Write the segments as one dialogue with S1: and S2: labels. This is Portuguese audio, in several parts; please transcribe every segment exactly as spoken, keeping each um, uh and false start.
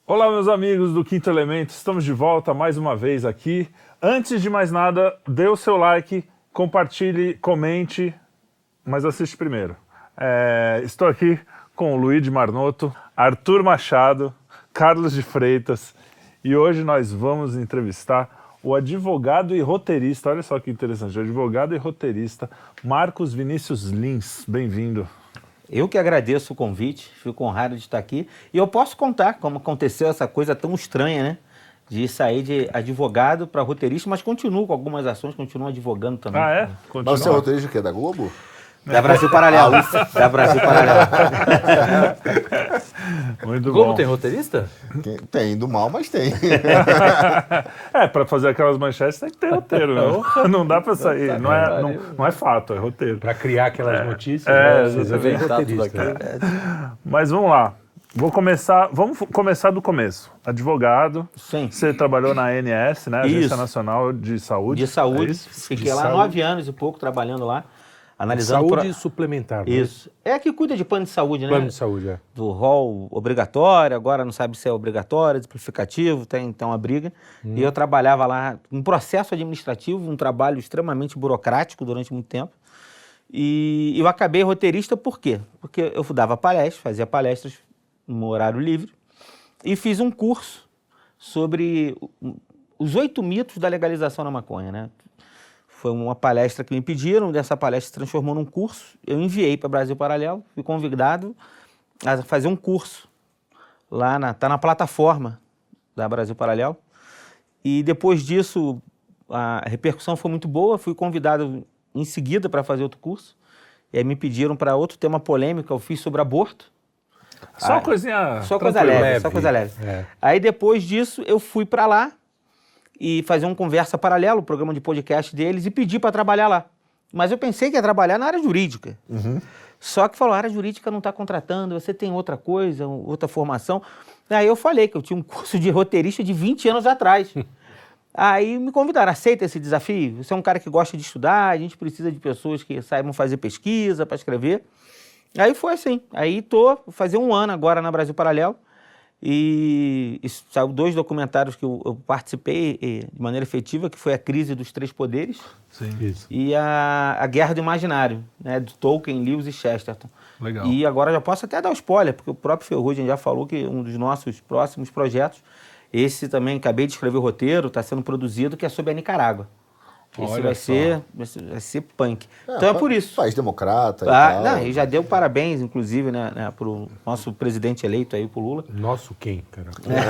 S1: Olá, meus amigos do Quinto Elemento, estamos de volta mais uma vez aqui. Antes de mais nada, dê o seu like, compartilhe, comente, mas assiste primeiro. É, estou aqui com o Luigi Marnoto, Arthur Machado, Carlos de Freitas e hoje nós vamos entrevistar o advogado e roteirista, olha só que interessante, o advogado e roteirista Marcos Vinícius Lins. Bem-vindo.
S2: Eu que agradeço o convite, fico honrado de estar aqui. E eu posso contar como aconteceu essa coisa tão estranha, né? De sair de advogado para roteirista, mas continuo com algumas ações, continuo advogando também.
S1: Ah, é?
S3: Continua. Mas você é roteirista o quê? Da Globo?
S2: Da Brasil Paralelo. Da Brasil Paralelo.
S1: Muito
S4: Globo
S1: bom.
S4: tem roteirista?
S3: Tem, do mal, mas tem.
S1: É, para fazer aquelas manchetes tem que ter roteiro, né? Não dá para sair, não é, não, não é fato, é roteiro.
S4: Para criar aquelas é, notícias,
S1: é,
S4: né? Precisa ver roteirista.
S1: É. Mas vamos lá. Vou começar, vamos começar do começo. Advogado,
S2: Sim.
S1: Você trabalhou na A N S, né? Agência
S2: Isso.
S1: Nacional de Saúde.
S2: De Saúde.
S1: É
S2: Fiquei
S1: de
S2: lá
S1: saúde.
S2: nove anos e pouco trabalhando lá. Analisando
S4: Saúde
S2: pro...
S4: suplementar.
S2: Isso. Né? É que cuida de plano de saúde, né?
S4: Plano de saúde, é.
S2: Do rol obrigatório, agora não sabe se é obrigatório, simplificativo, tem então a briga. Hum. E eu trabalhava lá, um processo administrativo, um trabalho extremamente burocrático durante muito tempo. E eu acabei roteirista por quê? Porque eu dava palestras, fazia palestras no horário livre e fiz um curso sobre os oito mitos da legalização da maconha, né? Foi uma palestra que me pediram, dessa palestra se transformou num curso. Eu enviei para Brasil Paralelo, fui convidado a fazer um curso lá, na, tá na plataforma da Brasil Paralelo. E depois disso, a repercussão foi muito boa, fui convidado em seguida para fazer outro curso. E aí me pediram para outro tema polêmico, eu fiz sobre aborto.
S1: Só
S2: aí,
S1: coisinha
S2: Só coisa leve, leve, só coisa leve. É. Aí depois disso, eu fui para lá e fazer um Conversa Paralelo, o programa de podcast deles, e pedi para trabalhar lá. Mas eu pensei que ia trabalhar na área jurídica. Uhum. Só que falou, a área jurídica não está contratando, você tem outra coisa, outra formação. Aí eu falei que eu tinha um curso de roteirista de vinte anos atrás. Aí me convidaram, aceita esse desafio? Você é um cara que gosta de estudar, a gente precisa de pessoas que saibam fazer pesquisa para escrever. Aí foi assim, aí tô fazer um ano agora na Brasil Paralelo. E, e saiu dois documentários que eu, eu participei e, de maneira efetiva, que foi A Crise dos Três Poderes.
S1: Sim.
S4: Isso.
S2: E a, a Guerra do Imaginário, né, de Tolkien, Lewis e Chesterton.
S1: Legal.
S2: E agora já posso até dar spoiler, porque o próprio Ferrugem já falou que um dos nossos próximos projetos, esse também, acabei de escrever o roteiro, está sendo produzido, que é sobre a Nicarágua. Esse vai ser, vai ser punk. É, então é por isso.
S3: País democrata e
S2: ah,
S3: tal.
S2: Não, e já deu parabéns, inclusive, né, né, para o nosso presidente eleito aí, pro Lula.
S4: Nosso quem, cara?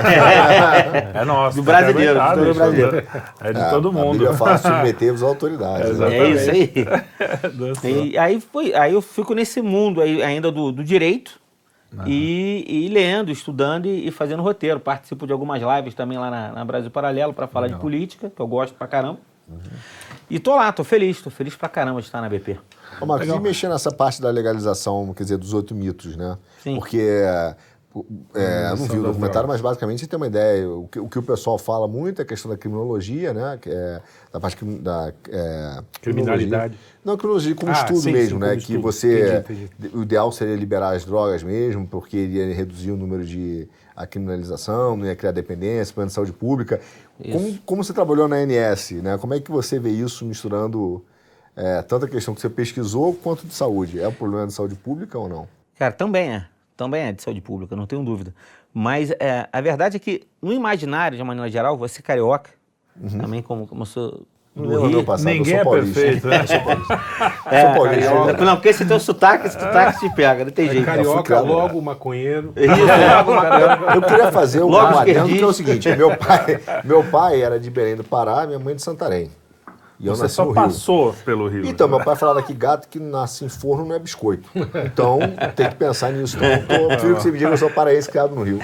S1: É, é nosso.
S2: Do brasileiro,
S1: é
S2: do brasileiro.
S1: É de é, todo mundo.
S3: A Bíblia fala submeter-vos à autoridade.
S2: É, é isso aí. e, aí, foi, aí eu fico nesse mundo aí, ainda do, do direito, uhum. e, e lendo, estudando e, e fazendo roteiro. Participo de algumas lives também lá na, na Brasil Paralelo para falar Legal. de política, que eu gosto pra caramba. Uhum. E tô lá, tô feliz, tô feliz pra caramba de estar na B P.
S3: Ô, Marcos, e mexer nessa parte da legalização, quer dizer, dos oito mitos, né? Sim. Porque, é, é, eu não vi o documentário, mas basicamente você tem uma ideia. O que, o que o pessoal fala muito é a questão da criminologia, né? Que é, da parte da... É,
S4: criminalidade.
S3: Não, criminologia como ah, estudo sim, mesmo, sim, né? Que estudo. você... Entendi, entendi. O ideal seria liberar as drogas mesmo, porque iria reduzir o número de... a criminalização, não ia criar dependência, plano de saúde pública. Como, como você trabalhou na A N S, né? Como é que você vê isso misturando é, tanto a questão que você pesquisou quanto de saúde? É um problema de saúde pública ou não?
S2: Cara, também é. Também é de saúde pública, não tenho dúvida. Mas é, a verdade é que no imaginário, de uma maneira geral, você carioca, uhum. também como, como eu sou...
S3: No Rio, passado,
S1: ninguém é perfeito, né?
S3: Eu sou paulista.
S2: É,
S3: sou paulista.
S2: Não, porque esse teu sotaque, esse sotaque te pega, não tem jeito.
S4: É carioca, logo maconheiro.
S2: Isso, logo maconheiro.
S3: Eu queria fazer um
S2: logo
S3: adendo que é o seguinte, meu pai, meu pai era de Belém do Pará, minha mãe de Santarém.
S1: E eu Você só passou pelo Rio.
S3: Então, meu pai falava que gato que nasce em forno não é biscoito. Então, tem que pensar nisso. Então, eu prefiro que você me diga que eu sou paraense criado no Rio.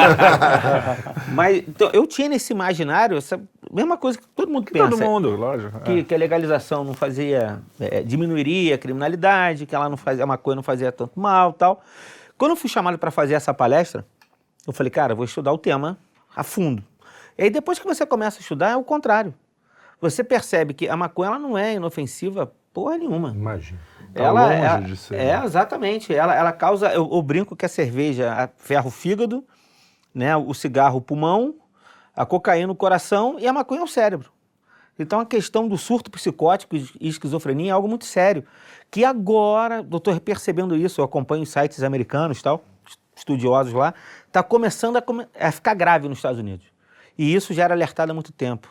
S2: Mas então, eu tinha nesse imaginário essa mesma coisa que todo mundo
S1: que
S2: pensa.
S1: Todo mundo, lógico.
S2: Que, é. que a legalização não fazia, é, diminuiria a criminalidade, que ela não fazia, a maconha não fazia tanto mal e tal. Quando eu fui chamado para fazer essa palestra, eu falei, cara, eu vou estudar o tema a fundo. E aí, depois que você começa a estudar, é o contrário. Você percebe que a maconha ela não é inofensiva porra nenhuma.
S4: Imagina.
S1: Tá
S2: ela
S1: longe
S2: é,
S1: de ser.
S2: É, exatamente. Ela, ela causa... Eu, eu brinco que a cerveja ferra o fígado né? O cigarro, o pulmão, a cocaína, o coração e a maconha é o cérebro. Então a questão do surto psicótico e esquizofrenia é algo muito sério, que agora, eu estou percebendo isso, eu acompanho sites americanos e tal, estudiosos lá, está começando a, come a ficar grave nos Estados Unidos. E isso já era alertado há muito tempo.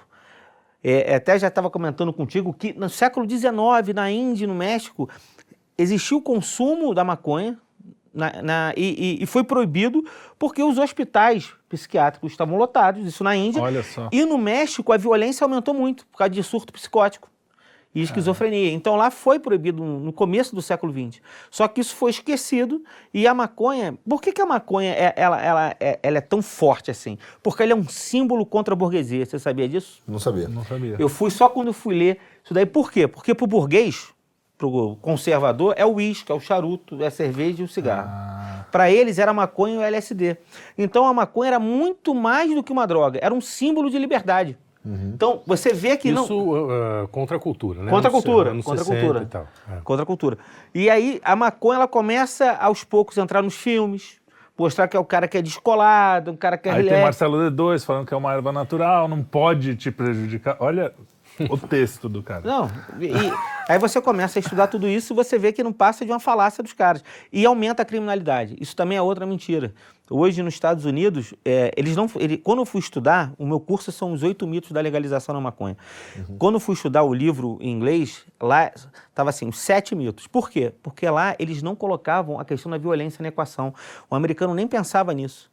S2: É, até já estava comentando contigo que no século dezenove, na Índia e no México, existiu o consumo da maconha na, na, e, e, e foi proibido porque os hospitais psiquiátricos estavam lotados, isso na Índia.
S1: Olha só.
S2: E no México a violência aumentou muito por causa de surto psicótico e esquizofrenia. Ah. Então lá foi proibido no começo do século vinte. Só que isso foi esquecido e a maconha... Por que, que a maconha é, ela, ela, é, ela é tão forte assim? Porque ela é um símbolo contra a burguesia. Você sabia disso?
S3: Não sabia.
S1: Não sabia.
S2: Eu fui só quando eu fui ler isso daí. Por quê? Porque pro burguês, pro conservador, é o uísque, é o charuto, é a cerveja e o cigarro. Ah. Para eles era a maconha e o L S D. Então a maconha era muito mais do que uma droga. Era um símbolo de liberdade. Uhum. Então, você vê que
S4: Isso,
S2: não...
S4: Isso uh, contra a cultura, né?
S2: Contra a cultura, contra a cultura.
S4: E tal. É.
S2: Contra a cultura. E aí, a maconha, ela começa, aos poucos, a entrar nos filmes, mostrar que é o cara que é descolado, um cara que é
S1: Aí
S2: relax.
S1: tem Marcelo D dois falando que é uma erva natural, não pode te prejudicar. Olha o texto do cara.
S2: Não, e, e aí você começa a estudar tudo isso e você vê que não passa de uma falácia dos caras. E aumenta a criminalidade. Isso também é outra mentira. Hoje, nos Estados Unidos, é, eles não, ele, quando eu fui estudar, o meu curso são os oito mitos da legalização da maconha. Uhum. Quando eu fui estudar o livro em inglês, lá estava assim, os sete mitos. Por quê? Porque lá eles não colocavam a questão da violência na equação. O americano nem pensava nisso.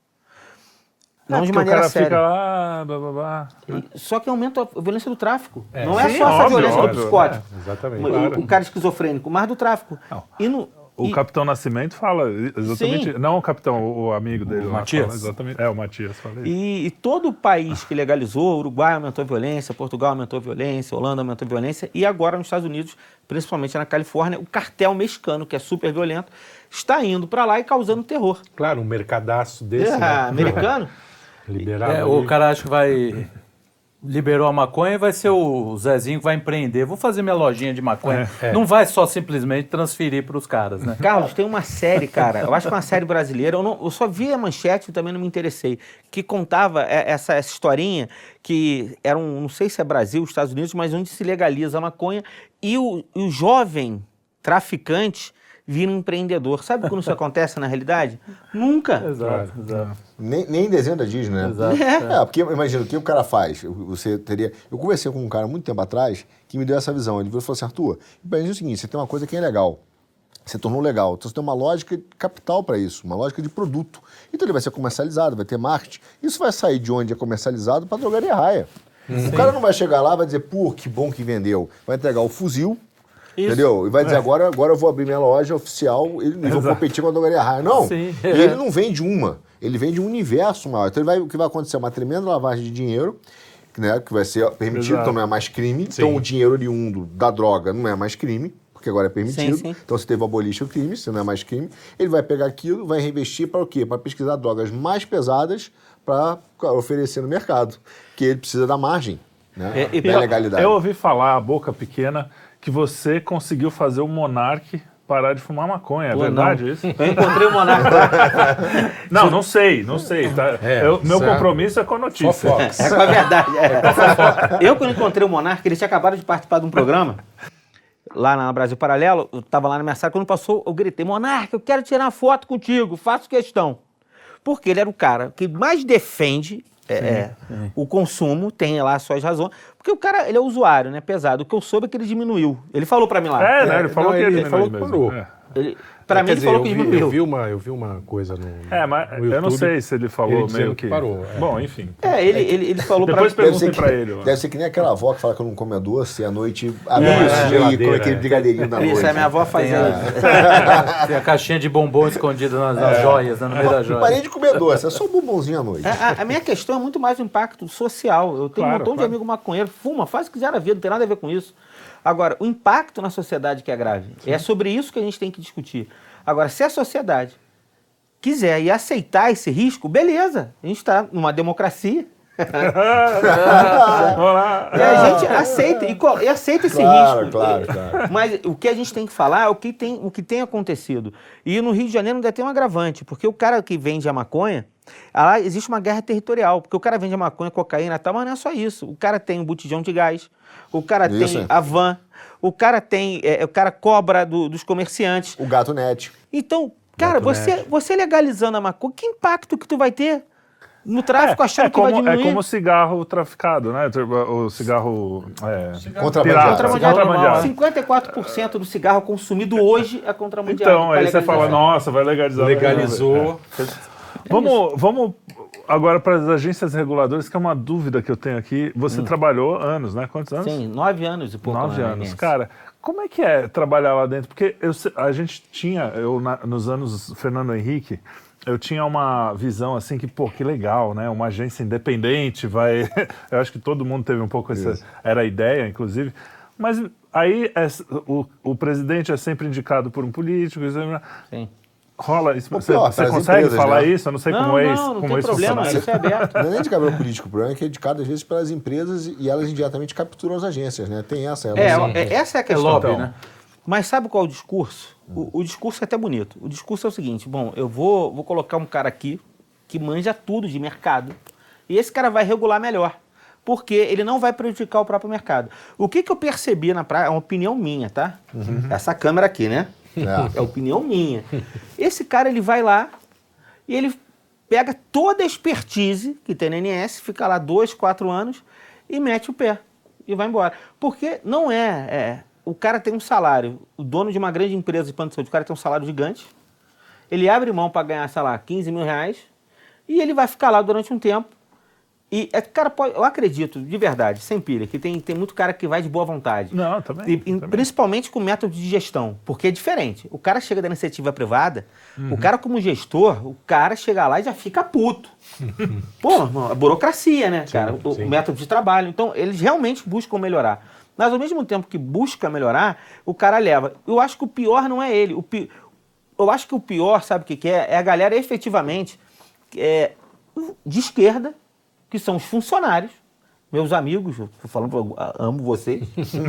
S2: Não
S1: é
S2: de maneira
S1: o cara
S2: séria.
S1: Fica lá, blá, blá, blá.
S2: Só que aumenta a violência do tráfico.
S4: É.
S2: Não é
S1: Sim,
S2: só essa
S1: óbvio,
S2: violência
S1: óbvio,
S2: do psicótico.
S4: É, exatamente.
S2: O,
S4: Claro.
S2: o cara esquizofrênico, mas do tráfico.
S1: Não.
S2: E no,
S1: O
S2: e...
S1: Capitão Nascimento fala exatamente...
S2: Sim.
S1: Não o capitão, o, o amigo dele.
S4: O
S1: lá
S4: Matias.
S1: Fala exatamente, é, o Matias. Fala isso.
S2: E, e todo o país que legalizou, Uruguai aumentou a violência, Portugal aumentou a violência, Holanda aumentou a violência, e agora nos Estados Unidos, principalmente na Califórnia, o cartel mexicano, que é super violento, está indo para lá e causando terror.
S4: Claro, um mercadaço desse,
S2: É,
S4: né?
S2: americano?
S4: Liberado
S5: É,
S4: ali.
S5: o cara acha que vai... Liberou a maconha e vai ser o Zezinho que vai empreender. Vou fazer minha lojinha de maconha.
S4: É, é.
S5: Não vai só simplesmente transferir para os caras, né?
S2: Carlos, tem uma série, cara, eu acho que é uma série brasileira, eu, não, eu só vi a manchete e também não me interessei, que contava essa, essa historinha que era um, não sei se é Brasil, Estados Unidos, mas onde se legaliza a maconha e o, e o jovem traficante vira um empreendedor. Sabe quando isso acontece na realidade? Nunca.
S5: Exato, exato.
S3: Nem, nem em desenho da Disney, né?
S5: Exato.
S3: É, porque imagina, o que o cara faz? Você teria... Eu conversei com um cara muito tempo atrás que me deu essa visão. Ele falou assim, Arthur, imagina o seguinte, você tem uma coisa que é legal. Você tornou legal. Então você tem uma lógica capital para isso, uma lógica de produto. Então ele vai ser comercializado, vai ter marketing. Isso vai sair de onde é comercializado para drogaria raia. Sim. O cara não vai chegar lá e vai dizer, pô, que bom que vendeu. Vai entregar o fuzil. Isso. Entendeu? E vai dizer, é. agora, agora eu vou abrir minha loja oficial e vou competir com a drogaria raia. Não,
S5: Sim,
S3: é. ele não vende uma, ele vende um universo maior. Então ele vai, o que vai acontecer é uma tremenda lavagem de dinheiro, né, que vai ser permitido, Exato. Então não é mais crime. Sim. Então o dinheiro oriundo da droga não é mais crime, porque agora é permitido. Sim, sim. Então se teve abolition o crime, se não é mais crime, ele vai pegar aquilo, vai reinvestir para o quê? Para pesquisar drogas mais pesadas para oferecer no mercado, que ele precisa da margem, né,
S1: é,
S3: da
S1: eu,
S3: legalidade.
S1: Eu ouvi falar, a boca pequena, que você conseguiu fazer o Monark parar de fumar maconha. É Pô, verdade
S2: não.
S1: isso?
S2: Eu encontrei o Monark lá.
S1: Não, não sei, não sei. Tá?
S4: É,
S1: eu, meu
S4: certo.
S1: compromisso é com a notícia.
S2: É, é com a verdade. É. É eu, quando encontrei o Monark, ele tinha acabado de participar de um programa lá na Brasil Paralelo, eu estava lá na minha sala, quando passou, eu gritei, Monark, eu quero tirar uma foto contigo, faço questão. Porque ele era o cara que mais defende É, é, o consumo, tem lá as suas razões, porque o cara, ele é usuário, né, pesado. O que eu soube é que ele diminuiu. Ele falou pra mim lá.
S1: É, né, ele falou
S4: não,
S1: que ele,
S4: ele falou que
S1: mesmo.
S4: parou.
S1: É.
S2: Ele, pra
S4: é,
S2: mim, ele
S4: dizer,
S2: falou que
S4: eu
S2: diminuiu.
S4: Vi, eu, vi uma, eu vi uma coisa no
S1: É, mas
S4: no
S1: eu não
S4: YouTube,
S1: sei se ele falou
S4: ele
S1: meio que...
S4: parou. É.
S1: Bom, enfim.
S2: É, ele, ele, ele falou
S1: Depois
S2: pra
S1: mim...
S3: Deve ser,
S1: pra
S3: que,
S1: ele, mano.
S3: deve ser que nem aquela avó que fala que não come doce e à noite abre
S4: É,
S3: é, e come
S4: é.
S3: aquele brigadeirinho da noite.
S2: Isso, a minha avó fazia
S5: Tem
S2: isso.
S5: a, tem a caixinha de bombom escondida nas, nas joias, né, no meio da joia.
S3: Parei de comer doce, é só um bombonzinho à noite.
S2: A, a, a minha questão é muito mais o impacto social. Eu tenho
S1: Claro,
S2: um montão
S1: claro.
S2: de amigo maconheiro, fuma, faz o que quiser na vida, não tem nada a ver com isso. Agora, o impacto na sociedade que é grave. Sim. É sobre isso que a gente tem que discutir. Agora, se a sociedade quiser e aceitar esse risco, beleza. A gente está numa democracia.
S1: Olá.
S2: E a gente aceita, e, e aceita esse
S3: Claro,
S2: risco.
S3: claro, claro.
S2: Mas o que a gente tem que falar é o que tem, o que tem acontecido. E no Rio de Janeiro ainda tem um agravante, porque o cara que vende a maconha, Lá existe uma guerra territorial, porque o cara vende maconha, cocaína e tal, mas não é só isso. O cara tem um botijão de gás, o cara
S3: Isso,
S2: tem
S3: é.
S2: a van, o cara tem, é, o cara cobra do, dos comerciantes.
S3: O gato net.
S2: Então, cara, você, você legalizando a maconha, que impacto que tu vai ter no tráfico, achando
S1: é
S2: que vai
S1: como,
S2: diminuir?
S1: É como o cigarro traficado, né? O cigarro é,
S3: Contrabandeado.
S1: pirata, contrabandeado.
S2: cinquenta e quatro por cento do cigarro consumido hoje é contrabandeado.
S1: Então, aí você fala, nossa, vai legalizar.
S4: Legalizou.
S1: É. Vamos, vamos agora para as agências reguladoras, que é uma dúvida que eu tenho aqui. Você hum. trabalhou anos, né? Quantos anos?
S2: Sim, nove anos e pouco.
S1: Nove anos. Inês. Cara, como é que é trabalhar lá dentro? Porque eu, a gente tinha, eu, na, nos anos Fernando Henrique, eu tinha uma visão assim que, pô, que legal, né? Uma agência independente vai... Eu acho que todo mundo teve um pouco essa... Isso. Era a ideia, inclusive. Mas aí é, o, o presidente é sempre indicado por um político.
S2: Sim.
S1: Rola isso? Você, pior, você consegue empresas, falar né? isso? Eu não sei
S2: não,
S1: como é isso.
S2: Não, não
S1: como
S2: tem problema,
S1: funciona.
S2: isso é aberto.
S3: Não é nem de cabelo político, o problema é que é indicado às vezes pelas empresas e elas indiretamente capturam as agências, né? Tem essa.
S2: É, é, essa é a questão.
S5: É lobby, né?
S2: Mas sabe qual é o discurso? O, o discurso é até bonito. O discurso é o seguinte, bom, eu vou, vou colocar um cara aqui que manja tudo de mercado e esse cara vai regular melhor, porque ele não vai prejudicar o próprio mercado. O que, que eu percebi na praia, é uma opinião minha, tá? Uhum. Essa câmera aqui, né? É. é opinião minha. Esse cara, ele vai lá e ele pega toda a expertise que tem na A N S, fica lá dois, quatro anos e mete o pé e vai embora. Porque não é... é o cara tem um salário, o dono de uma grande empresa de plano de saúde, o cara tem um salário gigante, ele abre mão para ganhar, sei lá, quinze mil reais e ele vai ficar lá durante um tempo. E, é, cara, pode, eu acredito, de verdade, sem pilha, que tem, tem muito cara que vai de boa vontade.
S1: Não, também,
S2: e,
S1: também.
S2: Principalmente com método de gestão, porque é diferente. O cara chega da iniciativa privada, uhum. o cara como gestor, o cara chega lá e já fica puto. Pô, irmão, a burocracia, né, sim, cara? O, o método de trabalho. Então, eles realmente buscam melhorar. Mas, ao mesmo tempo que busca melhorar, o cara leva. Eu acho que o pior não é ele. O pi... Eu acho que o pior, sabe o que, que é? É a galera efetivamente é, de esquerda, que são os funcionários, meus amigos, eu tô falando, eu amo vocês,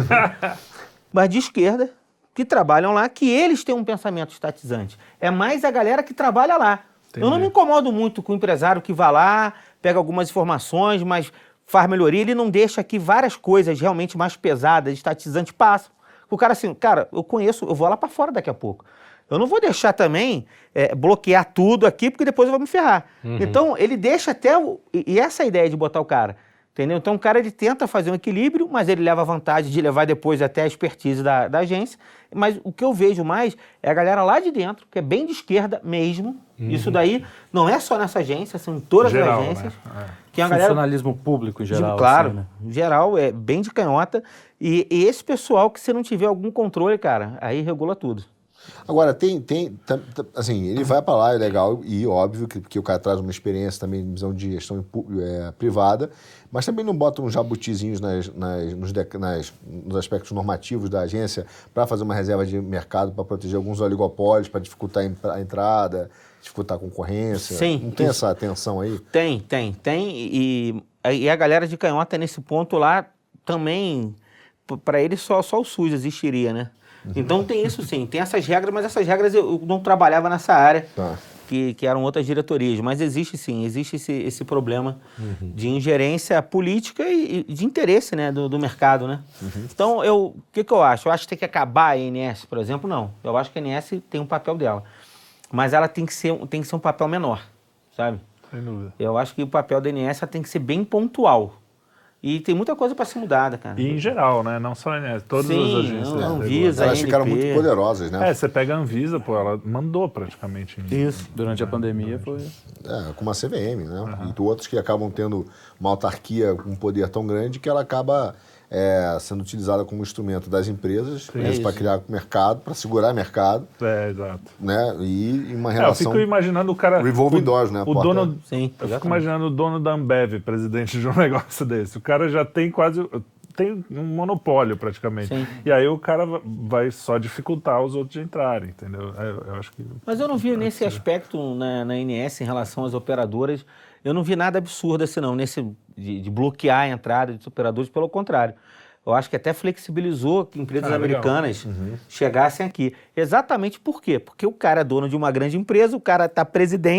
S2: mas de esquerda, que trabalham lá, que eles têm um pensamento estatizante. É mais a galera que trabalha lá. Entendi. Eu não me incomodo muito com o empresário que vai lá, pega algumas informações, mas faz melhoria, ele não deixa que várias coisas realmente mais pesadas, estatizantes, passam. O cara assim, cara, eu conheço, eu vou lá para fora daqui a pouco. Eu não vou deixar também é, bloquear tudo aqui, porque depois eu vou me ferrar. Uhum. Então, ele deixa até... O, e essa é a ideia de botar o cara, entendeu? Então, o cara, ele tenta fazer um equilíbrio, mas ele leva a vantagem de levar depois até a expertise da, da agência. Mas o que eu vejo mais é a galera lá de dentro, que é bem de esquerda mesmo. Uhum. Isso daí não é só nessa agência, são em todas
S1: geral,
S2: as agências.
S1: Né? É.
S2: Que é
S5: funcionalismo galera, público em geral.
S2: De, claro,
S5: assim, né?
S2: em geral, é bem de canhota. E, e esse pessoal que, se não tiver algum controle, cara, aí regula tudo.
S3: Agora, tem, tem, assim, ele vai para lá, é legal, e óbvio que, que o cara traz uma experiência também, visão de gestão é, privada, mas também não bota uns jabutizinhos nas, nas, nos, nas, nos aspectos normativos da agência para fazer uma reserva de mercado, para proteger alguns oligopólios, para dificultar a entrada, dificultar a concorrência.
S2: Sim.
S3: Não tem isso. Essa tensão aí?
S2: Tem, tem, tem, e, e a galera de canhota nesse ponto lá também, para eles só, só o SUS existiria, né? Então tem isso sim, tem essas regras, mas essas regras eu não trabalhava nessa área, tá. que, que eram outras diretorias, mas existe sim, existe esse, esse problema uhum. de ingerência política e, e de interesse, né, do, do mercado, né? Uhum. Então, eu, o que, que eu acho? Eu acho que tem que acabar a A N S, por exemplo? Não, eu acho que a A N S tem um papel dela, mas ela tem que ser, tem que ser um papel menor, sabe?
S1: Sem dúvida.
S2: Eu acho que o papel da A N S tem que ser bem pontual. E tem muita coisa para ser mudada, cara.
S1: E em geral, né? Não só a Anvisa, todas
S2: Sim,
S1: as agências.
S2: Não, Anvisa,
S3: elas ficaram muito poderosas, né?
S1: É, você pega a Anvisa, pô, ela mandou praticamente.
S2: Isso.
S1: Em,
S5: Durante
S1: né,
S5: a pandemia
S1: durante...
S5: foi...
S3: É, como a C V M, né?
S1: Uhum.
S3: E outros que acabam tendo uma autarquia com um poder tão grande que ela acaba é, sendo utilizada como instrumento das empresas para criar mercado, para segurar mercado.
S1: É, exato.
S3: Né? E uma
S1: É,
S3: relação...
S1: eu fico imaginando o cara...
S3: Revolving doors, né?
S1: O dono...
S2: Sim,
S1: eu fico imaginando o dono da Ambev, presidente de um negócio desse. O cara já tem quase... Tem um monopólio, praticamente.
S2: Sim.
S1: E aí o cara vai só dificultar os outros de entrarem, entendeu? Eu, eu acho que...
S2: Mas eu não vi nesse aspecto na, na A N S em relação às operadoras, eu não vi nada absurdo assim não, nesse de, de bloquear a entrada dos operadores, pelo contrário. Eu acho que até flexibilizou que empresas ah, americanas uhum. chegassem aqui. Exatamente por quê? Porque o cara é dono de uma grande empresa, o cara está presidente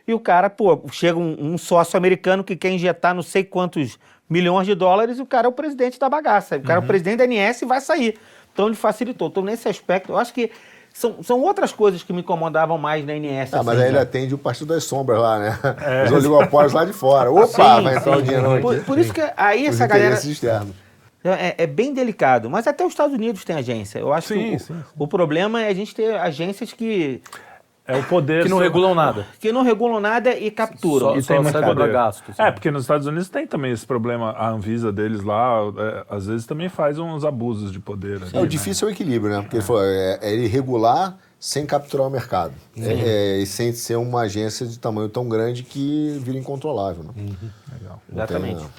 S2: e o cara, pô, chega um, um sócio americano que quer injetar não sei quantos milhões de dólares e o cara é o presidente da bagaça. O cara uhum. é o presidente da A N S e vai sair. Então ele facilitou. Então nesse aspecto, eu acho que são, são outras coisas que me incomodavam mais na A N S.
S3: Ah,
S2: assim,
S3: mas aí ele
S2: já.
S3: atende o Partido das Sombras lá, né? É. Os oligopólios lá de fora. Opa, sim, vai entrar sim. o dinheiro
S2: por, por isso que aí
S3: Os
S2: essa galera...
S3: externos.
S2: É, é bem delicado. Mas até os Estados Unidos têm agência. Eu acho
S1: sim,
S2: que o,
S1: sim, sim.
S2: o problema é a gente ter agências que...
S1: É o poder...
S5: Que não
S1: sobre...
S5: regulam nada.
S2: Que não regulam nada e capturam.
S5: Só,
S1: e
S5: só
S1: tem muito
S5: cobra gastos.
S1: É, porque nos Estados Unidos tem também esse problema, a Anvisa deles lá, é, às vezes também faz uns abusos de poder. Ali,
S3: é, o
S1: né?
S3: difícil é o equilíbrio, né? Porque ele falou, é, é ele regular sem capturar o mercado. É, é, e sem ser uma agência de tamanho tão grande que vira incontrolável. Né?
S1: Uhum. Legal.
S2: Exatamente.
S3: Tem,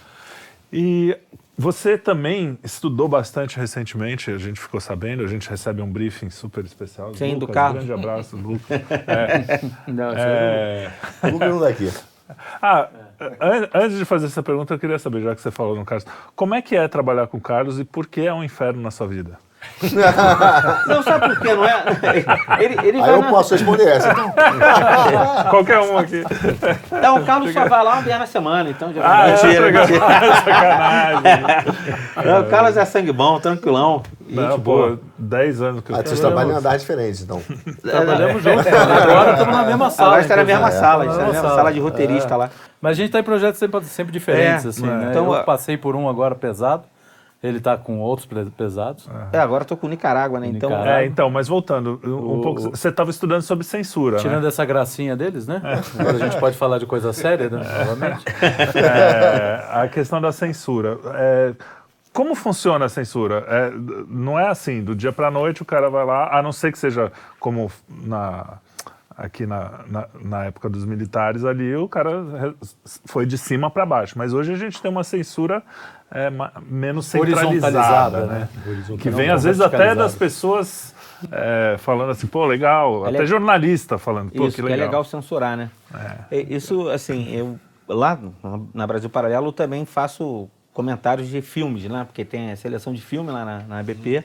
S1: e você também estudou bastante recentemente, a gente ficou sabendo, a gente recebe um briefing super especial.
S2: Sim,
S1: Lucas,
S2: do Carlos.
S1: Grande abraço, Lucas. É,
S5: Não,
S1: é...
S3: O Lucas não daqui.
S1: Ah, an antes de fazer essa pergunta, eu queria saber, já que você falou no Carlos, como é que é trabalhar com o Carlos e por que é um inferno na sua vida?
S2: Não, sabe por quê, não é? Ele, ele
S3: Aí eu
S2: na...
S3: posso responder essa, então.
S1: Qualquer um aqui.
S2: Não, o Carlos só vai lá uma vez na semana, então já
S1: Ah,
S2: mentira,
S1: é,
S2: mentira.
S1: sacanagem.
S2: Não, o Carlos é sangue bom, tranquilão.
S1: Não,
S2: Gente
S1: pô,
S2: boa.
S1: dez anos que eu
S3: Ah, vocês trabalham em andares diferentes, então.
S5: Trabalhamos juntos. Agora estamos na mesma sala.
S2: Agora está na mesma
S5: inclusive.
S2: sala, a
S5: É,
S2: gente está na mesma sala de roteirista
S5: É.
S2: lá.
S5: Mas a gente está em projetos sempre, sempre diferentes,
S2: É,
S5: assim,
S2: é.
S5: né?
S2: Então,
S5: eu passei por um agora pesado, ele está com outros pe- pesados.
S2: É, agora eu tô com Nicarágua, né? Então,
S5: Nicarágua.
S1: É, então, mas voltando, um
S5: O-
S1: pouco, você estava estudando sobre censura,
S5: Tirando
S1: né?
S5: essa gracinha deles, né? Agora a gente pode falar de coisa séria, né? Novamente.
S1: É, a questão da censura. É, como funciona a censura? É, não é assim, do dia para a noite o cara vai lá, a não ser que seja como na, aqui na, na, na época dos militares ali, o cara re- foi de cima para baixo. Mas hoje a gente tem uma censura é, ma- menos centralizada,
S5: Horizontalizada,
S1: né?
S5: né?
S1: Que
S5: Não
S1: vem
S5: tão
S1: às vezes até
S5: verticalizada.
S1: das pessoas é, falando assim, pô, legal,
S2: Ela
S1: até
S2: é-
S1: jornalista falando, pô,
S2: isso,
S1: que
S2: que
S1: legal.
S2: é legal censurar, né? É, Isso, assim, eu lá na Brasil Paralelo também faço comentários de filmes, né? Porque tem a seleção de filme lá na, na A B P.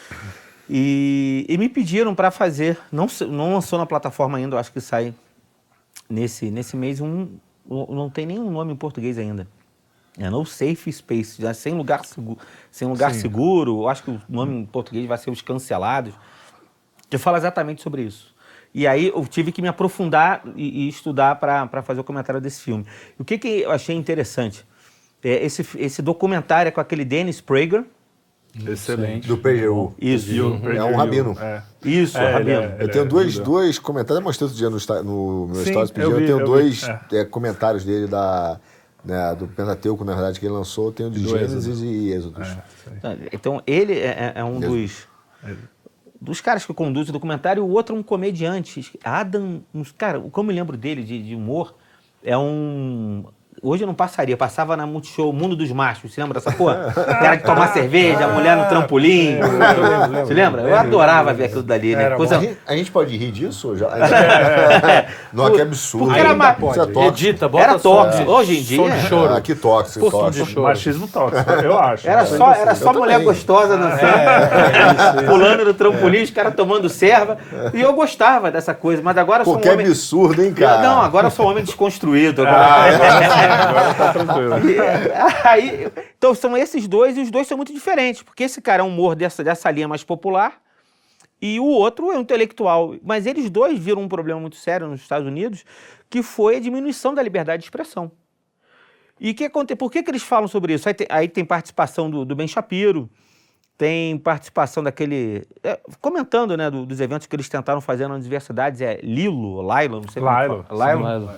S2: E, e me pediram para fazer, não, se- não lançou na plataforma ainda, eu acho que sai nesse, nesse mês, um, um- não tem nenhum nome em português ainda. É No Safe Space, já sem lugar, seguro, sem lugar
S1: Sim.
S2: seguro, eu acho que o nome em português vai ser Os Cancelados. Eu falo exatamente sobre isso. E aí eu tive que me aprofundar e, e estudar para fazer o comentário desse filme. E o que, que eu achei interessante? É, esse, esse documentário é com aquele Dennis Prager.
S1: Excelente.
S3: Do P G U.
S2: Isso.
S1: E o-
S3: É um rabino.
S1: É.
S2: Isso,
S1: É,
S2: Rabino.
S1: ele é-
S3: Eu tenho dois,
S1: judeu.
S3: dois comentários, eu mostrei outro dia no, esta- no meu
S1: Sim,
S3: stories,
S1: eu
S3: pedindo, eu,
S1: vi,
S3: tenho
S1: eu
S3: dois
S1: vi,
S3: é, comentários dele da, né, do Pentateuco, na verdade, que ele lançou, tem o de
S1: Do
S3: Gênesis
S1: Êxodo.
S3: e Êxodos.
S2: Então, ele é, é- é um dos, dos caras que conduz o documentário, o outro é um comediante, Adam, uns- cara, o que eu me lembro dele, de, de humor, é um... Hoje eu não passaria, passava na Multishow Mundo dos Machos, você lembra dessa porra? Cara de tomar cerveja, a mulher no trampolim. Você lembra? Eu adorava ver aquilo dali, né?
S4: Era
S2: Coisa...
S3: A gente, a gente pode rir disso? ou Já? Não, que absurdo.
S2: Porque era
S3: Ainda
S2: ma-
S3: pode. Isso é tóxico.
S5: Edita, bota
S2: Era
S5: som
S2: tóxico.
S5: de-
S2: Hoje em dia...
S5: som de choro.
S3: Ah, que tóxico,
S2: Pô,
S3: tóxico.
S5: de choro.
S1: Machismo tóxico, eu acho.
S2: Era só, era só
S3: Eu
S2: mulher
S3: também.
S2: gostosa dançando, pulando no trampolim, os caras tomando serva. E eu gostava dessa coisa, mas agora eu sou
S3: Pô,
S2: um
S3: que
S2: homem...
S3: absurdo, hein,
S2: Eu-
S3: cara?
S2: Não, agora eu sou um homem desconstruído.
S1: Ah,
S2: Agora...
S1: agora tá tranquilo.
S2: E, aí, então são esses dois, e os dois são muito diferentes, porque esse cara é um humor dessa, dessa linha mais popular e o outro é um intelectual. Mas eles dois viram um problema muito sério nos Estados Unidos, que foi a diminuição da liberdade de expressão. E que aconte... por que, que eles falam sobre isso? Aí tem, aí tem participação do, do Ben Shapiro, tem participação daquele... é, comentando, né, do- dos eventos que eles tentaram fazer nas universidades, é Lilo, Lilo, não sei como
S1: Lilo.
S2: fala. Lilo.
S5: Milo.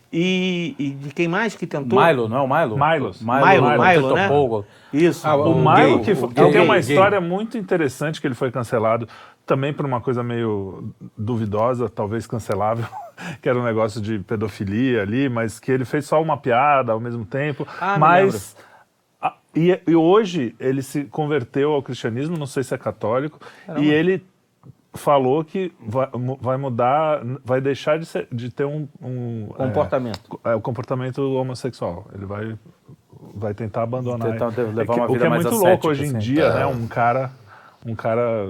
S2: E, e de quem mais que tentou?
S5: Milo, não é o Milo?
S1: Milos.
S5: Milo,
S2: Milo,
S5: Milo,
S2: Milo,
S5: Tito
S2: né?
S5: Pouco.
S2: Isso.
S4: Ah,
S1: O
S4: O
S1: Milo,
S4: gay,
S1: que,
S4: o
S1: fo- que
S2: gay,
S1: tem uma
S2: gay.
S1: história muito interessante, que ele foi cancelado também por uma coisa meio duvidosa, talvez cancelável, que era um negócio de pedofilia ali, mas que ele fez só uma piada ao mesmo tempo.
S2: Ah, me
S1: mas a- e, e hoje ele se converteu ao cristianismo, não sei se é católico, e ele falou que vai, mu- vai mudar, vai deixar de, ser- de ter um, um é,
S2: Comportamento.
S1: é, o comportamento homossexual. Ele vai, vai tentar abandonar.
S5: Tentar levar
S1: É que-
S5: uma
S1: o que
S5: vida
S1: é
S5: mais
S1: muito
S5: ascética,
S1: louco hoje em
S5: assim.
S1: dia, né? Um cara, um cara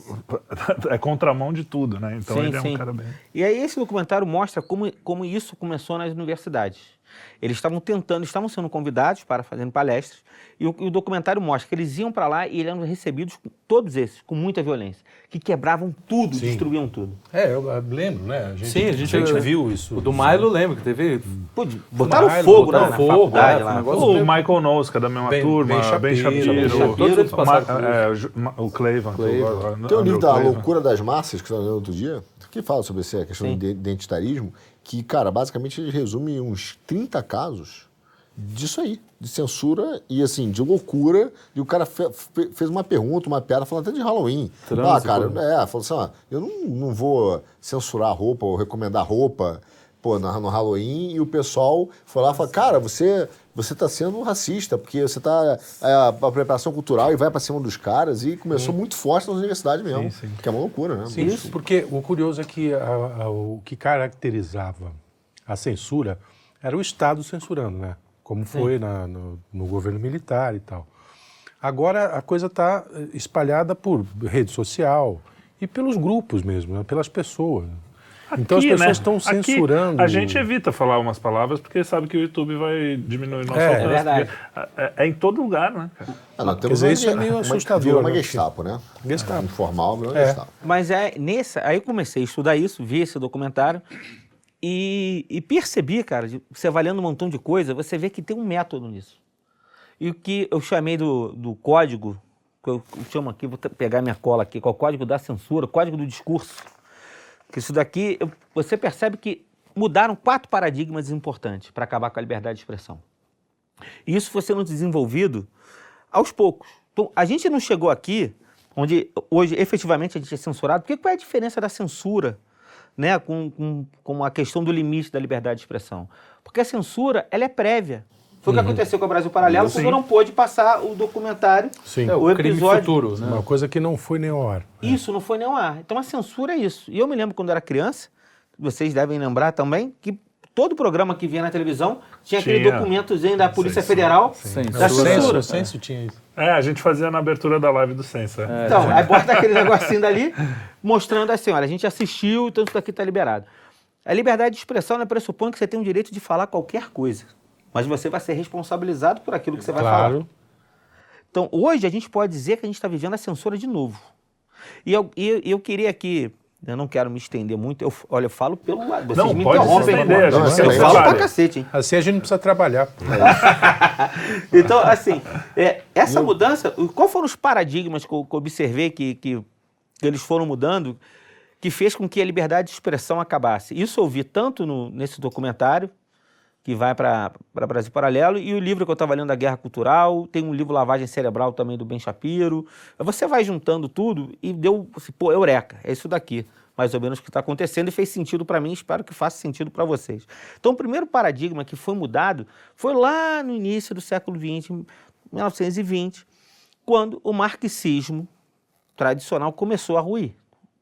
S1: é contramão de tudo, né? Então
S2: Sim,
S1: ele é
S2: sim.
S1: um cara bem...
S2: E aí esse documentário mostra como, como isso começou nas universidades. Eles estavam tentando, estavam sendo convidados para fazerem palestras, e o, e o documentário mostra que eles iam para lá e eles eram recebidos, todos esses, com muita violência, que quebravam tudo,
S4: Sim.
S2: destruíam tudo.
S4: É, eu lembro, né? A gente,
S5: Sim, a gente,
S4: viu isso.
S5: O do Milo lembra que teve...
S2: Pô, botaram
S4: Milo,
S2: fogo
S4: botaram
S2: na,
S5: fogo,
S2: na faculdade
S5: é,
S2: lá.
S5: um negócio
S1: O
S5: mesmo.
S1: Michael Knowles, que é da mesma
S4: Ben-
S1: turma,
S4: Ben
S1: Ben
S4: Shapiro,
S1: Shapiro,
S2: Shapiro,
S5: todos eles passaram
S1: Ma-
S5: por
S1: é, o Ju- Ma- o Cleveland.
S5: Cleveland.
S1: o-
S3: Tem um livro da
S1: Cleveland.
S3: Loucura das Massas, que você leu outro dia, que fala sobre essa questão
S2: Sim.
S3: de identitarismo, que, cara, basicamente ele resume uns trinta casos disso aí, de censura e, assim, de loucura, e o cara fe- fe- fez uma pergunta, uma piada, falando até de Halloween.
S5: Trânsito,
S3: ah, cara,
S5: né?
S3: é, falou assim, ó, eu não, não vou censurar roupa ou recomendar roupa, pô, no, no Halloween, e o pessoal foi lá e falou, cara, você, você tá sendo racista, porque você tá, é, a, a preparação cultural e vai pra cima dos caras, e começou muito forte nas universidades mesmo,
S1: Sim, sim.
S3: que é uma loucura, né?
S4: Sim, isso porque o curioso é que a- a- o que caracterizava a censura era o Estado censurando, né? Como foi na- no, no governo militar e tal. Agora a coisa está espalhada por rede social e pelos grupos mesmo, né? Pelas pessoas. Então as
S1: Aqui,
S4: pessoas
S1: né?
S4: estão
S1: Aqui,
S4: censurando.
S1: a gente evita falar umas palavras porque sabe que o YouTube vai diminuir nosso
S4: É,
S1: alcance.
S2: é verdade.
S1: porque É, é em todo lugar, né, cara?
S3: Ah, não,
S4: Quer
S3: temos
S4: dizer,
S3: uma-
S4: isso é meio
S3: uma-
S4: assustador,
S3: virou uma
S4: né?
S3: Gestapo, né?
S4: Gestapo.
S3: Informal, virou uma
S4: É.
S3: Gestapo.
S2: Mas é nessa. Aí eu comecei a estudar isso, vi esse documentário e, e percebi, cara, de- você vai lendo um montão de coisa, você vê que tem um método nisso. E o que eu chamei do, do código, que eu chamo aqui, vou te- pegar minha cola aqui, que é o código da censura, código do discurso. Que isso daqui, eu- você percebe que mudaram quatro paradigmas importantes para acabar com a liberdade de expressão. E isso foi sendo desenvolvido aos poucos. Então, a gente não chegou aqui, onde hoje efetivamente a gente é censurado, porque qual é a diferença da censura, né, com, com, com a questão do limite da liberdade de expressão? Porque a censura, ela é prévia. Foi o que aconteceu com o Brasil Paralelo,
S1: Sim.
S2: quando não pôde passar o documentário,
S4: Sim.
S5: É, o,
S2: o
S5: crime
S2: episódio.
S5: futuro, né?
S4: Uma coisa que não foi nem ao ar.
S2: Isso não foi nem ao ar. Então a censura é isso. E eu me lembro quando eu era criança, vocês devem lembrar também, que todo programa que vinha na televisão tinha, aquele
S1: Tinha.
S2: documentozinho da Polícia
S1: Censura.
S2: Federal
S5: Sim.
S2: da
S4: o Censo,
S2: censura.
S4: o Censo tinha isso.
S1: É, a gente fazia na abertura da live do Sensa. É.
S2: Então, aí bota aquele negocinho dali, mostrando assim, olha, a gente assistiu, então isso daqui está liberado. A liberdade de expressão, né, pressupõe que você tem o direito de falar qualquer coisa, mas você vai ser responsabilizado por aquilo que você vai falar.
S4: Claro.
S2: Então, hoje a gente pode dizer que a gente está vivendo a censura de novo. E eu, e eu, eu queria aqui, eu não quero me estender muito, eu, olha, eu falo pelo lado, vocês
S1: Não,
S2: me
S1: pode se
S2: interrompem.
S1: estender, a
S3: gente
S2: eu
S3: quer
S2: falo pra
S1: trabalhar.
S2: cacete, hein?
S4: Assim a gente não precisa trabalhar.
S2: Então, assim, é, essa mudança, qual foram os paradigmas que eu, que eu observei que, que, que eles foram mudando, que fez com que a liberdade de expressão acabasse? Isso eu vi tanto no, nesse documentário, que vai para Brasil Paralelo, e o livro que eu estava lendo da Guerra Cultural, tem um livro Lavagem Cerebral também do Ben Shapiro. Você vai juntando tudo e deu, assim, pô, eureka, é isso daqui, mais ou menos o que está acontecendo, e fez sentido para mim, espero que faça sentido para vocês. Então, o primeiro paradigma que foi mudado foi lá no início do século vinte, mil novecentos e vinte, quando o marxismo tradicional começou a ruir.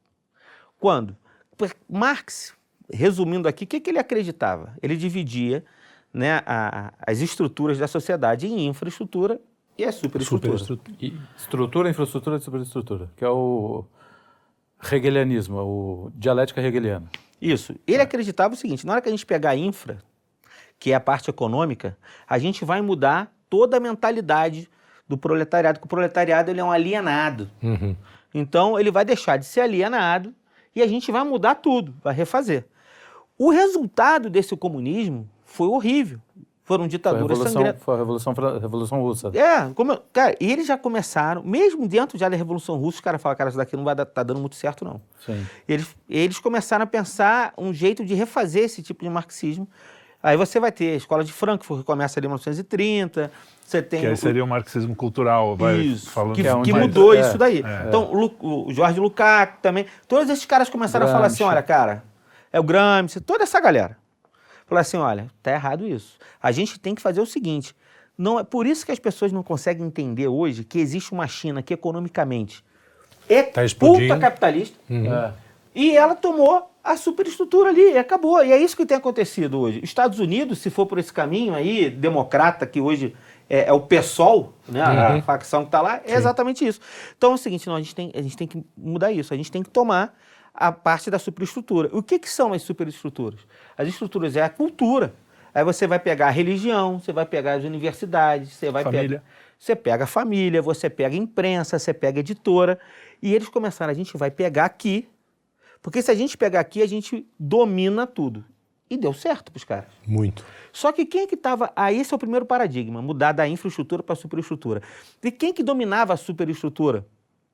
S2: Quando? Porque Marx, resumindo aqui, o que, que ele acreditava? Ele dividia, né, a- as estruturas da sociedade em infraestrutura e a superestrutura.
S4: Superestrutura.
S5: E estrutura, infraestrutura e superestrutura, que é o hegelianismo, o dialética hegeliana.
S2: Isso. Ele acreditava o seguinte, na hora que a gente pegar a infra, que é a parte econômica, a gente vai mudar toda a mentalidade do proletariado, porque o proletariado ele é um alienado.
S4: Uhum.
S2: Então, ele vai deixar de ser alienado e a gente vai mudar tudo, vai refazer. O resultado desse comunismo foi horrível. Foram
S5: Foi a
S2: ditaduras
S5: Revolução,
S2: sangrentas.
S5: foi a Revolução, Fran- Revolução Russa.
S2: É, como, eu- cara, e eles já começaram, mesmo dentro já da Revolução Russa, os caras falaram, cara, isso daqui não vai dar, tá dando muito certo, não.
S5: Sim.
S2: Eles, eles começaram a pensar um jeito de refazer esse tipo de marxismo. Aí você vai ter a Escola de Frankfurt, que começa ali em mil novecentos e trinta, você tem...
S1: Que aí
S2: o-
S1: seria o marxismo cultural, vai
S2: Isso,
S1: falando
S2: que,
S5: que é onde
S2: que
S5: mais-
S2: mudou
S5: é,
S2: isso daí.
S1: é.
S2: Então, o, Lu- o Jorge Lukács também, todos esses caras começaram a falar assim,
S5: Gramsci.
S2: olha, cara, é o Gramsci, toda essa galera. Falaram assim, olha, tá errado isso. A gente tem que fazer o seguinte, não é por isso que as pessoas não conseguem entender hoje que existe uma China que economicamente é
S4: Tá explodindo.
S2: puta capitalista,
S5: É.
S2: e ela tomou a superestrutura ali e acabou. E é isso que tem acontecido hoje. Os Estados Unidos, se for por esse caminho aí, democrata, que hoje é, é o PSOL, né, a uhum. facção que está lá, é Sim. exatamente isso. Então é o seguinte, não, a, gente tem, a gente tem que mudar isso, a gente tem que tomar a parte da superestrutura. O que, que são as superestruturas? As estruturas é a cultura. Aí você vai pegar a religião, você vai pegar as universidades, você vai
S1: família.
S2: pegar... Você pega a família, você pega a imprensa, você pega a editora. E eles começaram, a gente vai pegar aqui, porque se a gente pegar aqui, a gente domina tudo. E deu certo para os caras.
S4: Muito.
S2: Só que quem é que estava... Ah, esse é o primeiro paradigma, mudar da infraestrutura para a superestrutura. E quem que dominava a superestrutura?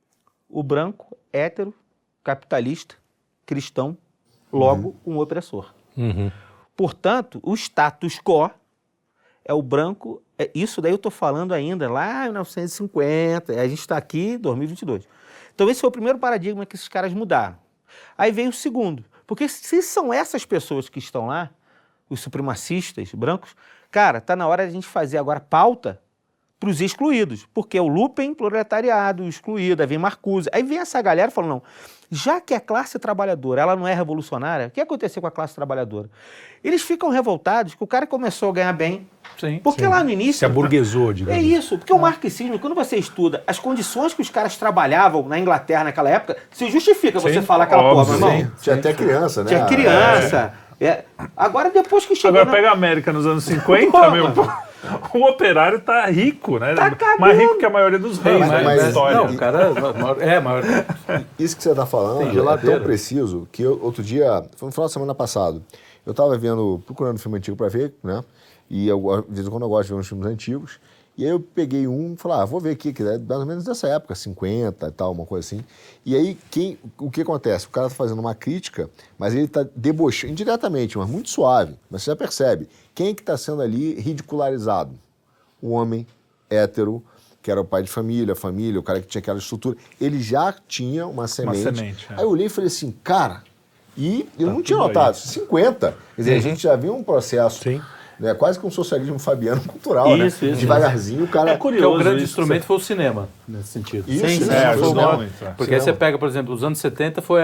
S2: O branco, hétero, capitalista, cristão, logo uhum. um opressor.
S4: Uhum.
S2: Portanto, o status quo é o branco... É, isso daí eu estou falando ainda lá em mil novecentos e cinquenta, a gente está aqui em dois mil e vinte e dois. Então esse foi o primeiro paradigma que esses caras mudaram. Aí veio o segundo, porque se são essas pessoas que estão lá, os supremacistas brancos, cara, tá na hora de a gente fazer agora pauta para os excluídos, porque é o Lupen, proletariado, o excluído, aí vem Marcuse, aí vem essa galera falando, não, já que a classe trabalhadora, ela não é revolucionária, o que aconteceu com a classe trabalhadora? Eles ficam revoltados que o cara começou a ganhar bem,
S5: sim,
S2: porque
S4: sim.
S2: lá no início...
S4: Se aburguesou, digamos.
S2: É isso, porque ah. o marxismo, quando você estuda as condições que os caras trabalhavam na Inglaterra naquela época, se justifica sim. você falar aquela
S1: Óbvio,
S2: porra, irmão.
S3: Tinha até criança, né?
S2: Tinha criança. É. É. Agora, depois que chegou...
S1: Agora
S2: na...
S1: pega a América nos anos cinquenta, meu... O operário tá rico, né?
S2: Tá
S1: mais rico que a maioria dos reis,
S3: mas,
S1: né?
S3: mas,
S1: da história.
S5: Não, o cara é maior.
S3: Isso que você está falando é tão preciso que eu, outro dia, foi no final da semana passada, eu estava vendo, procurando filme antigo para ver, né? E eu, de vez em quando eu gosto de ver uns filmes antigos. E aí eu peguei um e falei, ah, vou ver aqui, que é mais ou menos dessa época, cinquenta e tal, uma coisa assim. E aí, quem, o que acontece? O cara está fazendo uma crítica, mas ele está debochando, indiretamente, mas muito suave, mas você já percebe. Quem que está sendo ali ridicularizado? O homem hétero, que era o pai de família, a família, o cara que tinha aquela estrutura. Ele já tinha uma semente.
S1: Uma semente, é.
S3: Aí eu olhei e falei assim, cara, e eu
S1: tá
S3: não tinha notado, aí. cinquenta. Quer dizer,
S4: uhum.
S3: a gente já viu um processo...
S4: Sim.
S3: É quase que um socialismo fabiano cultural,
S2: isso,
S3: né?
S2: Isso,
S3: Devagarzinho o cara...
S1: É curioso.
S5: Porque o grande
S1: isso,
S5: instrumento
S1: você...
S5: foi o cinema, nesse sentido.
S3: Isso,
S2: sim,
S3: isso,
S1: é,
S3: foi o
S1: cinema.
S3: cinema.
S5: Porque
S3: cinema.
S5: aí você pega, por exemplo, os anos setenta foi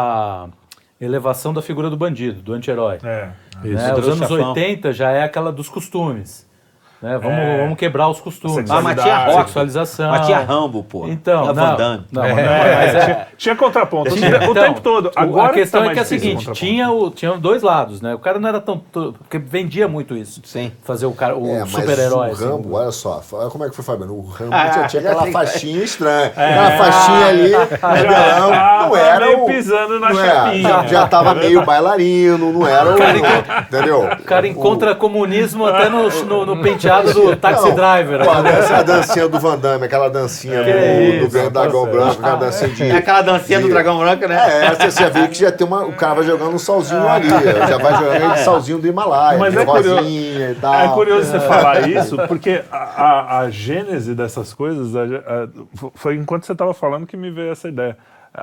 S5: a elevação da figura do bandido, do anti-herói.
S1: É.
S5: Né? Os anos oitenta já é aquela dos costumes. Né? Vamos,
S1: É.
S5: vamos quebrar os costumes.
S2: Ah, mas tinha rock,
S5: sexualização.
S2: mas tinha Rambo, pô.
S5: Então,
S2: tinha
S5: não,
S2: Van Damme.
S5: não,
S1: É,
S5: não,
S1: é,
S5: mas é-
S1: tinha, tinha contraponto o,
S5: Tinha,
S1: tempo- o
S5: então,
S1: tempo todo.
S5: o-
S1: Agora
S5: a questão
S1: tá
S5: é que é a
S1: mais difícil
S5: seguinte,
S1: o
S5: tinha, o, tinha dois lados, né? O cara não era tão... Porque vendia muito isso.
S2: Sim.
S5: Fazer o, cara, o
S3: É, mas
S5: super-herói.
S3: o
S5: assim.
S3: Rambo, olha só, olha como é que foi, Fabiano. O Rambo
S2: Ah,
S3: já tinha
S2: já
S3: aquela
S2: sei.
S3: faixinha estranha. Aquela faixinha ali, cabelão,
S1: tá
S3: não era
S1: meio
S3: o...
S1: pisando na
S3: não é,
S1: chapinha.
S3: já, já tava meio bailarino, não era o... entendeu?
S5: O cara encontra comunismo até no, no, no penteado do Taxi
S3: Não,
S5: Driver.
S3: Pô, essa dancinha do Van Damme, aquela dancinha do,
S5: isso,
S3: do Grande Dragão Branco, aquela dancinha de...
S2: É aquela dancinha
S3: de-
S2: do Dragão Branco, né?
S3: É, você já viu que já tem uma... O cara vai jogando um solzinho ali, já vai jogando aquele solzinho do Himalaia,
S1: Mas
S3: de
S1: é curioso,
S3: rosinha e tal.
S1: é curioso você falar isso, porque a, a, a gênese dessas coisas a- a- foi enquanto você estava falando que me veio essa ideia.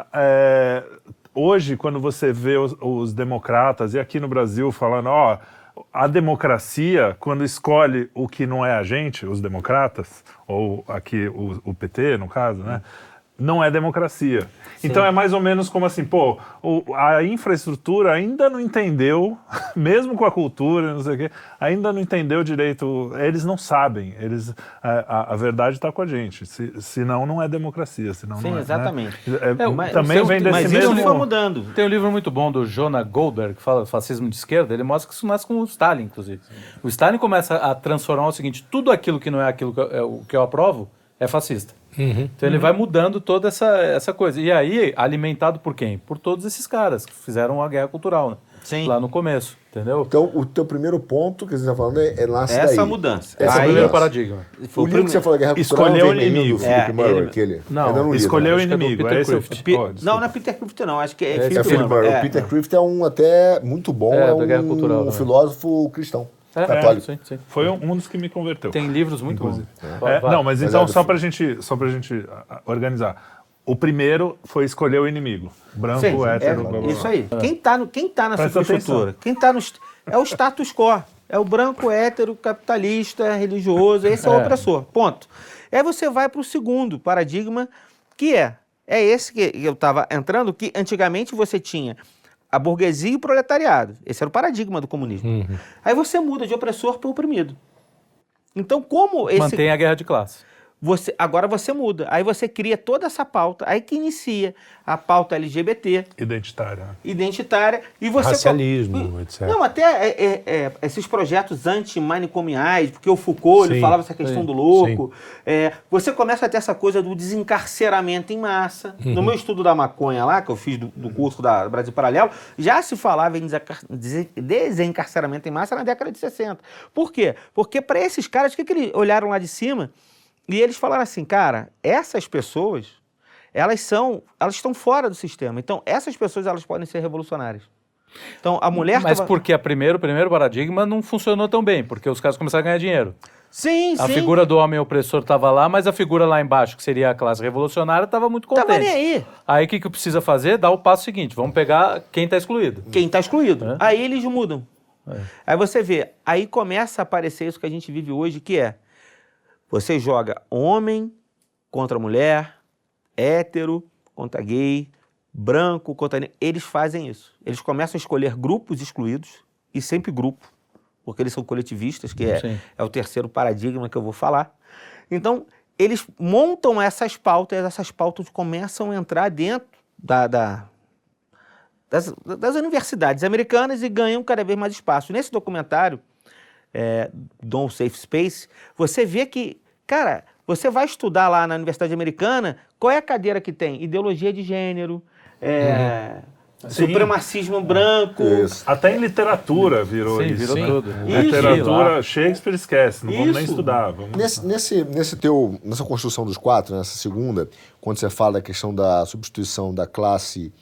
S1: É, hoje, quando você vê os, os democratas, e aqui no Brasil falando, ó, a democracia, quando escolhe o que não é a gente, os democratas, ou aqui o, o P T, no caso, né? Não é democracia. Então é mais ou menos como assim, pô, o- a infraestrutura ainda não entendeu, mesmo com a cultura, não sei o quê, ainda não entendeu direito, eles não sabem, eles, a, a- a verdade está com a gente, se, senão não é democracia, senão
S2: Sim,
S1: não é,
S2: exatamente.
S1: né? É,
S5: É, mas-
S1: também
S5: mas
S1: vem desse
S2: Mas
S1: mesmo...
S2: isso foi mudando.
S5: Tem um livro muito bom do Jonah Goldberg, que fala do fascismo de esquerda, ele mostra que isso nasce com o Stalin, inclusive. O Stalin começa a transformar o seguinte, tudo aquilo que não é aquilo que eu, é o que eu aprovo é fascista.
S4: Uhum.
S5: Então ele vai mudando toda essa, essa coisa. E aí, alimentado por quem? Por todos esses caras que fizeram a guerra cultural, né?
S2: Sim.
S5: Lá no começo, entendeu?
S3: Então, o teu primeiro ponto que você está falando é, é nasce daí.
S2: Essa mudança.
S5: Esse é o
S2: Aí-
S5: primeiro paradigma.
S2: Foi
S3: O livro que você falou, Guerra Cultural,
S1: Escolher o
S3: vem meio
S1: inimigo.
S3: do Philip
S2: É,
S3: Murray,
S2: ele-
S3: aquele.
S5: Não,
S3: Ainda li,
S1: Escolher
S3: né?
S1: o
S5: Acho que é do
S1: inimigo,
S5: Peter
S1: esse é o...
S5: Crift.
S2: Pi-
S1: Oh, desculpa.
S2: não, não é Peter Crift, não. Acho que é,
S5: É,
S3: É Philip Murray. O Peter Crift é um até muito bom,
S5: É,
S3: é,
S5: da Guerra Cultural
S3: um
S5: também.
S3: filósofo cristão,
S5: É,
S3: católico.
S5: sim, sim.
S1: Foi um, um dos que me converteu.
S5: Tem livros muito bons.
S1: É,
S5: Vai.
S1: não, mas
S3: Mas
S1: então,
S3: é do
S1: só
S3: filme.
S1: pra gente, só pra gente ah, organizar. O primeiro foi escolher o inimigo. Branco,
S2: Sim,
S1: hétero,
S2: é,
S1: blá, blá, blá.
S2: isso aí. Quem tá, no, quem tá na
S1: Presta
S2: superestrutura? Quem tá no... est- É o status quo. É o branco, hétero, capitalista, religioso. Esse é o
S5: É.
S2: opressor. Ponto. Aí você vai para o segundo paradigma, que é... É esse que eu estava entrando, que antigamente você tinha a burguesia e o proletariado. Esse era o paradigma do comunismo. Aí você muda de opressor para oprimido. Então, como esse...
S5: Mantém a guerra de classe.
S2: Você, agora você muda. Aí você cria toda essa pauta. Aí que inicia a pauta L G B T.
S1: Identitária.
S2: Identitária. E você
S4: Racialismo,
S2: co...
S4: etcétera.
S2: Não, até é, é, é, esses projetos anti-manicomiais, porque o Foucault
S4: Sim,
S2: ele falava essa questão
S4: sim,
S2: do louco. É, você começa a ter essa coisa do desencarceramento em massa.
S4: Uhum.
S2: No meu estudo da maconha lá, que eu fiz do, do curso da Brasil Paralelo, já se falava em desencarceramento em massa na década de sessenta. Por quê? Porque para esses caras, o que, que eles olharam lá de cima? E eles falaram assim, cara, essas pessoas, elas são, elas estão fora do sistema. Então, essas pessoas, elas podem ser revolucionárias. Então, a mulher...
S5: Mas
S2: tava...
S5: porque a primeiro, o primeiro paradigma não funcionou tão bem, porque os caras começaram a ganhar dinheiro.
S2: Sim,
S5: A
S2: sim.
S5: figura do homem opressor estava lá, mas a figura lá embaixo, que seria a classe revolucionária, estava muito contente.
S2: Tava nem aí.
S5: Aí o que, que precisa fazer? Dar o passo seguinte, vamos pegar quem está excluído.
S2: Quem está excluído.
S5: É.
S2: Aí eles mudam.
S5: É.
S2: Aí você vê, aí começa a aparecer isso que a gente vive hoje, que é, você joga homem contra mulher, hétero contra gay, branco contra... Eles fazem isso. Eles começam a escolher grupos excluídos, e sempre grupo, porque eles são coletivistas, que é, é o terceiro paradigma que eu vou falar. Então, eles montam essas pautas, e essas pautas começam a entrar dentro da, da, das, das universidades americanas e ganham cada vez mais espaço. Nesse documentário, é, Don't Safe Space, você vê que, cara, você vai estudar lá na Universidade Americana, qual é a cadeira que tem? Ideologia de gênero, é, uhum. supremacismo Sim. branco.
S1: Isso. Até em literatura virou
S5: Sim,
S1: isso.
S5: virou
S1: né?
S5: tudo.
S1: Isso. Literatura, Shakespeare esquece, não isso. vamos nem estudar. Vamos...
S3: Nesse, nesse, nesse teu, nessa construção dos quatro, nessa segunda, quando você fala da questão da substituição da classe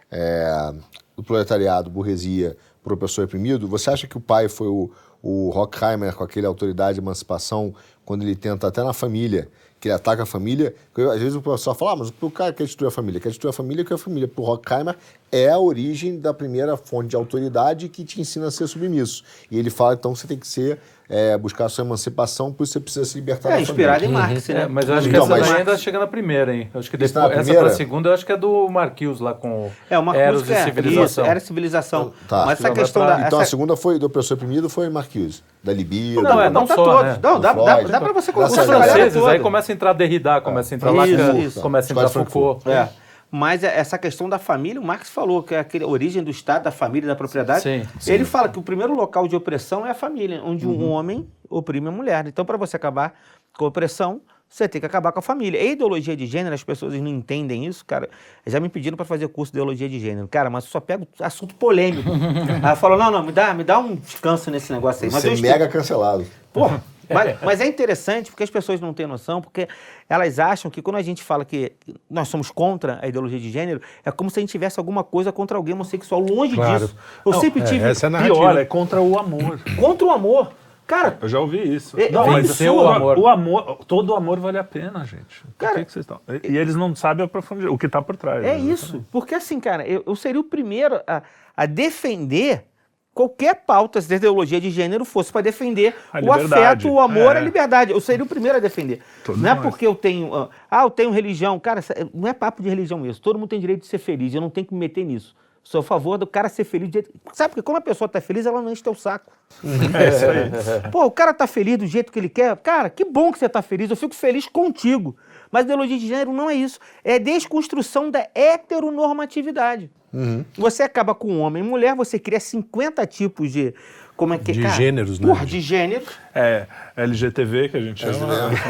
S3: é, do proletariado, burguesia, por opressor oprimido, você acha que o pai foi o, o Horkheimer com aquele autoridade de emancipação, quando ele tenta até na família, que ele ataca a família, porque às vezes o professor fala, ah, mas o cara quer destruir a família, quer destruir a família, que a família, para o Horkheimer, é a origem da primeira fonte de autoridade que te ensina a ser submisso. E ele fala, então, que você tem que ser, é, buscar a sua emancipação, por isso você precisa se libertar
S2: é,
S3: da
S2: inspirado
S3: família.
S2: em Marx,
S5: uhum.
S2: né?
S5: É, mas eu acho
S3: então,
S5: que essa
S3: mas...
S5: daí ainda chega na primeira, hein? Eu acho que depois,
S3: essa
S5: essa para a segunda, eu acho que é do Marquinhos lá com
S2: é, uma
S5: Eros e Civilização.
S2: Isso, Era Civilização.
S3: Tá.
S2: Mas essa questão da...
S3: Então,
S2: essa...
S3: a segunda foi do opressor oprimido, foi Marquinhos, da Libido.
S5: Não, é, não
S2: tá
S5: só,
S2: todos.
S5: né?
S2: Não, dá, dá, dá para você colocar
S5: os franceses, aí começa a entrar Derrida, começa a entrar Lacan, começa a entrar Foucault.
S2: É. Mas essa questão da família, o Marx falou que é a origem do Estado, da família, da propriedade.
S5: Sim, sim.
S2: Ele fala que o primeiro local de opressão é a família, onde
S5: uhum.
S2: um homem oprime a mulher. Então, para você acabar com a opressão, você tem que acabar com a família. E a ideologia de gênero, as pessoas não entendem isso, cara. Já me pediram para fazer curso de ideologia de gênero. Cara, mas eu só pego assunto polêmico. Aí eu falo, não, não, me dá, me dá um descanso nesse negócio aí.
S3: Você é mega cancelado.
S2: Porra. Mas, mas é interessante porque as pessoas não têm noção, porque elas acham que quando a gente fala que nós somos contra a ideologia de gênero, é como se a gente tivesse alguma coisa contra alguém homossexual. Longe
S4: claro.
S2: disso. Eu
S4: não,
S2: sempre
S4: é,
S2: tive...
S4: Essa é
S1: pior, é contra o amor.
S2: Contra o amor. Cara...
S1: Eu já ouvi isso.
S2: É,
S1: não, mas
S5: seu
S1: o
S5: amor.
S1: O amor, todo amor vale a pena, gente.
S2: Cara,
S1: Por que, que vocês estão? E, e eles não sabem a profundidade, o que está por trás.
S2: É
S1: né?
S2: isso. Porque assim, cara, eu, eu seria o primeiro a, a defender qualquer pauta de ideologia de gênero fosse para defender
S1: a
S2: o
S1: liberdade.
S2: afeto, o amor,
S1: é.
S2: a liberdade. Eu seria o primeiro a defender.
S1: Todos
S2: não é
S1: nós.
S2: porque eu tenho... Ah, eu tenho religião. Cara, não é papo de religião isso. Todo mundo tem direito de ser feliz. Eu não tenho que me meter nisso. Sou a favor do cara ser feliz. Do jeito... Sabe, porque quando a pessoa tá feliz, ela não enche teu saco.
S1: É isso aí.
S2: Pô, o cara tá feliz do jeito que ele quer. Cara, que bom que você tá feliz. Eu fico feliz contigo. Mas ideologia de gênero não é isso. É desconstrução da heteronormatividade. Uhum. Você acaba com homem e mulher, você cria cinquenta tipos de... Como é que
S4: de
S2: cara,
S4: gêneros, né?
S2: Porra, de gênero.
S1: É, L G T V, que a gente chama.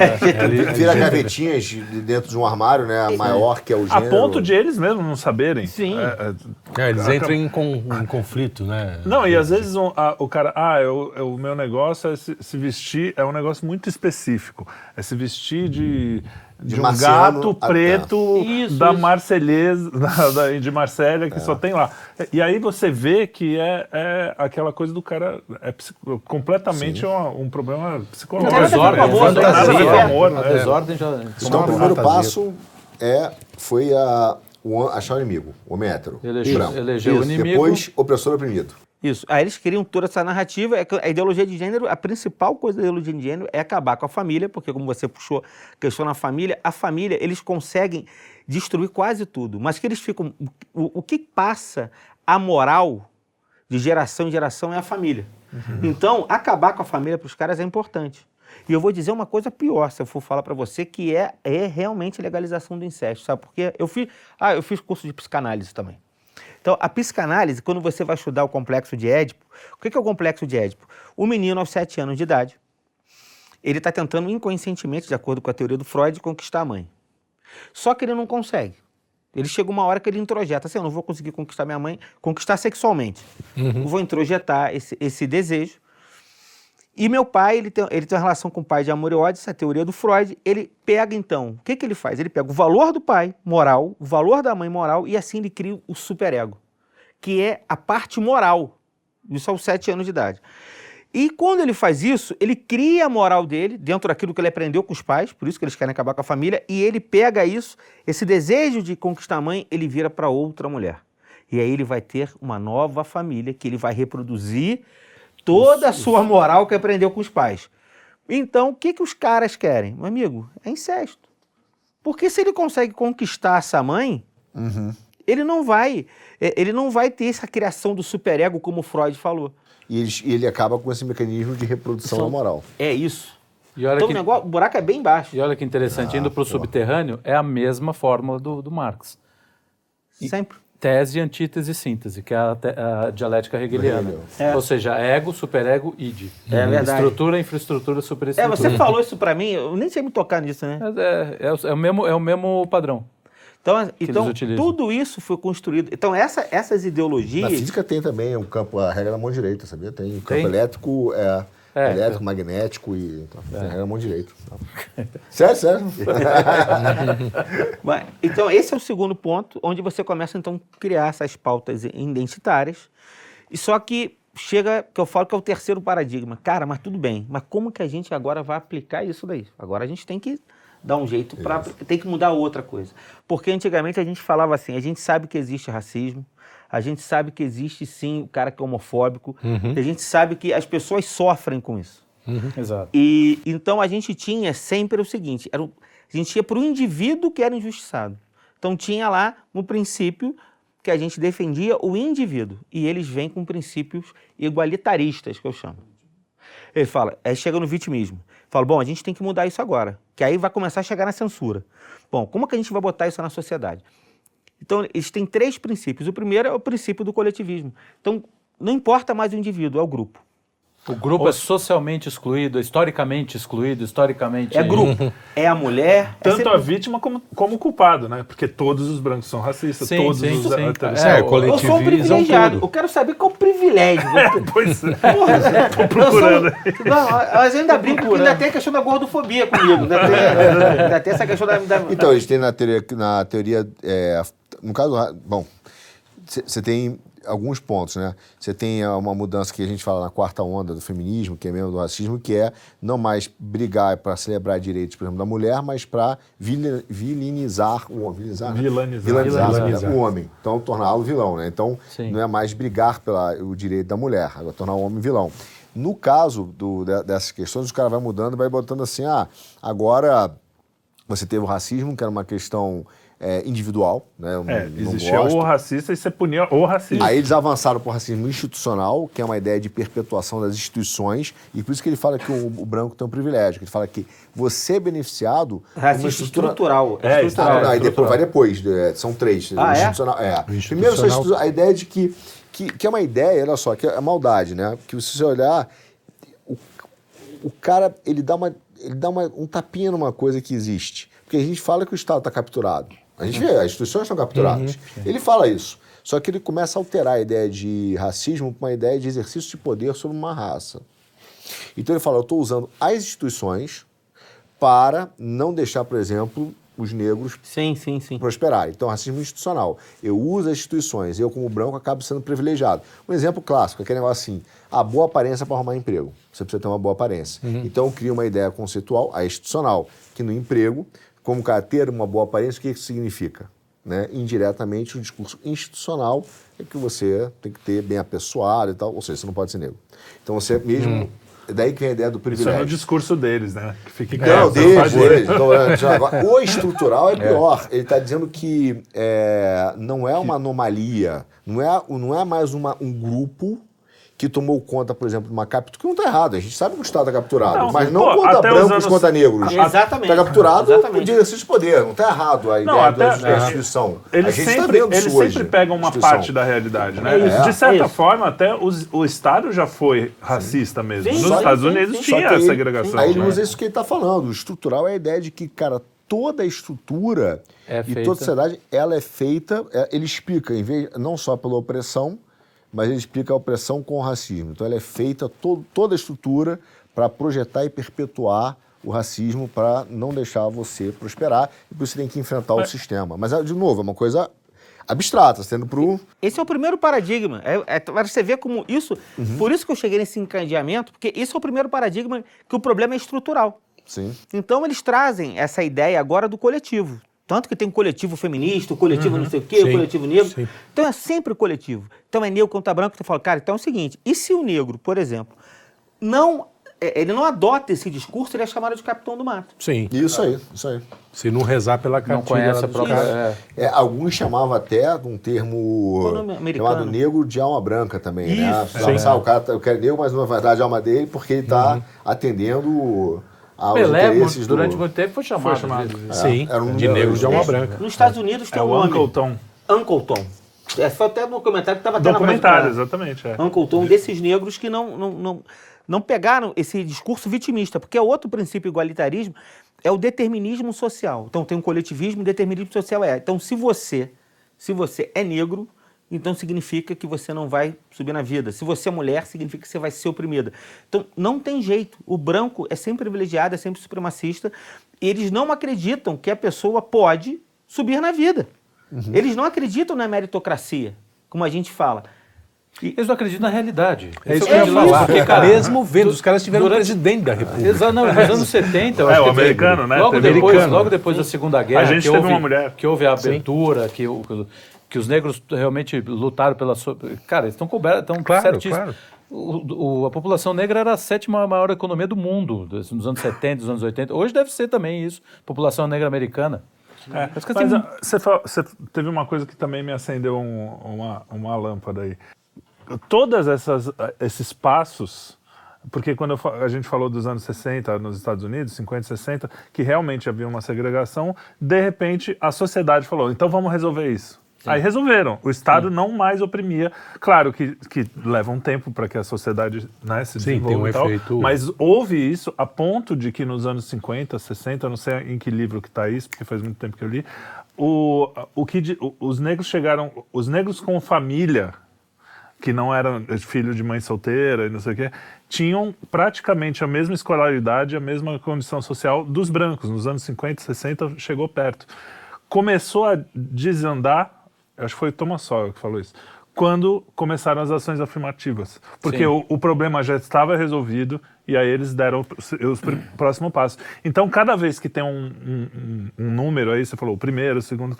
S3: É. Vira gavetinhas de dentro de um armário, né? A maior que é o
S1: A
S3: gênero.
S1: ponto de eles mesmos não saberem.
S2: Sim.
S1: É, é,
S4: É, eles entram em, com, em conflito, né?
S1: Não, e às vezes um, a, o cara, ah, eu, eu, o meu negócio é se, se vestir, é um negócio muito específico. É se vestir de, de,
S3: De
S1: um
S3: marciano,
S1: gato preto
S2: Isso,
S1: da
S2: isso.
S1: Marselhesa, da, da, de Marsella, que
S3: É.
S1: só tem lá. E aí você vê que é, é aquela coisa do cara, é psico, completamente um, um problema psicológico.
S2: Não tem nada a ver com amor,
S1: Não tem nada a ver com
S2: fantasia.
S1: amor,
S5: A
S1: né?
S5: desordem já...
S3: Então, o
S4: Uma
S3: primeiro
S4: fantasia.
S3: passo é, foi a, o, achar o inimigo, o homem hétero.
S5: Eleger-
S3: branco.
S5: eleger o
S3: Isso.
S5: inimigo.
S3: Depois, opressor oprimido.
S2: Isso. Aí eles criam toda essa narrativa. É que a ideologia de gênero, a principal coisa da ideologia de gênero é acabar com a família, porque como você puxou a questão na família, a família, eles conseguem destruir quase tudo. Mas que eles ficam... O, o que passa a moral de geração em geração é a família. Uhum. Então, acabar com a família para os caras é importante. E eu vou dizer uma coisa pior, se eu for falar para você, que é, é realmente legalização do incesto, sabe? Porque eu fiz, ah, eu fiz curso de psicanálise também. Então, a psicanálise, quando você vai estudar o complexo de Édipo, o que é o complexo de Édipo? O menino, aos sete anos de idade, ele está tentando inconscientemente, de acordo com a teoria do Freud, conquistar a mãe. Só que ele não consegue. Ele chega uma hora que ele introjeta, assim, eu não vou conseguir conquistar minha mãe, conquistar sexualmente. Uhum. Eu vou introjetar esse, esse desejo. E meu pai, ele tem, ele tem uma relação com o pai de amor e ódio, essa é a teoria do Freud. Ele pega, então, o que, que ele faz? Ele pega o valor do pai moral, o valor da mãe moral, e assim ele cria o superego, que é a parte moral. Isso aos sete anos de idade. E quando ele faz isso, ele cria a moral dele dentro daquilo que ele aprendeu com os pais, por isso que eles querem acabar com a família, e ele pega isso, esse desejo de conquistar a mãe, ele vira para outra mulher. E aí ele vai ter uma nova família que ele vai reproduzir toda a sua moral que aprendeu com os pais. Então, o que, que os caras querem? Meu amigo, é incesto. Porque se ele consegue conquistar essa mãe, uhum. ele não vai, ele não vai ter essa criação do superego, como o Freud falou.
S3: E ele, ele acaba com esse mecanismo de reprodução da moral.
S2: É isso.
S5: E olha
S2: então
S5: que,
S2: o, negócio, o buraco é bem baixo.
S5: E olha que interessante, ah, indo para o subterrâneo, é a mesma fórmula do, do Marx.
S2: E sempre.
S5: Tese, antítese e síntese, que é a, te, a dialética hegeliana. É. Ou seja, ego, superego, id.
S2: É verdade.
S5: Estrutura, infraestrutura, superestrutura.
S2: É, você falou isso para mim, eu nem sei me tocar nisso, né?
S5: É, é, é, o, mesmo, é o mesmo padrão.
S2: Então, então tudo isso foi construído. Então, essa, essas ideologias...
S3: Na física tem também um campo, a regra da mão direita, sabia? Tem um campo tem? elétrico, é, é, elétrico, é. magnético e... Então, é. Tem a regra da mão direita. Sério, sério.
S2: Mas, então, esse é o segundo ponto, onde você começa, então, a criar essas pautas identitárias. E só que chega, que eu falo que é o terceiro paradigma. Cara, mas tudo bem. Mas como que a gente agora vai aplicar isso daí? Agora a gente tem que... dar um jeito para... Tem que mudar outra coisa. Porque antigamente a gente falava assim, a gente sabe que existe racismo, a gente sabe que existe sim o cara que é homofóbico, uhum. a gente sabe que as pessoas sofrem com isso.
S5: Uhum. Exato.
S2: E então a gente tinha sempre o seguinte, era, a gente ia para o indivíduo que era injustiçado. Então tinha lá, no princípio, que a gente defendia o indivíduo. E eles vêm com princípios igualitaristas, que eu chamo. Ele fala, aí chega no vitimismo. Fala, bom, a gente tem que mudar isso agora, que aí vai começar a chegar na censura. Bom, como que a gente vai botar isso na sociedade? Então, eles têm três princípios. O primeiro é o princípio do coletivismo. Então, não importa mais o indivíduo, é o grupo.
S5: O grupo Ou... é socialmente excluído, historicamente excluído, historicamente...
S2: É grupo. É a mulher...
S1: Tanto
S2: é sempre...
S1: a vítima como, como o culpado, né? Porque todos os brancos são racistas,
S5: sim,
S1: todos
S5: sim,
S1: os...
S5: Sim.
S1: É,
S2: é, eu sou um privilegiado. Eu quero saber qual o privilégio.
S1: Pois é. Porra, tô procurando.
S2: Sou... Não, mas eu ainda brinco, porque ainda tem a questão da gordofobia comigo. Ainda tem, ainda tem essa questão da... da...
S3: Então, eles têm na teoria... Na teoria é, no caso... Bom, você tem... alguns pontos, né? Você tem uma mudança que a gente fala na quarta onda do feminismo, que é mesmo do racismo, que é não mais brigar para celebrar direitos, por exemplo, da mulher, mas para vilinizar o homem. Vilinizar, né?
S1: Vilanizar.
S3: Vilanizar,
S1: Vilanizar.
S3: o homem. Então, torná-lo vilão, né? Então, Sim. não é mais brigar pelo direito da mulher, agora tornar o homem vilão. No caso do, dessas questões, o cara vai mudando, vai botando assim, ah, agora você teve o racismo, que era uma questão... É, individual, né? Eu
S1: é,
S3: não,
S1: existia
S3: não
S1: o racista e você punia o racista.
S3: Aí eles avançaram para o racismo institucional, que é uma ideia de perpetuação das instituições, e por isso que ele fala que o, o branco tem um privilégio, que ele fala que você é beneficiado...
S2: Racismo estrutura... estrutural.
S3: É, é estrutural. Ah, não, aí depois, vai depois, é, são três.
S2: Ah,
S3: institucional, é? é. Primeiro, só a ideia de que, que, que é uma ideia, olha só, que é maldade, né? Que se você olhar, o, o cara, ele dá, uma, ele dá uma, um tapinha numa coisa que existe. Porque a gente fala que o Estado está capturado. A gente vê, as instituições estão capturadas. Uhum, ele fala isso. Só que ele começa a alterar a ideia de racismo para uma ideia de exercício de poder sobre uma raça. Então ele fala, eu estou usando as instituições para não deixar, por exemplo, os negros
S2: sim, sim, sim.
S3: prosperarem. Então, racismo institucional. Eu uso as instituições, eu como branco acabo sendo privilegiado. Um exemplo clássico, aquele negócio assim, a boa aparência para arrumar emprego. Você precisa ter uma boa aparência. Uhum. Então eu crio uma ideia conceitual, a institucional, que no emprego... Como cara, ter uma boa aparência, o que isso significa? Né? Indiretamente, o discurso institucional é que você tem que ter bem apessoado e tal, ou seja, você não pode ser negro. Então você mesmo... Hum. Daí que vem a ideia do privilégio.
S1: Isso é o discurso deles, né? Que fica
S3: não, deles, deles. Então, agora, o estrutural é pior. É. Ele está dizendo que é, não é uma anomalia, não é, não é mais uma, um grupo que tomou conta, por exemplo, de uma captura, que não está errado, a gente sabe que o Estado está capturado,
S1: Não,
S3: mas não
S1: pô,
S3: contra
S1: até os
S3: brancos
S1: anos-
S3: contra negros.
S2: Exatamente.
S3: Está capturado
S2: Exatamente.
S3: por exercício de poder, não está errado a
S1: Não,
S3: ideia
S1: até-
S3: da instituição. a
S1: Eles
S3: gente está
S1: sempre,
S3: vendo
S1: eles
S3: isso hoje.
S1: sempre pegam uma
S3: instituição.
S1: parte da realidade, né?
S2: É isso.
S1: De certa
S2: É isso.
S1: forma, até os- o Estado já foi racista mesmo.
S2: Sim,
S1: Nos
S2: sim,
S1: Estados
S2: sim,
S1: Unidos
S2: sim.
S3: Só
S1: tinha
S3: que
S1: essa
S3: aí-
S1: segregação.
S3: Aí ele
S1: né?
S3: usa isso que ele está falando. O estrutural é a ideia de que, cara, toda a estrutura
S5: É
S3: e
S5: feita.
S3: toda a sociedade, ela é feita, é- ele explica, em vez, não só pela opressão, mas ele explica a opressão com o racismo. Então ela é feita, to, toda a estrutura, para projetar e perpetuar o racismo, para não deixar você prosperar, e por isso você tem que enfrentar o sistema. Mas, de novo, é uma coisa abstrata, sendo pro...
S2: Esse é o primeiro paradigma. É, é, para você ver como isso... Por isso que eu cheguei nesse encadeamento, porque esse é o primeiro paradigma que o problema é estrutural.
S3: Sim.
S2: Então, eles trazem essa ideia agora do coletivo. Tanto que tem um coletivo feminista, o coletivo não sei o quê, o
S4: Sim,
S2: coletivo negro.
S4: sim.
S2: Então, é sempre coletivo. Então, é negro contra branco. Tu fala, cara, então é o seguinte, e se o negro, por exemplo, não... é, ele não adota esse discurso, ele é chamado de capitão do mato.
S4: Sim.
S3: Isso aí, isso aí.
S4: Se não rezar pela cartilha
S5: Não conhece
S4: lá
S5: a
S4: dos
S5: própria...
S4: caras.
S5: é.
S3: É, alguns chamavam até de um termo
S2: Qual o nome americano?
S3: chamado negro de alma branca também, né?
S2: Isso,
S3: Sabe,
S4: sim.
S3: sabe, o cara, tá- o cara é negro, mas na verdade a alma dele, porque ele está atendendo aos
S5: Pelé,
S3: interesses
S5: durante
S3: do...
S5: muito tempo, foi chamado.
S1: chamado.
S5: às vezes.
S4: Sim,
S3: era um-
S4: de negro de alma
S2: É,
S4: branca.
S2: Nos Estados Unidos tem
S1: É
S2: um
S1: o
S2: nome.
S1: Uncle Tom.
S2: Uncle Tom. É, foi até no documentário que estava até
S1: Documentário,
S2: na
S1: exatamente. É.
S2: Uncle Tom, desses negros que não, não, não, não pegaram esse discurso vitimista, porque é outro princípio igualitarismo, é o determinismo social. Então tem um coletivismo, o determinismo social é. Então se você, se você é negro, então significa que você não vai subir na vida. Se você é mulher, significa que você vai ser oprimida. Então não tem jeito. O branco é sempre privilegiado, é sempre supremacista, e eles não acreditam que a pessoa pode subir na vida. Eles não acreditam na meritocracia, como a gente fala.
S5: Eles não acreditam na realidade.
S4: É isso
S5: Esse
S4: que eu
S5: é
S4: ia
S5: o
S4: falar.
S5: fato, porque, cara,
S4: Mesmo vendo, os caras tiveram
S5: durante-
S4: um presidente da República.
S5: Exato, não, nos anos setenta, eu
S1: É,
S5: acho
S1: o
S5: que
S1: americano, né?
S5: Logo
S1: Teve
S5: depois,
S4: americano.
S5: logo depois da Segunda Guerra,
S1: A gente
S5: que
S1: teve
S5: houve,
S1: uma mulher.
S5: que houve a abertura, que, o- que os negros realmente lutaram pela sua... Cara, eles estão cobertos, estão
S4: Claro,
S5: certíssimos.
S4: claro.
S5: O, o- a população negra era a sétima maior economia do mundo, dos- nos anos setenta, dos anos oitenta. Hoje deve ser também isso, população negra americana.
S1: É,
S5: Mas, cara,
S1: mas
S5: tem-
S1: ah, você, fa- você teve uma coisa que também me acendeu um- uma, uma lâmpada aí. Todas essas esses passos, porque quando eu fa- a gente falou dos anos sessenta nos Estados Unidos, cinquenta, sessenta, que realmente havia uma segregação, de repente a sociedade falou, então vamos resolver isso. Aí resolveram. O Estado não mais oprimia. Claro que, que leva um tempo para que a sociedade, né, se
S4: Sim,
S1: desenvolva
S4: tem um
S1: e tal,
S4: efeito-
S1: mas houve isso a ponto de que nos anos cinquenta, sessenta, eu não sei em que livro que está isso, porque faz muito tempo que eu li, o, o que de- o- os negros chegaram, os negros com família, que não eram filho de mãe solteira e não sei o quê, tinham praticamente a mesma escolaridade, a mesma condição social dos brancos. Nos anos cinquenta, sessenta, chegou perto. Começou a desandar, acho que foi o Thomas Sowell que falou isso, quando começaram as ações afirmativas. Porque
S5: Sim.
S1: o, o problema já estava resolvido e aí eles deram os, os pr- próximo passo. Então, cada vez que tem um, um- um- um número aí, você falou o primeiro, o segundo...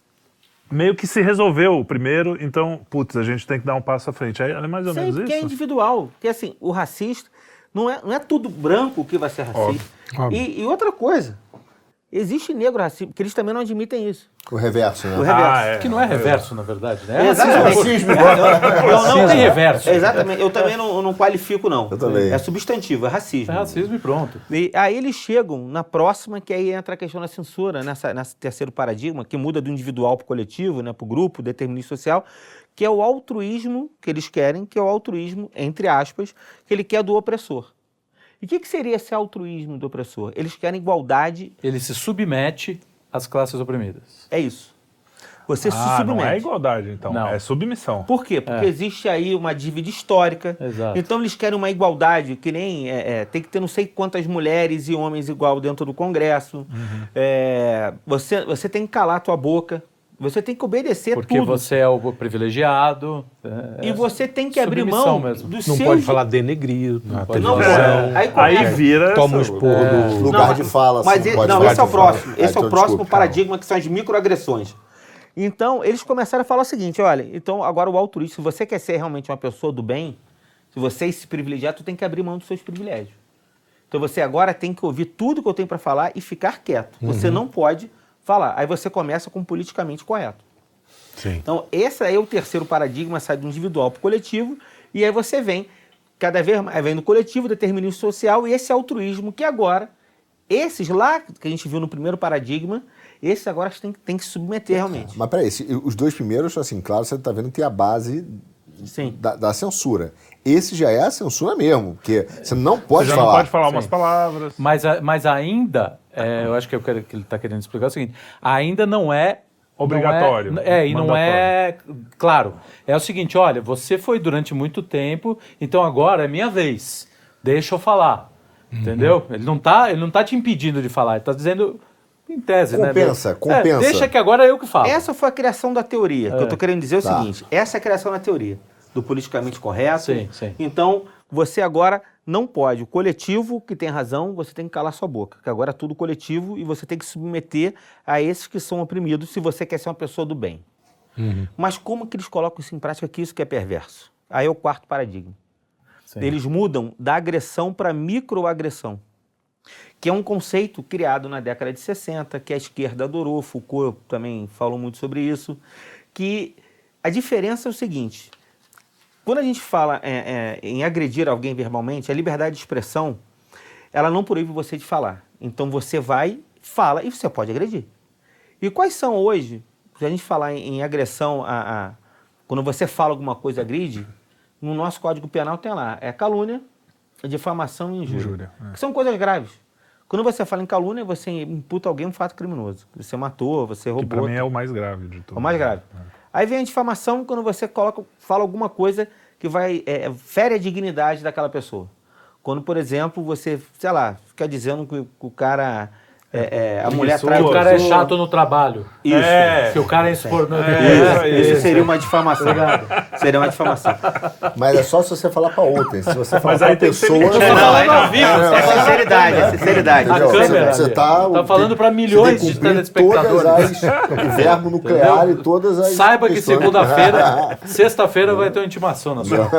S1: Meio que se resolveu o primeiro, então, putz, a gente tem que dar um passo à frente. É é mais ou
S2: Sim,
S1: menos
S2: porque é
S1: isso?
S2: individual. Porque assim, o racista não é, não é tudo branco que vai ser racista.
S4: Óbvio.
S2: E, e outra coisa, existe negro racista, porque eles também não admitem isso.
S3: O reverso, né?
S2: O reverso.
S1: Ah, é.
S5: Que não é reverso, na verdade, né? É
S2: Exatamente.
S3: Racismo.
S2: Eu- eu
S5: Não tem reverso.
S2: Exatamente. Eu também não, eu não qualifico, não.
S3: Eu também.
S2: É substantivo, é racismo.
S5: É racismo e pronto.
S2: E aí eles chegam na próxima, que aí entra a questão da censura, nessa, nesse terceiro paradigma, que muda do individual para o coletivo, né, para o grupo, determinismo social, que é o altruísmo que eles querem, que é o altruísmo, entre aspas, que ele quer do opressor. E o que, que seria esse altruísmo do opressor? Eles querem igualdade,
S5: Ele se submete às classes oprimidas.
S2: é isso. Você se
S1: Ah,
S2: submete.
S1: não é igualdade, então.
S5: Não.
S1: É submissão.
S2: Por quê? Porque
S5: É.
S2: existe aí uma dívida histórica.
S5: Exato.
S2: Então eles querem uma igualdade, que nem é, é, tem que ter não sei quantas mulheres e homens igual dentro do Congresso.
S5: Uhum.
S2: É, você, você tem que calar a tua boca. Você tem que obedecer
S5: Porque
S2: tudo.
S5: você é o privilegiado. é-
S2: E você tem que abrir
S5: submissão
S2: mão
S5: mesmo.
S2: dos
S4: Não
S2: seus...
S4: pode falar denegrir na
S5: pode
S2: Não
S4: televisão.
S2: pode. Aí
S1: Aí
S2: começa-
S1: vira...
S4: Toma um
S1: essa-
S4: esporro do...
S3: Lugar
S2: Não,
S3: de fala,
S2: Mas
S3: assim,
S2: e-
S3: pode
S2: não,
S3: falar
S2: esse é o
S3: de fala.
S2: próximo.
S3: Ah,
S2: Esse é
S3: então,
S2: o próximo
S3: desculpa,
S2: paradigma, que são as microagressões. Então, eles começaram a falar o seguinte, olha, então agora o altruísmo, se você quer ser realmente uma pessoa do bem, se você se privilegiar, tu tem que abrir mão dos seus privilégios. Então você agora tem que ouvir tudo que eu tenho para falar e ficar quieto. Você não pode falar. Aí você começa com o politicamente correto.
S4: Sim.
S2: Então, esse aí é o terceiro paradigma, sai do individual para o coletivo, E aí você vem, cada vez mais, vem no coletivo, determinismo social e esse altruísmo que agora, esses lá que a gente viu no primeiro paradigma, esses agora tem, tem que se submeter realmente.
S3: Mas peraí, os dois primeiros, assim, claro, você está vendo que tem a base
S2: Sim.
S3: Da, da censura. Esse já é a censura mesmo, porque você não pode
S1: você já
S3: falar.
S1: não pode falar
S5: Sim.
S1: umas palavras.
S5: Mas, mas ainda, é, eu acho que, eu quero, que ele está querendo explicar o seguinte, ainda não é...
S1: Obrigatório.
S5: Não é, é, e não é... Claro, é o seguinte, olha, você foi durante muito tempo, então agora é minha vez, deixa eu falar, uhum. entendeu? Ele não está ele não tá te impedindo de falar, ele está dizendo... Em tese,
S3: compensa,
S5: né?
S3: compensa.
S5: É, deixa que agora eu que falo.
S2: Essa foi a criação da teoria. É. Que eu estou querendo dizer é o
S3: tá.
S2: seguinte, essa é a criação da teoria, do politicamente correto.
S5: Sim, sim.
S2: Então, você agora não pode. O coletivo que tem razão, você tem que calar sua boca. Que agora é tudo coletivo e você tem que se submeter a esses que são oprimidos se você quer ser uma pessoa do bem. Uhum. Mas como que eles colocam isso em prática que isso que é perverso? Aí é o quarto paradigma. Sim. Eles mudam da agressão para microagressão, que é um conceito criado na década de sessenta, que a esquerda adorou, Foucault também falou muito sobre isso, que a diferença é o seguinte, quando a gente fala é, é, em agredir alguém verbalmente, a liberdade de expressão, ela não proíbe você de falar. Então você vai, fala e você pode agredir. E quais são hoje, se a gente falar em, em agressão, a, a, quando você fala alguma coisa, agride, no nosso Código Penal tem lá, é calúnia, difamação e injúria, injúria é. Que são coisas graves. Quando você fala em calúnia, você imputa alguém um fato criminoso. Você matou, você roubou.
S1: Que pra mim é o mais grave de tudo.
S2: O mais grave. É. Aí vem a difamação quando você coloca, fala alguma coisa que vai é, fere a dignidade daquela pessoa. Quando, por exemplo, você, sei lá, fica dizendo que o cara... É, é, a mulher traz
S5: que o cara é chato no trabalho.
S2: Isso.
S5: É. Que o cara é insubordinado.
S2: É, isso, isso seria uma difamação. Seria uma difamação.
S3: Mas é só se você falar pra ontem. Se você falar
S1: Mas
S3: pra
S1: aí tem
S3: pessoa...
S1: Que ser...
S2: Não, não, aí não. Vivo, é sinceridade, é sinceridade.
S5: A câmera.
S3: Você tá,
S5: tá falando pra milhões de telespectadores.
S3: Todas as, o verbo nuclear e todas as...
S5: Saiba que segunda-feira, sexta-feira vai ter uma intimação na sua.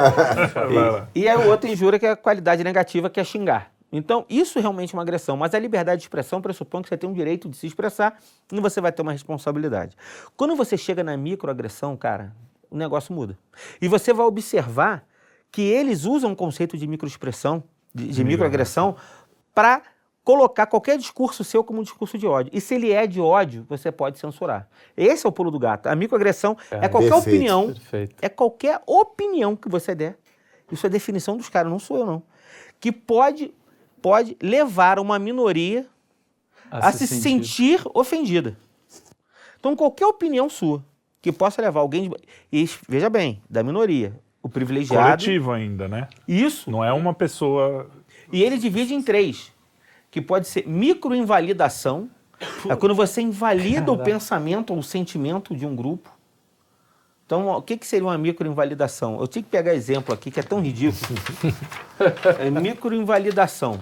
S2: E, e aí o outro injúria que é a qualidade negativa, que é xingar. Então, isso realmente é uma agressão, mas a liberdade de expressão pressupõe que você tem um direito de se expressar e você vai ter uma responsabilidade. Quando você chega na microagressão, cara, o negócio muda. E você vai observar que eles usam o conceito de microexpressão, de, de microagressão, para colocar qualquer discurso seu como um discurso de ódio. E se ele é de ódio, você pode censurar. Esse é o pulo do gato. A microagressão é, é qualquer perfeito, opinião, perfeito. é qualquer opinião que você der. Isso é definição dos caras, não sou eu não. Que pode... pode levar uma minoria a, a se, se sentir. sentir ofendida. Então, qualquer opinião sua que possa levar alguém... De... E, veja bem, da minoria, o privilegiado...
S1: Coletivo ainda, né?
S2: Isso.
S1: Não é uma pessoa...
S2: E ele divide em três, que pode ser microinvalidação, é quando você invalida Caraca. o pensamento ou o sentimento de um grupo. Então, o que, que seria uma microinvalidação? Eu tinha que pegar exemplo aqui, que é tão ridículo. É microinvalidação.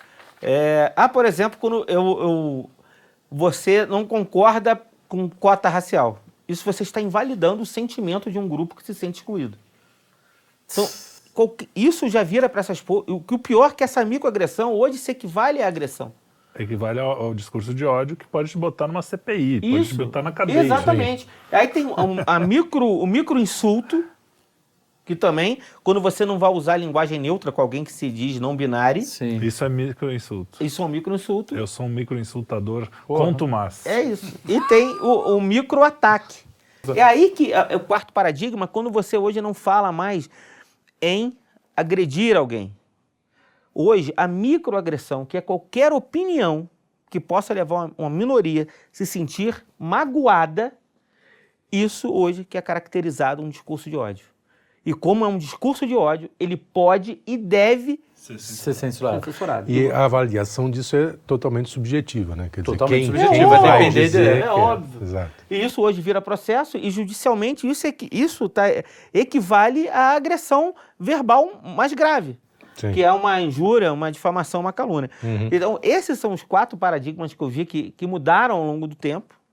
S2: É, ah, por exemplo, quando eu, eu, você não concorda com cota racial. Isso você está invalidando o sentimento de um grupo que se sente excluído. Então, isso já vira para essas... O que o pior é que essa microagressão hoje se equivale à agressão.
S1: Equivale ao, ao discurso de ódio que pode te botar numa C P I,
S2: isso,
S1: pode te botar na cadeia.
S2: Exatamente. Aí, aí tem a, a micro, o microinsulto, que também, quando você não vai usar a linguagem neutra com alguém que se diz não binário.
S1: Sim. Isso é microinsulto.
S2: Isso é um microinsulto.
S1: Eu sou um microinsultador contumaz.
S2: É isso. E tem o, o microataque. É aí que é o quarto paradigma, quando você hoje não fala mais em agredir alguém. Hoje, a microagressão, que é qualquer opinião que possa levar uma minoria a se sentir magoada, isso hoje que é caracterizado um discurso de ódio. E como é um discurso de ódio, ele pode e deve
S5: ser censurado.
S2: Ser censurado.
S4: E a avaliação disso é totalmente subjetiva, né? Quer dizer,
S5: totalmente
S4: quem,
S5: subjetiva,
S4: quem
S5: vai
S4: vai
S5: depender de...
S2: É,
S4: é
S2: óbvio.
S4: Exato.
S2: E isso hoje vira processo e judicialmente isso, é, isso tá, equivale à agressão verbal mais grave. Sim. Que é uma injúria, uma difamação, uma calúnia. Uhum. Então, esses são os quatro paradigmas que eu vi que, que mudaram ao longo do tempo,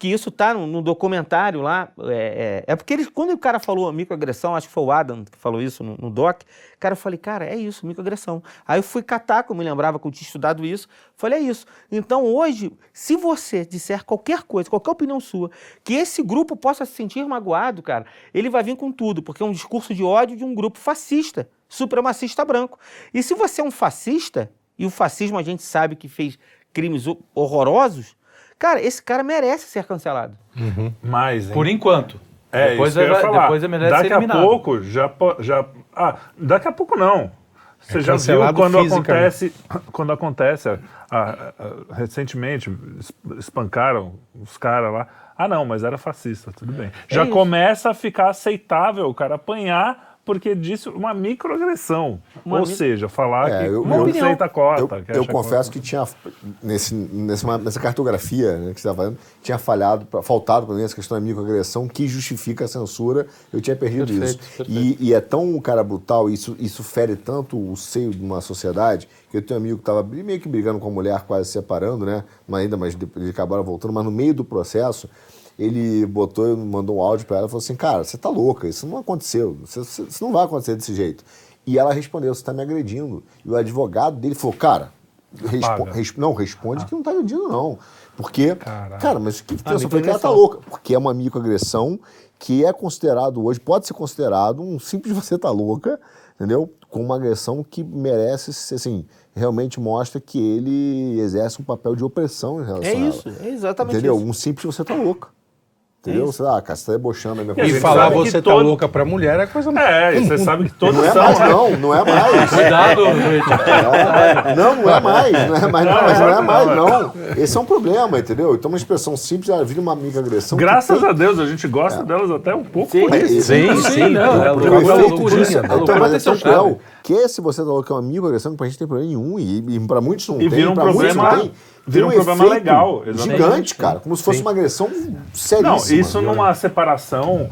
S2: que isso tá no, no documentário lá. É, é, é porque eles, quando o cara falou microagressão, acho que foi o Adam que falou isso no, no doc, cara, eu falei, cara, é isso, microagressão. Aí eu fui catar, que eu me lembrava que eu tinha estudado isso, falei, é isso. Então hoje, se você disser qualquer coisa, qualquer opinião sua, que esse grupo possa se sentir magoado, cara, ele vai vir com tudo, porque é um discurso de ódio de um grupo fascista, supremacista branco. E se você é um fascista, e o fascismo a gente sabe que fez crimes horrorosos, cara, esse cara merece ser cancelado.
S1: Uhum. Mas, hein?
S5: Por enquanto.
S1: É,
S5: depois
S1: isso que eu ia
S5: é,
S1: falar.
S5: depois é merece
S1: daqui
S5: ser eliminado.
S1: a pouco, já, já... Ah, daqui a pouco não. Você
S4: É
S1: já viu quando acontece, quando acontece, a, a, a, recentemente, espancaram os caras lá. Ah, não, mas era fascista, tudo bem.
S2: É
S1: já
S2: isso.
S1: começa a ficar aceitável o cara apanhar porque disse uma microagressão.
S2: Uma
S1: Ou
S2: mi...
S1: seja, falar
S3: É,
S1: que
S3: eu-
S1: não
S3: eu-
S1: aceita a cota.
S3: Eu,
S1: que
S3: eu
S1: acha
S3: confesso
S1: cota.
S3: que tinha, nesse, nessa, nessa cartografia né, que você estava fazendo, tinha falhado, faltado para mim essa questão da microagressão que justifica a censura, eu tinha perdido
S5: Perfeito,
S3: isso.
S5: perfeito.
S3: E, e é tão um cara brutal, isso, isso fere tanto o seio de uma sociedade, que eu tenho um amigo que estava meio que brigando com a mulher, quase se separando, né? Mas ainda, mas depois eles acabaram voltando, mas no meio do processo, ele botou, mandou um áudio para ela e falou assim, cara, você tá louca, isso não aconteceu, isso, isso não vai acontecer desse jeito. E ela respondeu, você tá me agredindo. E o advogado dele falou, cara, respo res não, responde ah. que não tá agredindo não. Porque,
S1: Caraca.
S3: cara, mas o que que
S2: Ah,
S3: eu falei que ela tá louca? Porque é uma microagressão que é considerado hoje, pode ser considerado um simples você tá louca, entendeu? Com uma agressão que merece, assim, realmente mostra que ele exerce um papel de opressão em relação
S2: É
S3: a ela.
S2: isso, é exatamente
S3: Entendeu?
S2: isso.
S3: Um simples você tá louca. Entendeu? Você, ah, cara, você tá debochando a minha
S1: E a
S4: E
S1: gente
S4: falar
S1: sabe que
S4: você tá
S1: todo-
S4: louca pra mulher é coisa...
S1: É, e você sabe que todos
S3: Não é
S1: são...
S3: mais, não, não é mais.
S5: Cuidado, Richard.
S3: É, não, não é mais, não é mais, não,
S1: Não,
S3: mas não é
S1: não,
S3: mais,
S1: não.
S3: não. Esse é um problema, entendeu? Então, uma expressão simples, ela vira uma microagressão. que
S1: Graças
S3: tem-
S1: a Deus, a gente gosta delas até um pouco
S2: Sim.
S1: por isso.
S3: Sim,
S5: sim, não, é
S3: Porque
S5: loucura,
S3: o
S5: é
S3: efeito
S5: loucurinha,
S3: disso-
S5: é
S3: então,
S5: loucura
S3: mas é
S5: tem
S3: tão
S5: seu chave.
S3: cruel que se você falou que é uma microagressão, pra gente não tem problema nenhum, e, e pra muitos não
S1: E
S3: tem,
S1: vira um
S3: pra muitos
S1: problema-
S3: não tem.
S1: vira um problema
S3: efeito
S1: legal, exatamente.
S3: gigante, cara, como se fosse uma agressão seríssima.
S1: Não, isso
S3: viu?
S1: numa separação,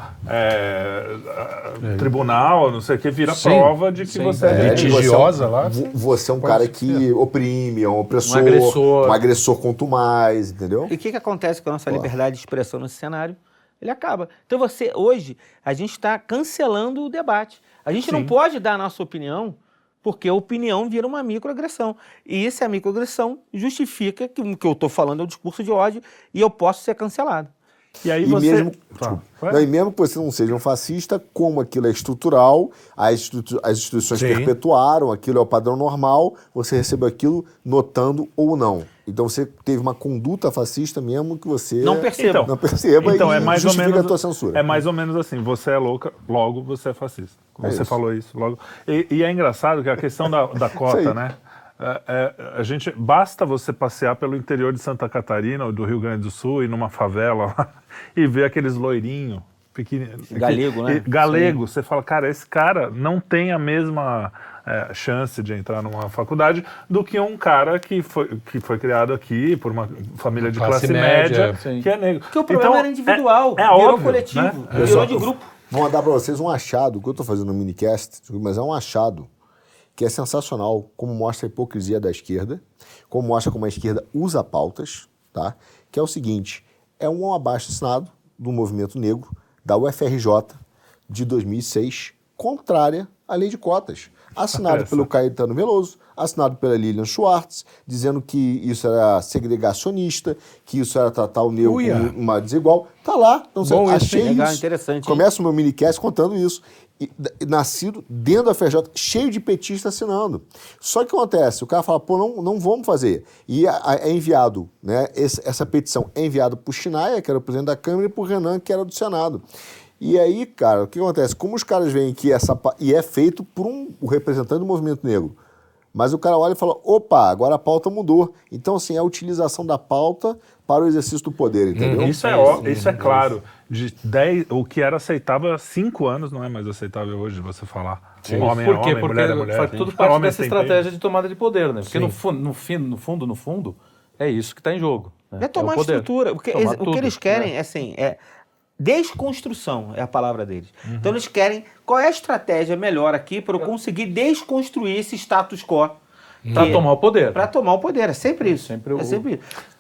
S1: é, é, tribunal, não sei o que, vira
S4: Sim,
S1: prova de que
S5: sim.
S1: você é,
S3: É,
S1: vítima.
S4: litigiosa lá.
S3: Vo- Você é um
S4: Pode
S3: cara
S4: ser.
S3: que oprime, é um opressor,
S5: Um agressor.
S3: um agressor quanto mais, entendeu?
S2: E o que, que acontece com a nossa
S3: Pô.
S2: liberdade de expressão nesse cenário? Ele acaba. Então você, hoje, a gente está cancelando o debate. A gente não pode dar a nossa opinião, porque a opinião vira uma microagressão. E essa microagressão justifica que o que eu estou falando é um discurso de ódio e eu posso ser cancelado.
S1: E aí
S3: E
S1: você...
S3: mesmo,
S1: Tá.
S3: não, e mesmo que você não seja um fascista, como aquilo é estrutural, as, institu- as instituições
S4: Sim.
S3: perpetuaram, aquilo é o padrão normal, você recebeu aquilo notando ou não. Então você teve uma conduta fascista mesmo que você
S2: Não perceba.
S1: Então,
S3: não perceba
S1: Então
S3: e
S1: é mais ou
S3: justifica
S1: menos
S3: a tua censura.
S1: é mais ou menos assim, você é louca, logo você é fascista.
S3: É
S1: Você
S3: isso.
S1: falou isso logo. E, e é engraçado que a questão da, da
S3: Isso
S1: cota,
S3: aí.
S1: né? É, é, a gente basta você passear pelo interior de Santa Catarina ou do Rio Grande do Sul e numa favela lá, e ver aqueles loirinhos pequenininhos.
S2: Galego, né?
S1: E- Galego. Você fala, cara, esse cara não tem a mesma é, chance de entrar numa faculdade do que um cara que foi, que foi criado aqui por uma família de
S4: Classe
S1: classe, média,
S4: média,
S5: sim.
S1: que é negro.
S2: Porque o problema era individual,
S1: é, é
S2: virou
S1: óbvio,
S2: coletivo,
S1: né?
S2: virou
S3: Pessoal,
S2: de grupo.
S3: Vou mandar para vocês um achado, que eu estou fazendo no minicast, mas é um achado que é sensacional, como mostra a hipocrisia da esquerda, como mostra como a esquerda usa pautas, tá? Que é o seguinte, é um abaixo-assinado do movimento negro da U F R J de dois mil e seis, contrária à lei de cotas. Assinado
S1: Essa.
S3: pelo Caetano Veloso, assinado pela Lilian Schwartz, dizendo que isso era segregacionista, que isso era tratar o negro
S4: Uia.
S3: como uma desigual. Tá lá. Então,
S4: Bom
S3: você,
S4: isso,
S3: achei
S2: hein? Legal,
S3: isso.
S2: interessante, hein?
S3: Começa o meu minicast contando isso. E, e, nascido dentro da F R J, cheio de petistas assinando. Só que o que acontece? O cara fala, pô, não, não vamos fazer. E a- a- é enviado, né? Esse- essa petição é enviada para o Chinaia, que era o presidente da Câmara, e para o Renan, que era do Senado. E aí, cara, o que acontece? Como os caras veem que essa... pa- E é feito por um o representante do movimento negro. Mas o cara olha e fala, opa, agora a pauta mudou. Então, assim, é a utilização da pauta para o exercício do poder, entendeu?
S1: Isso é, ó- isso é claro. De dez, o que era aceitável há cinco anos não é mais aceitável hoje você falar. Homem
S5: Por
S1: é
S5: quê?
S1: homem,
S5: Porque
S1: mulher é mulher.
S5: faz tudo parte
S1: Homens
S5: dessa
S1: têm
S5: estratégia
S1: peito.
S5: de tomada de poder, né? Porque no, fu no, fim, no fundo, no fundo, é isso que está em jogo. Né?
S2: É tomar
S5: o poder.
S2: estrutura. O que,
S5: Tomar
S2: eles, o
S5: tudo,
S2: que eles querem
S5: né?
S2: é assim, é desconstrução, é a palavra deles.
S5: Uhum.
S2: Então eles querem, qual é a estratégia melhor aqui para eu conseguir desconstruir esse status quo?
S5: Para
S2: Que-
S5: tomar o poder.
S2: Para tomar o poder, é sempre isso.
S5: Sempre o-
S2: É sempre isso.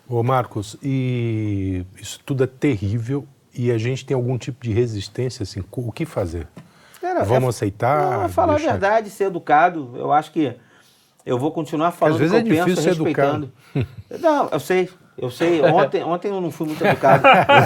S4: Ô Marcos, e isso tudo é terrível e a gente tem algum tipo de resistência, assim, o que fazer?
S2: Cara,
S4: Vamos
S2: é,
S4: aceitar?
S2: Não, falar
S4: deixar...
S2: a verdade, ser educado, eu acho que eu vou continuar falando
S4: Às vezes
S2: o que
S4: é
S2: eu
S4: difícil
S2: penso,
S4: ser
S2: respeitando.
S4: educado.
S2: Não, eu sei, eu sei. Ontem, ontem eu não fui muito educado.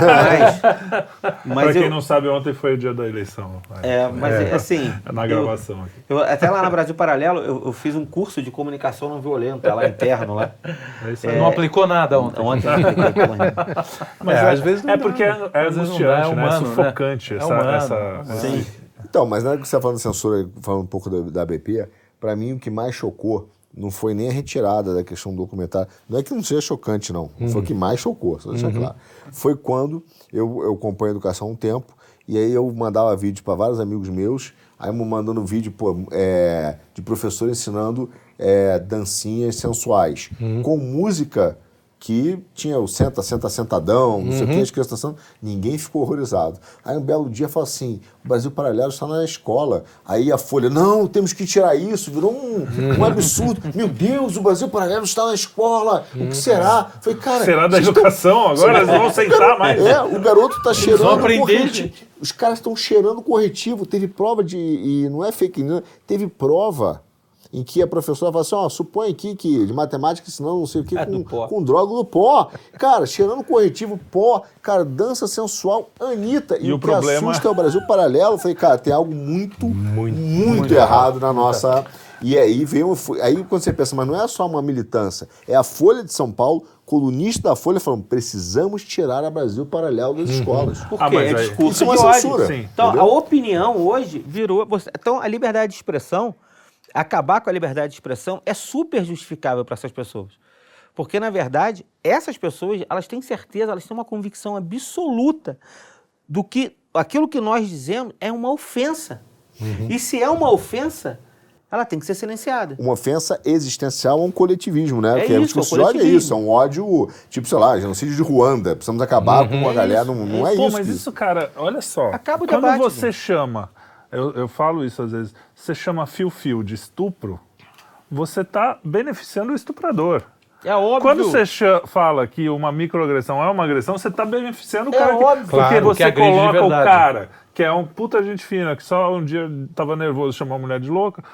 S2: mas mas
S1: Pra quem
S2: eu,
S1: não sabe, ontem foi o dia da eleição.
S2: É, mas
S1: É.
S2: assim...
S1: Na gravação
S2: eu,
S1: aqui.
S2: eu, até lá na Brasil Paralelo, eu, eu fiz um curso de comunicação não violenta, lá interno. Lá.
S1: É isso aí.
S2: É,
S5: Não aplicou nada ontem.
S2: Ontem eu expliquei, porra.
S1: Mas
S4: É,
S1: é,
S4: às vezes não
S1: é
S4: dá,
S1: porque é,
S4: né?
S1: é
S5: Às vezes não
S1: angustiante,
S5: dá, é
S1: né?
S5: humano,
S1: É sufocante
S5: né? É
S1: essa...
S5: humano.
S1: essa
S2: Sim.
S1: esse-
S3: Então, mas na hora que você está falando de censura, falando um pouco da, da B P, para mim o que mais chocou não foi nem a retirada da questão do documentário. Não é que não seja chocante, não. Não foi o que mais chocou, só deixar claro. Foi quando eu, eu acompanho a educação há um tempo, e aí eu mandava vídeo para vários amigos meus, aí eu mandando vídeo pô, é, de professor ensinando é, dancinhas sensuais, com música que tinha o senta, senta, sentadão, não sei o que, as crianças dançando, ninguém ficou horrorizado. Aí um belo dia fala assim, o Brasil Paralelo está na escola. Aí a Folha, não, temos que tirar isso, virou um, um absurdo. Meu Deus, o Brasil Paralelo está na escola, o que será? Falei, cara...
S1: Será da
S3: vocês
S1: educação agora? Eles vão sentar mais.
S3: É, o garoto está cheirando
S5: vão aprender,
S3: corretivo.
S5: gente.
S3: Os caras estão cheirando corretivo. Teve prova de... E não é fake news, teve prova em que a professora fala assim, ó, supõe aqui que de matemática ensinando não sei o que
S2: É, do
S3: com,
S2: pó.
S3: com droga do pó. Cara, cheirando corretivo, pó, cara, dança sensual, Anitta. E,
S1: E
S3: o
S1: o
S3: que
S1: problema-
S3: assusta é o Brasil Paralelo. Eu falei, cara, tem algo muito, muito,
S4: Muito
S3: errado na nossa... E aí veio... Aí quando você pensa, mas não é só uma militância, é a Folha de São Paulo, colunista da Folha, falando, precisamos tirar a Brasil Paralelo das escolas.
S2: Por
S1: Ah,
S2: quê?
S1: mas
S2: É
S1: aí-
S2: discurso
S3: Isso é uma
S2: de ódio.
S3: censura.
S1: Sim.
S2: Então,
S3: Entendeu?
S2: a opinião hoje virou... você- Então, a liberdade de expressão, acabar com a liberdade de expressão é super justificável para essas pessoas. Porque, na verdade, essas pessoas, elas têm certeza, elas têm uma convicção absoluta do que aquilo que nós dizemos é uma ofensa. E se é uma ofensa, ela tem que ser silenciada.
S3: Uma ofensa existencial a um coletivismo, né?
S2: É
S3: que
S2: isso,
S3: é,
S2: é o
S3: o ódio é
S2: coletivismo.
S3: isso, é um ódio, tipo, sei lá, genocídio de Ruanda. Precisamos acabar com a galera, não, não é
S1: Pô,
S3: isso.
S1: mas
S3: que-
S1: isso, cara, olha só.
S2: Acaba o
S1: Quando
S2: debate,
S1: você
S2: gente.
S1: chama, eu, eu falo isso às vezes, você chama fio-fio de estupro, você está beneficiando o estuprador.
S2: É óbvio.
S1: Quando você cha- fala que uma microagressão é uma agressão, você está beneficiando o
S2: É
S1: cara. que-
S2: óbvio.
S1: porque
S4: Claro,
S1: você
S5: que agride de
S1: coloca o
S5: verdade.
S1: cara, que é um puta gente fina, que só um dia estava nervoso e chamou a mulher de louca.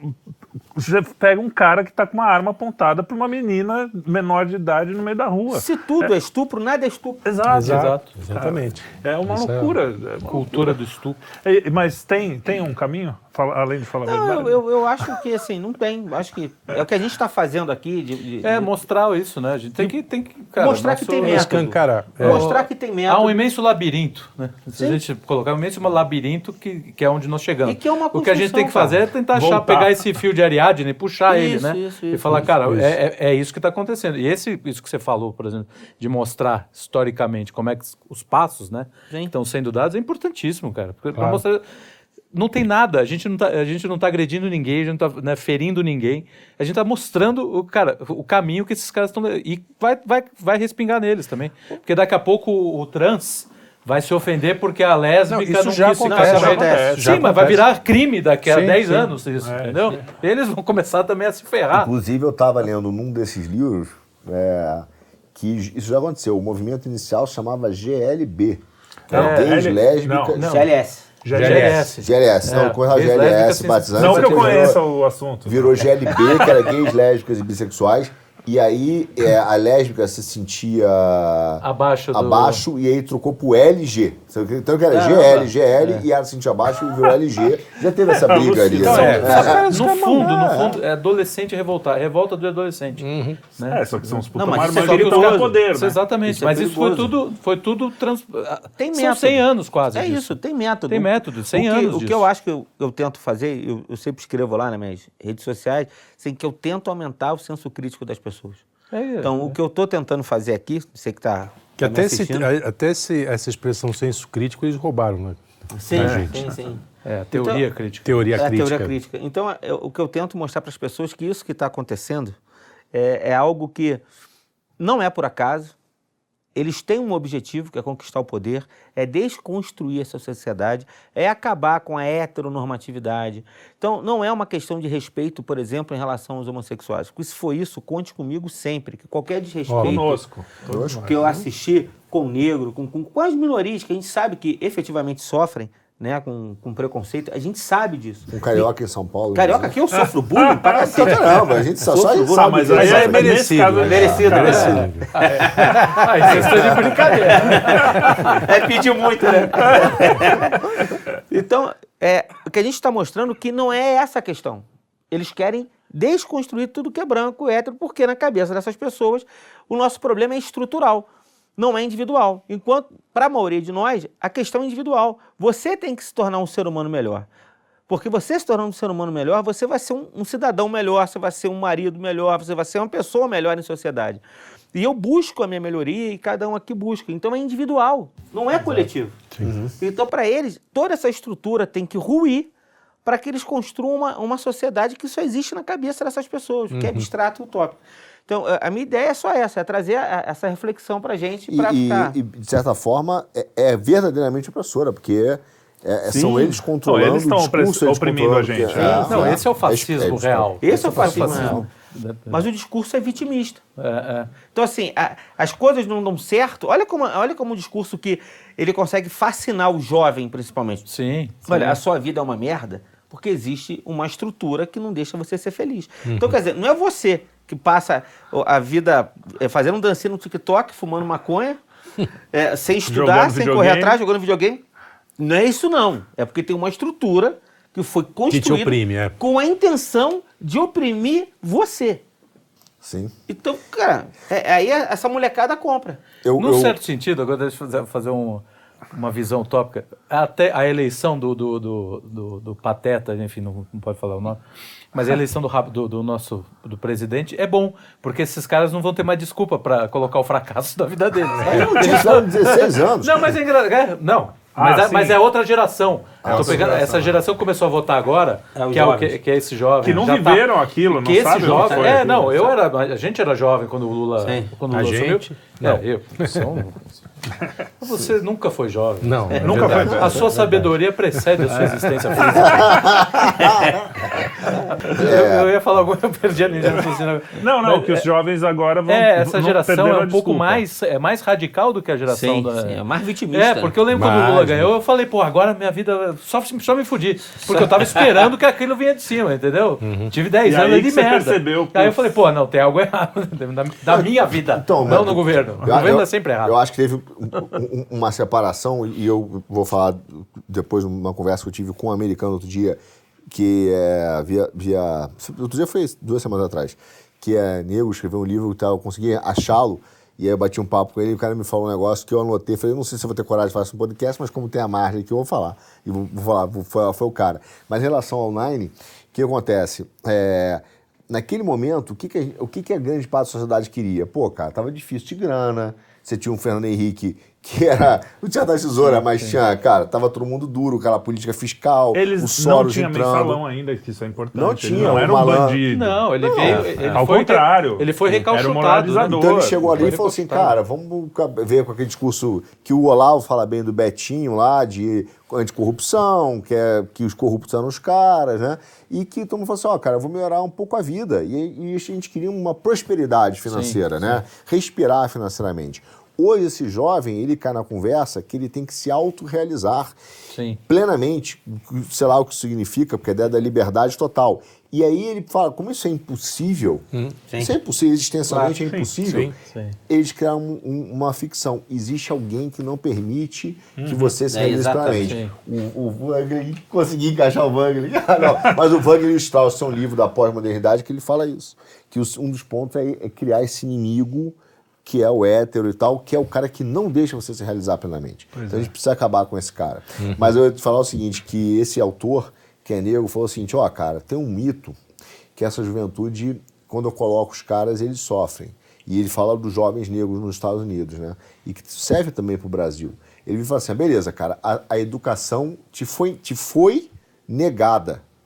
S1: Você pega um cara que está com uma arma apontada para uma menina menor de idade no meio da rua.
S2: Se tudo é, estupro, nada é estupro.
S1: Exato.
S4: Exato,
S1: Cara,
S4: exatamente.
S1: É uma
S4: Isso é-
S1: loucura. É uma
S5: Cultura do estupro.
S1: E- Mas tem, tem um caminho, Fala- além de falar a
S2: Não,
S1: verdade?
S2: eu, eu, eu acho que assim, não tem. Acho que é o que a gente está fazendo aqui. De, de-
S5: É,
S2: de
S5: mostrar isso, né? A gente tem que, tem que cara,
S2: mostrar que
S5: nosso-
S2: tem método.
S4: Escancarar. É.
S2: Mostrar que tem método.
S5: Há um imenso labirinto, né? Se
S2: Sim.
S5: a gente colocar um imenso labirinto que, que é onde nós chegamos.
S2: E que é uma
S5: O que a gente tem que
S2: construção,
S5: fazer é tentar achar,
S1: Voltar.
S5: pegar esse fio de Ariadne e puxar ele,
S2: Isso,
S5: né?
S2: isso,
S5: e
S2: isso,
S5: falar,
S2: isso,
S5: cara,
S4: isso.
S5: É, é, é isso que está acontecendo. E esse, isso que você falou, por exemplo, de mostrar historicamente como é que os passos, né,
S2: Sim.
S5: estão sendo dados, é importantíssimo, cara. Porque pra
S4: Claro.
S5: mostrar... Não tem nada, a gente não tá, a gente não tá agredindo ninguém, a gente não tá, né, ferindo ninguém. A gente tá mostrando o, cara, o caminho que esses caras estão... E vai, vai, vai respingar neles também. Porque daqui a pouco o, o trans vai se ofender porque a lésbica
S4: Não, isso
S5: não,
S4: já
S5: quis
S4: acontece,
S5: ficar
S2: já
S5: com ele.
S2: acontece,
S4: já
S5: Sim, mas vai
S4: acontece.
S5: virar crime daqui a
S4: Sim,
S5: dez
S4: sim.
S5: anos isso, entendeu? Eles vão começar também a se ferrar.
S3: Inclusive, eu estava lendo num desses livros é, que isso já aconteceu. O movimento inicial se chamava G L B.
S1: Não,
S3: gays,
S1: L-
S3: lésbicas...
S1: não,
S2: G L S.
S1: G
S5: G
S1: L
S5: L
S1: S.
S5: S.
S3: G L S, não,
S5: É,
S3: coisa
S5: gays,
S3: G L S
S5: lésbicas,
S3: batizando.
S1: Não que eu
S3: Virou-
S1: conheça o assunto.
S3: Virou G L B, que era gays, lésbicas e bissexuais. E aí é, a lésbica se sentia
S5: Abaixo do...
S3: abaixo e aí trocou pro L G. Então que era
S2: Caramba.
S3: G L, G L e ela se sentia abaixo e virou L G. Já teve essa briga ali.
S1: Então,
S3: né?
S1: é,
S5: No fundo, no fundo, é adolescente revoltar, revolta do adolescente.
S2: Uhum.
S5: Né?
S1: É, só que são os puta
S2: Não, mas isso é
S1: marmanjos que estão
S2: perigoso.
S1: com poder,
S5: Isso,
S1: né?
S5: exatamente,
S2: Isso é
S5: mas isso foi
S2: perigoso.
S5: tudo, foi tudo trans...
S2: Tem
S5: São
S2: método.
S5: cem anos quase
S2: É
S5: disso.
S2: isso, tem método.
S5: Tem método, cem
S2: o que,
S5: anos
S2: O que
S5: disso.
S2: eu acho que eu, eu tento fazer, eu, eu sempre escrevo lá nas minhas redes sociais, assim, que eu tento aumentar o senso crítico das pessoas.
S5: É,
S2: Então,
S5: é.
S2: o que eu estou tentando fazer aqui, você que está
S4: Que até, esse, até esse, essa expressão senso crítico eles roubaram, né?
S2: Sim,
S4: da gente.
S2: sim, sim.
S5: É, a teoria
S2: Então-
S5: crítica.
S4: Teoria
S2: É a
S4: crítica.
S2: teoria crítica. Então, é, o que eu tento mostrar para as pessoas é que isso que está acontecendo é, é algo que não é por acaso, eles têm um objetivo, que é conquistar o poder, é desconstruir essa sociedade, é acabar com a heteronormatividade. Então, não é uma questão de respeito, por exemplo, em relação aos homossexuais. Porque se for isso, conte comigo sempre, que qualquer desrespeito
S1: Conosco.
S2: que eu assisti com o negro, com, com, com as minorias, que a gente sabe que efetivamente sofrem, né, com, com preconceito, a gente sabe disso.
S3: Um carioca em São Paulo.
S2: Carioca aqui eu sofro bullying pra
S3: Ah,
S2: cacete.
S3: caramba, a gente só, só
S2: Sofro
S3: isso.
S1: Ah, mas aí é merecido.
S2: É merecido,
S1: É
S2: né?
S5: Aí vocês estão de brincadeira.
S2: É pedir muito, né? Então, é, o que a gente está mostrando que não é essa a questão. Eles querem desconstruir tudo que é branco, hétero, porque na cabeça dessas pessoas o nosso problema é estrutural, não é individual. Enquanto, para a maioria de nós, a questão é individual. Você tem que se tornar um ser humano melhor. Porque você se tornando um ser humano melhor, você vai ser um, um cidadão melhor, você vai ser um marido melhor, você vai ser uma pessoa melhor em sociedade. E eu busco a minha melhoria e cada um aqui busca. Então é individual, não é coletivo. Uhum. Então, para eles, toda essa estrutura tem que ruir para que eles construam uma, uma sociedade que só existe na cabeça dessas pessoas, uhum. que é abstrato e utópico. Então, a minha ideia é só essa, é trazer a, essa reflexão para a gente. Pra
S3: e,
S2: ficar...
S3: e, de certa forma, é, é verdadeiramente opressora, porque é, são eles controlando
S1: não, eles estão
S3: o discurso, eles
S1: oprimindo a gente.
S3: É, é,
S5: não,
S3: é,
S5: esse é o fascismo
S3: é, é,
S5: real.
S2: Esse é o fascismo,
S5: fascismo
S2: real. Mas o discurso é vitimista.
S5: É, é.
S2: Então, assim, a, as coisas não dão certo. Olha como, olha como o discurso que ele consegue fascinar o jovem, principalmente.
S5: Sim.
S2: Olha,
S5: sim.
S2: a sua vida é uma merda porque existe uma estrutura que não deixa você ser feliz. Uhum. Então, quer dizer, não é você que passa a vida fazendo um dancinho no TikTok, fumando maconha, é, sem estudar, sem correr atrás, jogando videogame. Não é isso, não. É porque tem uma estrutura que foi construída
S4: que te oprime, é.
S2: com a intenção de oprimir você.
S3: Sim.
S2: Então, cara, é, aí essa molecada compra.
S3: Eu,
S5: Num
S3: eu...
S5: certo sentido, agora deixa eu fazer, fazer um, uma visão utópica. Até a eleição do, do, do, do, do Pateta, enfim, não, não pode falar o nome, mas a eleição do, do, do nosso do presidente é bom, porque esses caras não vão ter mais desculpa para colocar o fracasso da vida deles.
S3: Eu não tinha dezesseis anos.
S5: Não, mas é engraçado. Não.
S1: Ah,
S5: mas, é, mas é outra geração.
S3: Ah,
S5: Eu tô pegando,
S3: geração.
S5: essa geração que começou a votar agora,
S2: É, os
S5: que, é o,
S2: jovens.
S5: que, que é esse jovem.
S1: Que não
S5: já
S1: viveram
S5: tá,
S1: aquilo, não
S5: que esse
S1: sabem o que
S5: jovem,
S1: foi
S5: É,
S1: aquilo,
S5: não, eu
S1: sabe?
S5: era, a gente era jovem quando o Lula,
S2: Sim.
S5: quando o
S4: A
S5: Lula
S4: gente?
S5: assumiu.
S4: Não.
S5: É, eu. Você, é um- Você nunca foi jovem.
S4: Não, é
S1: Nunca
S4: verdade.
S1: foi.
S5: A sua sabedoria precede a sua existência física. eu, eu ia falar alguma coisa, eu perdi a linha de raciocínio.
S1: Não, não,
S5: Mas,
S1: que os jovens agora vão.
S5: É, essa
S1: não
S5: geração
S1: perderam
S5: é
S1: a
S5: um pouco
S1: desculpa.
S5: mais, é mais radical do que a geração
S2: Sim,
S5: da...
S2: sim, é mais vitimista.
S5: É, porque eu lembro quando o
S4: Mais,
S5: Lula
S4: né?
S5: ganhou, eu falei, pô, agora minha vida só, só me fudi. Porque eu tava esperando que aquilo vinha de cima, entendeu? Tive dez
S1: E
S5: anos
S1: aí
S5: de
S1: que você
S5: merda.
S1: percebeu,
S5: Aí eu
S1: pô.
S5: falei, pô, não, tem algo errado da, da minha vida,
S3: Então,
S5: não
S3: mas-
S5: no governo. O
S3: Eu-
S5: governo
S3: eu-
S5: é sempre errado.
S3: Eu acho que teve um- um- uma separação, e eu vou falar depois de uma conversa que eu tive com um americano outro dia, que é via, via. Outro dia foi duas semanas atrás, que é negro, escreveu um livro e tal, eu consegui achá-lo, e aí eu bati um papo com ele, e o cara me falou um negócio que eu anotei, falei, eu não sei se eu vou ter coragem de fazer esse podcast, mas como tem a margem aqui, eu vou falar. E vou, vou falar, vou- foi, foi o cara. Mas em relação ao Nine, o que acontece? É, naquele momento, o que, que, a- o que, que a grande parte da sociedade queria? Pô, cara, tava difícil de grana, você tinha um Fernando Henrique que era, não tinha da tesoura, mas tinha, cara, tava todo mundo duro, aquela política fiscal, o
S1: Eles não
S3: Soros
S1: tinham
S3: entrando.
S1: mensalão ainda, que isso é importante.
S3: Não
S1: Eles
S3: tinha,
S1: não
S3: o
S1: era um
S3: malandro-
S1: bandido.
S5: Não, ele veio. Ele
S1: Ao
S5: foi,
S1: contrário.
S5: Ele foi
S1: Era um
S5: recalchutado.
S1: moralizador.
S5: né?
S3: Então ele chegou ali
S5: Foi
S3: e falou assim,
S5: recalchutado.
S3: cara, vamos ver com aquele discurso que o Olavo fala bem do Betinho lá, de anticorrupção, que, é, que os corruptos eram os caras, né? E que todo mundo falou assim, ó, cara, eu vou melhorar um pouco a vida. E, e a gente queria uma prosperidade financeira,
S5: Sim,
S3: né? Respirar financeiramente. Hoje esse jovem, ele cai na conversa que ele tem que se autorrealizar
S5: Sim.
S3: plenamente, sei lá o que isso significa, porque é a ideia da liberdade total. E aí ele fala, como isso é impossível, isso é impossível, existencialmente
S2: Claro,
S3: é impossível,
S4: sim,
S5: sim.
S3: eles criaram um- um- uma ficção. Existe alguém que não permite que você se
S2: É,
S3: realize
S2: exatamente.
S3: plenamente. O, o Wagner, consegui encaixar o Wagner. Ah, não, mas o Wagner e o Strauss são um livro da pós-modernidade que ele fala isso, que os- um dos pontos é, é criar esse inimigo que é o hétero e tal, que é o cara que não deixa você se realizar plenamente. então a gente precisa acabar com esse cara. Mas eu ia te falar o seguinte, que esse autor, que é negro, falou o seguinte, ó, cara, tem um mito que essa juventude, quando eu coloco os caras, eles sofrem. E ele fala dos jovens negros nos Estados Unidos, né? E que serve também para o Brasil. Ele me fala assim, ah, beleza, cara, a, a educação te foi, te foi negada.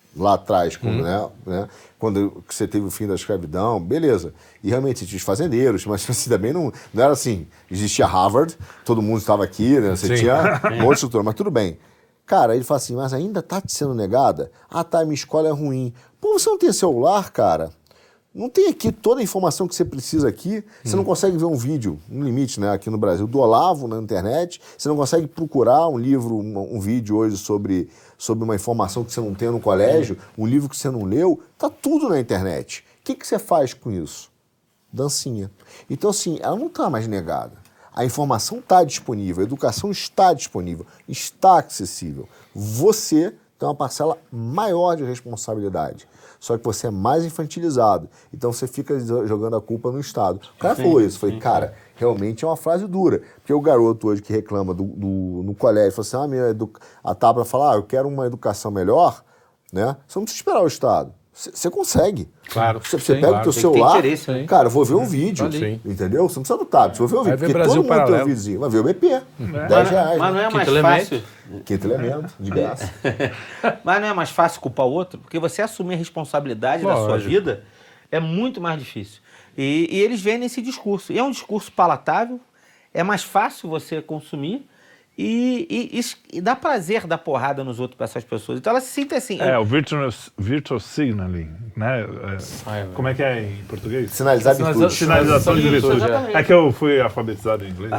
S3: lá atrás, quando, uhum. né, né, quando você teve o fim da escravidão, beleza. E realmente tinha os fazendeiros, mas assim, também não, não era assim, existia Harvard, todo mundo estava aqui, né, você Sim. tinha um monte de estrutura, mas tudo bem. Cara, ele fala assim, mas ainda está te sendo negada? Ah, tá, minha escola é ruim. Pô, você não tem celular, cara? Não tem aqui toda a informação que você precisa aqui. Você hum. não consegue ver um vídeo, um limite, né, aqui no Brasil, do Olavo na internet. Você não consegue procurar um livro, um, um vídeo hoje sobre, sobre uma informação que você não tem no colégio, um livro que você não leu. Tá tudo na internet. O que, que você faz com isso? Dancinha. Então, assim, ela não está mais negada. A informação está disponível, a educação está disponível, está acessível. Você tem uma parcela maior de responsabilidade. Só que você é mais infantilizado. Então você fica jogando a culpa no Estado. O cara sim, falou isso. Falei, cara, realmente é uma frase dura. Porque o garoto hoje que reclama do, do, no colégio, fala assim, ah, minha edu... a Tabra fala, ah, eu quero uma educação melhor, né? Você não precisa esperar o Estado. Você consegue.
S4: Claro.
S3: Você, você pega claro. o teu celular, interesse, né? Cara, eu vou ver um vídeo,
S4: sim.
S3: entendeu? Você não precisa do tablet, você vai ver um vídeo.
S4: Vai
S3: porque
S4: Brasil
S3: todo mundo
S4: Paralelo.
S3: tem um videozinho. Vai ver o B P, é. dez reais.
S2: Mas não é mais
S5: Quinto
S2: fácil...
S5: Elemento.
S3: Quinto elemento, de graça.
S2: Mas não é mais fácil culpar o outro? Porque você assumir a responsabilidade Lógico. da sua vida é muito mais difícil. E, e eles vêm nesse discurso. E é um discurso palatável, é mais fácil você consumir e, e, e dá prazer dar porrada nos outros para essas pessoas. Então elas se sentem assim...
S1: É, o virtual, virtual signaling, né? É, como é que é em português?
S3: Sinalizar virtude.
S1: Sinalização de virtude. É. é que eu fui alfabetizado em inglês.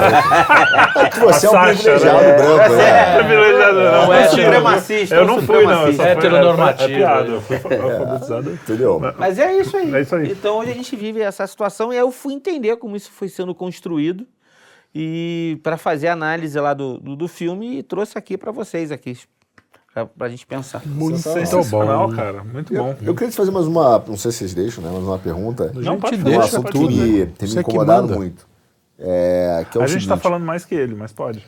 S3: É, é que você é um privilegiado
S1: né?
S3: branco, né?
S1: É, privilegiado não.
S2: Não é supremacista.
S1: Eu não fui, não.
S5: É heteronormativo.
S1: É piada, eu fui alfabetizado.
S3: Entendeu?
S2: Mas é isso aí.
S1: É isso aí.
S2: Então hoje a gente vive essa situação e eu fui entender como isso foi sendo construído. E para fazer a análise lá do, do, do filme, e trouxe aqui para vocês aqui, para a gente pensar.
S1: Muito sensacional, cara. Muito
S3: eu,
S1: bom.
S3: Eu queria te fazer mais uma, não sei se vocês deixam, né, mais uma pergunta.
S1: Não, pode
S3: fazer. Um assunto que me tem me incomodado muito. É, que é o
S1: a gente
S3: seguinte.
S1: está falando mais que ele, mas pode.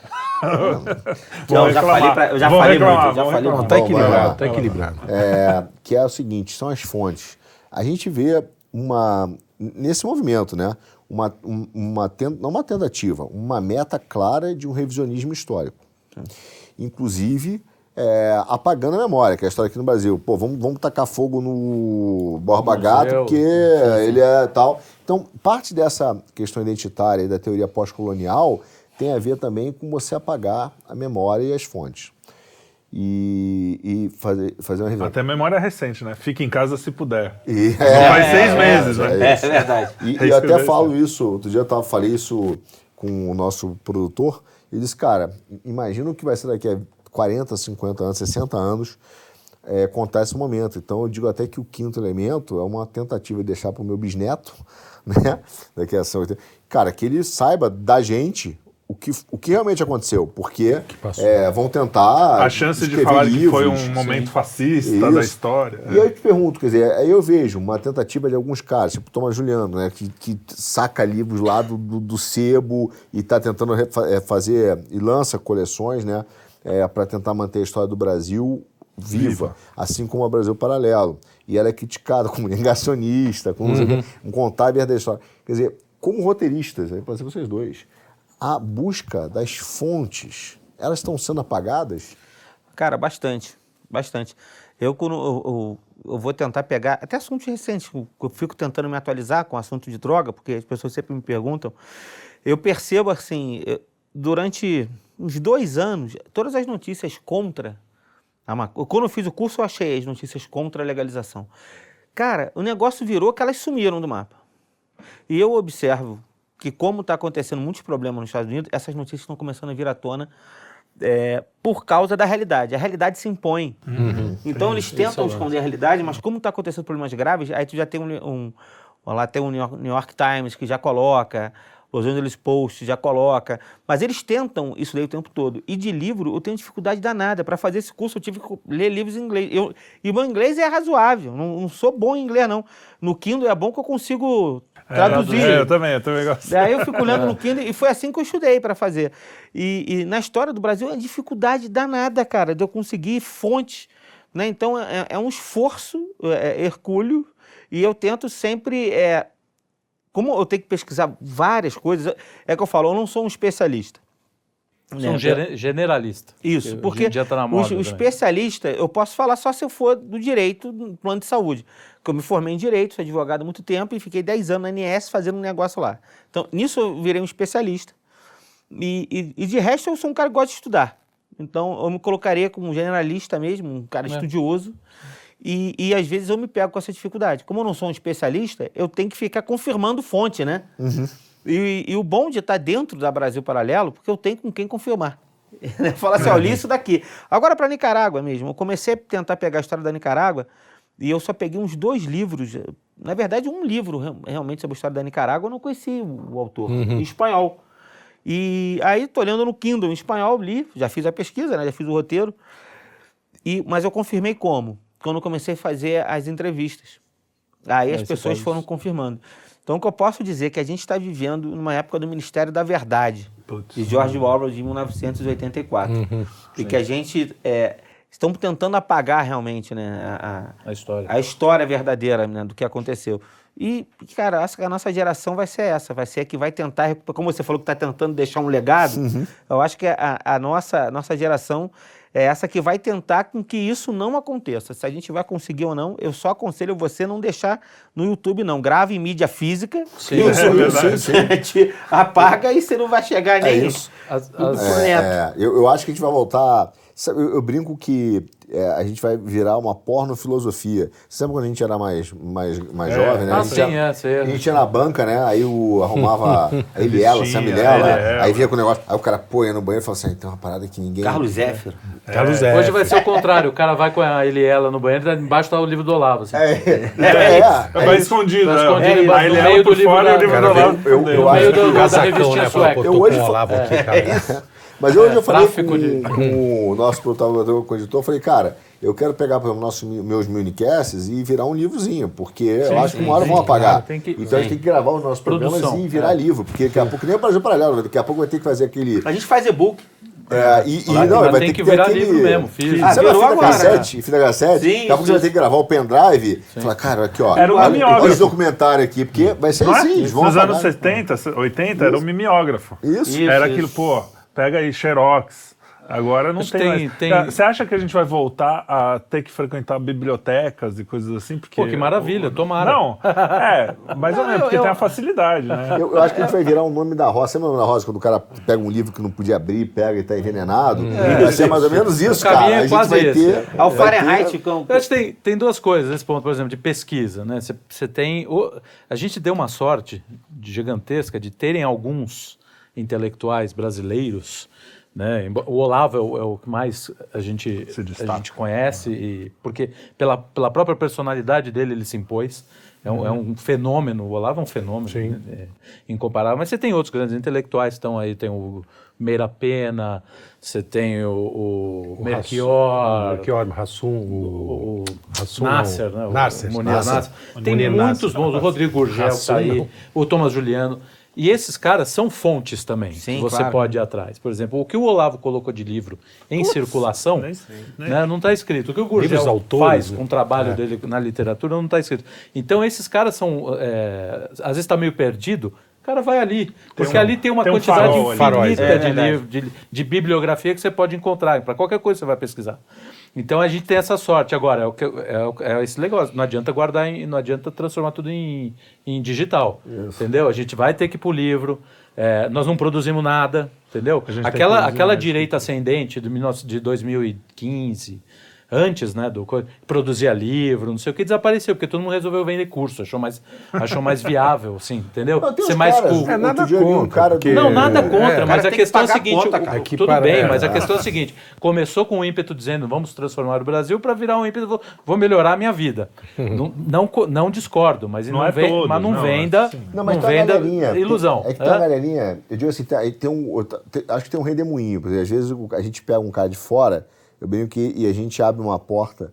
S2: Não, eu já falei, pra, eu já falei reclamar, muito. Já falei muito.
S4: Está equilibrado. Tá equilibrado.
S3: É, que é o seguinte, são as fontes. A gente vê uma, nesse movimento, né? Uma, uma, não uma tentativa, uma meta clara de um revisionismo histórico. Sim. Inclusive, é, apagando a memória, que é a história aqui no Brasil. Pô, vamos, vamos tacar fogo no Borba Gato, porque sim, sim. ele é tal. Então, parte dessa questão identitária e da teoria pós-colonial tem a ver também com você apagar a memória e as fontes. E, e fazer, fazer uma revisão.
S1: Até memória recente, né? Fique em casa se puder.
S3: E,
S1: é, Não faz seis
S2: é,
S1: meses,
S2: é,
S1: né?
S2: É, é verdade.
S3: E, e eu até falo isso, outro dia eu tava, falei isso com o nosso produtor, e disse, cara, imagina o que vai ser daqui a quarenta, cinquenta anos, sessenta anos, é, contar esse momento. Então eu digo até que o Quinto Elemento é uma tentativa de deixar para o meu bisneto, né? Daqui a cara, que ele saiba da gente o que, o que realmente aconteceu, porque é, vão tentar...
S1: A chance de falar livros, que foi um momento sim. fascista isso. da história.
S3: E é. aí eu te pergunto, quer dizer, aí eu vejo uma tentativa de alguns caras, tipo Thomas Juliano, né, que, que saca livros lá do, do, do sebo e está tentando refa- fazer, e lança coleções, né, é, para tentar manter a história do Brasil viva, viva, assim como o Brasil Paralelo. E ela é criticada como negacionista, como uhum. um contábil da história. Quer dizer, como roteiristas, aí pode ser vocês dois, a busca das fontes, elas estão sendo apagadas?
S2: Cara, bastante, bastante. Eu, eu, eu, eu vou tentar pegar, até assuntos recentes, eu fico tentando me atualizar com o assunto de droga, porque as pessoas sempre me perguntam. Eu percebo, assim, durante uns dois anos, todas as notícias contra a maconha. Quando eu fiz o curso, eu achei as notícias contra a legalização. Cara, o negócio virou que elas sumiram do mapa. E eu observo que, como está acontecendo muitos problemas nos Estados Unidos, essas notícias estão começando a vir à tona é, por causa da realidade. A realidade se impõe. Uhum. Então, eles tentam esconder a realidade, mas como está acontecendo problemas graves, aí tu já tem um... um lá tem o New York, New York Times que já coloca, Los Angeles Post já coloca, mas eles tentam isso daí o tempo todo. E de livro, eu tenho dificuldade danada. Para fazer esse curso, eu tive que ler livros em inglês. Eu, e o meu inglês é razoável, não, não sou bom em inglês, não. No Kindle é bom que eu consigo traduzir.
S1: É, eu também, eu também gosto.
S2: Daí eu fico lendo no Kindle e foi assim que eu estudei para fazer. E, e na história do Brasil é dificuldade danada, cara, de eu conseguir fontes, né? Então é, é um esforço é, hercúleo e eu tento sempre... É, como eu tenho que pesquisar várias coisas, é que eu falo, eu não sou um especialista.
S5: Você é um gener- generalista.
S2: Isso,
S5: que
S2: porque
S5: hoje em dia tá na moda
S2: o, o
S5: também.
S2: especialista eu posso falar só se eu for do direito, do plano de saúde. Porque eu me formei em direito, sou advogado há muito tempo e fiquei dez anos na A N S fazendo um negócio lá. Então, nisso eu virei um especialista. E, e, e de resto eu sou um cara que gosta de estudar. Então, eu me colocaria como um generalista mesmo, um cara
S5: É.
S2: estudioso. E, e às vezes eu me pego com essa dificuldade. Como eu não sou um especialista, eu tenho que ficar confirmando fonte, né?
S3: Uhum.
S2: E, e o bom de estar dentro da Brasil Paralelo, porque eu tenho com quem confirmar. Falar assim, ó, li isso daqui. Agora para Nicarágua mesmo, eu comecei a tentar pegar a história da Nicarágua e eu só peguei uns dois livros, na verdade um livro realmente sobre a história da Nicarágua, eu não conheci o autor,
S4: Uhum.
S2: em espanhol. E aí tô lendo no Kindle em espanhol, li, já fiz a pesquisa, né, já fiz o roteiro, e, mas eu confirmei como? Quando eu comecei a fazer as entrevistas. Aí as
S5: Aí você
S2: pessoas
S5: pode-
S2: foram confirmando. Então, o que eu posso dizer é que a gente está vivendo numa época do Ministério da Verdade,
S1: Putz.
S2: de George Orwell, de mil novecentos e oitenta e quatro.
S4: Uhum.
S2: E que a gente... É, estão tentando apagar realmente, né, a,
S5: A história.
S2: a, a história verdadeira, né, do que aconteceu. E, cara, acho que a nossa geração vai ser essa, vai ser a que vai tentar, recuperar- como você falou que está tentando deixar um legado, eu acho que a, a nossa, nossa geração é essa que vai tentar com que isso não aconteça. Se a gente vai conseguir ou não, eu só aconselho você não deixar no YouTube, não. Grave em mídia física.
S5: Sim,
S2: isso,
S1: é verdade.
S2: isso, isso. Apaga e você não vai chegar nem...
S3: É isso.
S5: As-
S2: Tudo
S5: as-
S2: por
S3: É,
S2: neto.
S3: é, eu, eu acho que a gente vai voltar. Sabe, Eu, eu brinco que é, a gente vai virar uma porno-filosofia. Você lembra quando a gente era mais, mais, mais
S1: É.
S3: jovem, né?
S5: Ah,
S3: a gente
S5: sim,
S3: ia,
S5: é, sei.
S3: a gente ia na banca, né? Aí o, arrumava a Eliela,
S1: Vestia,
S3: Samilela,
S1: a Eliela.
S3: aí vinha com o negócio. Aí o cara pô, ia no banheiro e falava assim: tem uma parada que ninguém.
S2: Carlos Zéfiro.
S4: Carlos Zé.
S5: Hoje vai ser o contrário. O cara vai com a Eliela no banheiro e embaixo tá o livro do Olavo. Assim.
S3: É, é, é,
S1: Vai escondido,
S5: Vai
S1: né?
S5: escondido
S1: É,
S5: embaixo
S1: aí
S5: do
S1: ele
S5: meio
S1: era
S5: do
S1: por
S5: livro
S1: fora
S5: da-
S1: e o livro
S3: Cara,
S1: do lado.
S3: eu- eu-
S1: dele.
S3: eu
S5: No
S3: acho
S5: meio
S3: que
S5: do,
S3: o
S5: da
S4: Casacão,
S5: revistinha
S4: né? Fala,
S5: sueca.
S4: pô,
S3: Eu
S4: tô
S3: hoje
S4: com o
S3: fa-
S4: Olavo aqui, cara.
S3: É isso. Mas hoje eu falei
S5: tráfico
S3: com,
S5: de-
S3: com o nosso protagonista, com o editor, eu falei, cara, eu quero pegar por exemplo, nosso, meus minicasts e virar um livrozinho, porque eu acho que uma hora
S5: sim,
S3: vão apagar.
S5: claro, tem que-
S3: então a gente
S5: sim.
S3: tem que gravar os nossos programas
S5: Produção,
S3: e virar
S5: é.
S3: livro, porque daqui a pouco, nem o Brasil Paralelo, daqui a pouco vai ter que fazer aquele...
S2: A gente faz e-book.
S3: É, e, e
S5: Lá-
S3: não,
S5: lá
S3: vai
S5: tem
S3: ter
S5: que
S3: ter
S5: virar
S3: aquele...
S5: livro mesmo, físico.
S2: Ah,
S3: Sabe a
S2: virou
S3: fita
S2: agora,
S3: cassete? Fita cassete?
S2: Sim,
S3: Daqui a pouco você
S2: isso,
S3: vai ter que gravar o pendrive. Falar, cara, aqui ó.
S1: Era um
S3: olha,
S1: mimeógrafo.
S3: olha esse documentário aqui, porque vai ser
S1: Não é?
S3: assim, eles vão
S1: Nos anos
S3: apagar.
S1: setenta, oitenta, era um mimeógrafo.
S3: Isso.
S2: Isso.
S1: Era aquilo, pô, pega aí Xerox. Agora não
S5: Mas
S1: tem,
S5: tem-
S1: mais.
S5: tem-
S1: Você acha que a gente vai voltar a ter que frequentar bibliotecas e coisas assim? Porque
S5: Pô, que maravilha, tomara.
S1: Não, é, mais ou menos, porque
S5: eu-
S1: tem a facilidade, né?
S3: Eu, eu acho que a gente vai virar um nome da roça. Você lembra o nome da roça? Quando o cara pega um livro que não podia abrir, pega e tá envenenado? Vai ser mais ou menos isso,
S5: O caminho
S3: cara.
S5: é
S3: A gente
S5: quase
S3: vai
S5: esse.
S3: ter...
S2: É o
S3: vai ter-
S2: Fahrenheit. Com...
S5: Eu acho que tem, tem duas coisas nesse ponto, por exemplo, de pesquisa. Né? Você, você tem. o- a gente deu uma sorte gigantesca de terem alguns intelectuais brasileiros. Né? Embo- O Olavo é o, é o que mais a gente,
S1: Se
S5: a
S1: destaca.
S5: gente conhece, e, porque pela, pela própria personalidade dele ele se impôs. É um, é um fenômeno, o Olavo é um fenômeno
S4: Sim.
S5: né? É incomparável. Mas você tem outros grandes intelectuais que estão aí, tem o Meira Pena, você tem o, o,
S4: O
S5: Melchior,
S4: Melchior, Hassum, o,
S5: o
S4: Hassum,
S5: Nasser,
S4: não.
S5: né? O
S4: Nasser.
S5: Munir
S3: Nasser.
S5: Nasser. Tem
S4: Munir
S5: muitos
S4: Nasser.
S5: bons, o Rodrigo Gurgel que
S4: Hassum,
S5: tá aí,
S4: não.
S5: o Thomas Juliano. E esses caras são fontes também,
S2: Sim,
S5: que você
S2: claro.
S5: pode ir atrás. Por exemplo, o que o Olavo colocou de livro em circulação,
S1: nem sei, nem-
S5: né, não está escrito. O que o
S4: Livros
S5: Gurgel
S4: autores,
S5: faz
S4: né?
S5: com o trabalho
S4: É.
S5: dele na literatura não está escrito. Então, esses caras são... é, às vezes está meio perdido, o cara vai ali. Porque
S1: um-
S5: ali tem uma
S1: tem um
S5: quantidade
S1: farol ali.
S4: Faróis,
S5: infinita
S2: é
S5: de,
S2: verdade.
S5: livro, de, de bibliografia que você pode encontrar. Para qualquer coisa você vai pesquisar. Então a gente tem essa sorte. Agora, é, o que, é, o- é esse negócio. Não adianta guardar, em, não adianta transformar tudo em, em digital. Entendeu? A gente vai ter que ir pro livro. É, nós não produzimos nada. Entendeu?
S1: A gente tem que
S5: Aquela,
S1: produzir
S5: aquela
S1: mais.
S5: direita ascendente de, mil e novecentos de dois mil e quinze, antes, né, do co- produzia livro, não sei o que, desapareceu, porque todo mundo resolveu vender curso, achou mais, achou mais viável, assim, entendeu?
S3: Não, tem
S5: Ser
S3: uns
S5: mais
S3: caras,
S5: cool.
S3: né?
S4: É nada
S3: Outro dia eu vi um
S4: contra,
S3: cara
S4: porque-
S3: do-
S5: Não, nada contra,
S4: É,
S5: mas
S2: cara
S5: a
S2: tem que
S5: questão é a
S2: pagar
S5: seguinte,
S2: conta,
S5: o-
S2: cara.
S5: o-
S4: Aqui
S5: tudo
S4: para-
S5: bem,
S4: é.
S5: mas a questão é a seguinte, começou com o ímpeto dizendo vamos transformar o Brasil para virar um ímpeto, vou, vou melhorar a minha vida. não, não, co- não discordo, mas
S1: Não
S5: não,
S1: é
S5: vem,
S1: todos,
S5: mas não,
S1: não,
S5: venda,
S1: assim.
S3: Não, mas
S5: não
S3: tem uma
S5: venda
S3: galerinha. tem-
S5: ilusão.
S3: é que tem uma
S5: Hã?
S3: galerinha. Eu digo assim, tem, tem um. outra- tem- acho que tem um redemoinho. Porque às vezes o- a gente pega um cara de fora, eu brinco que e a gente abre uma porta,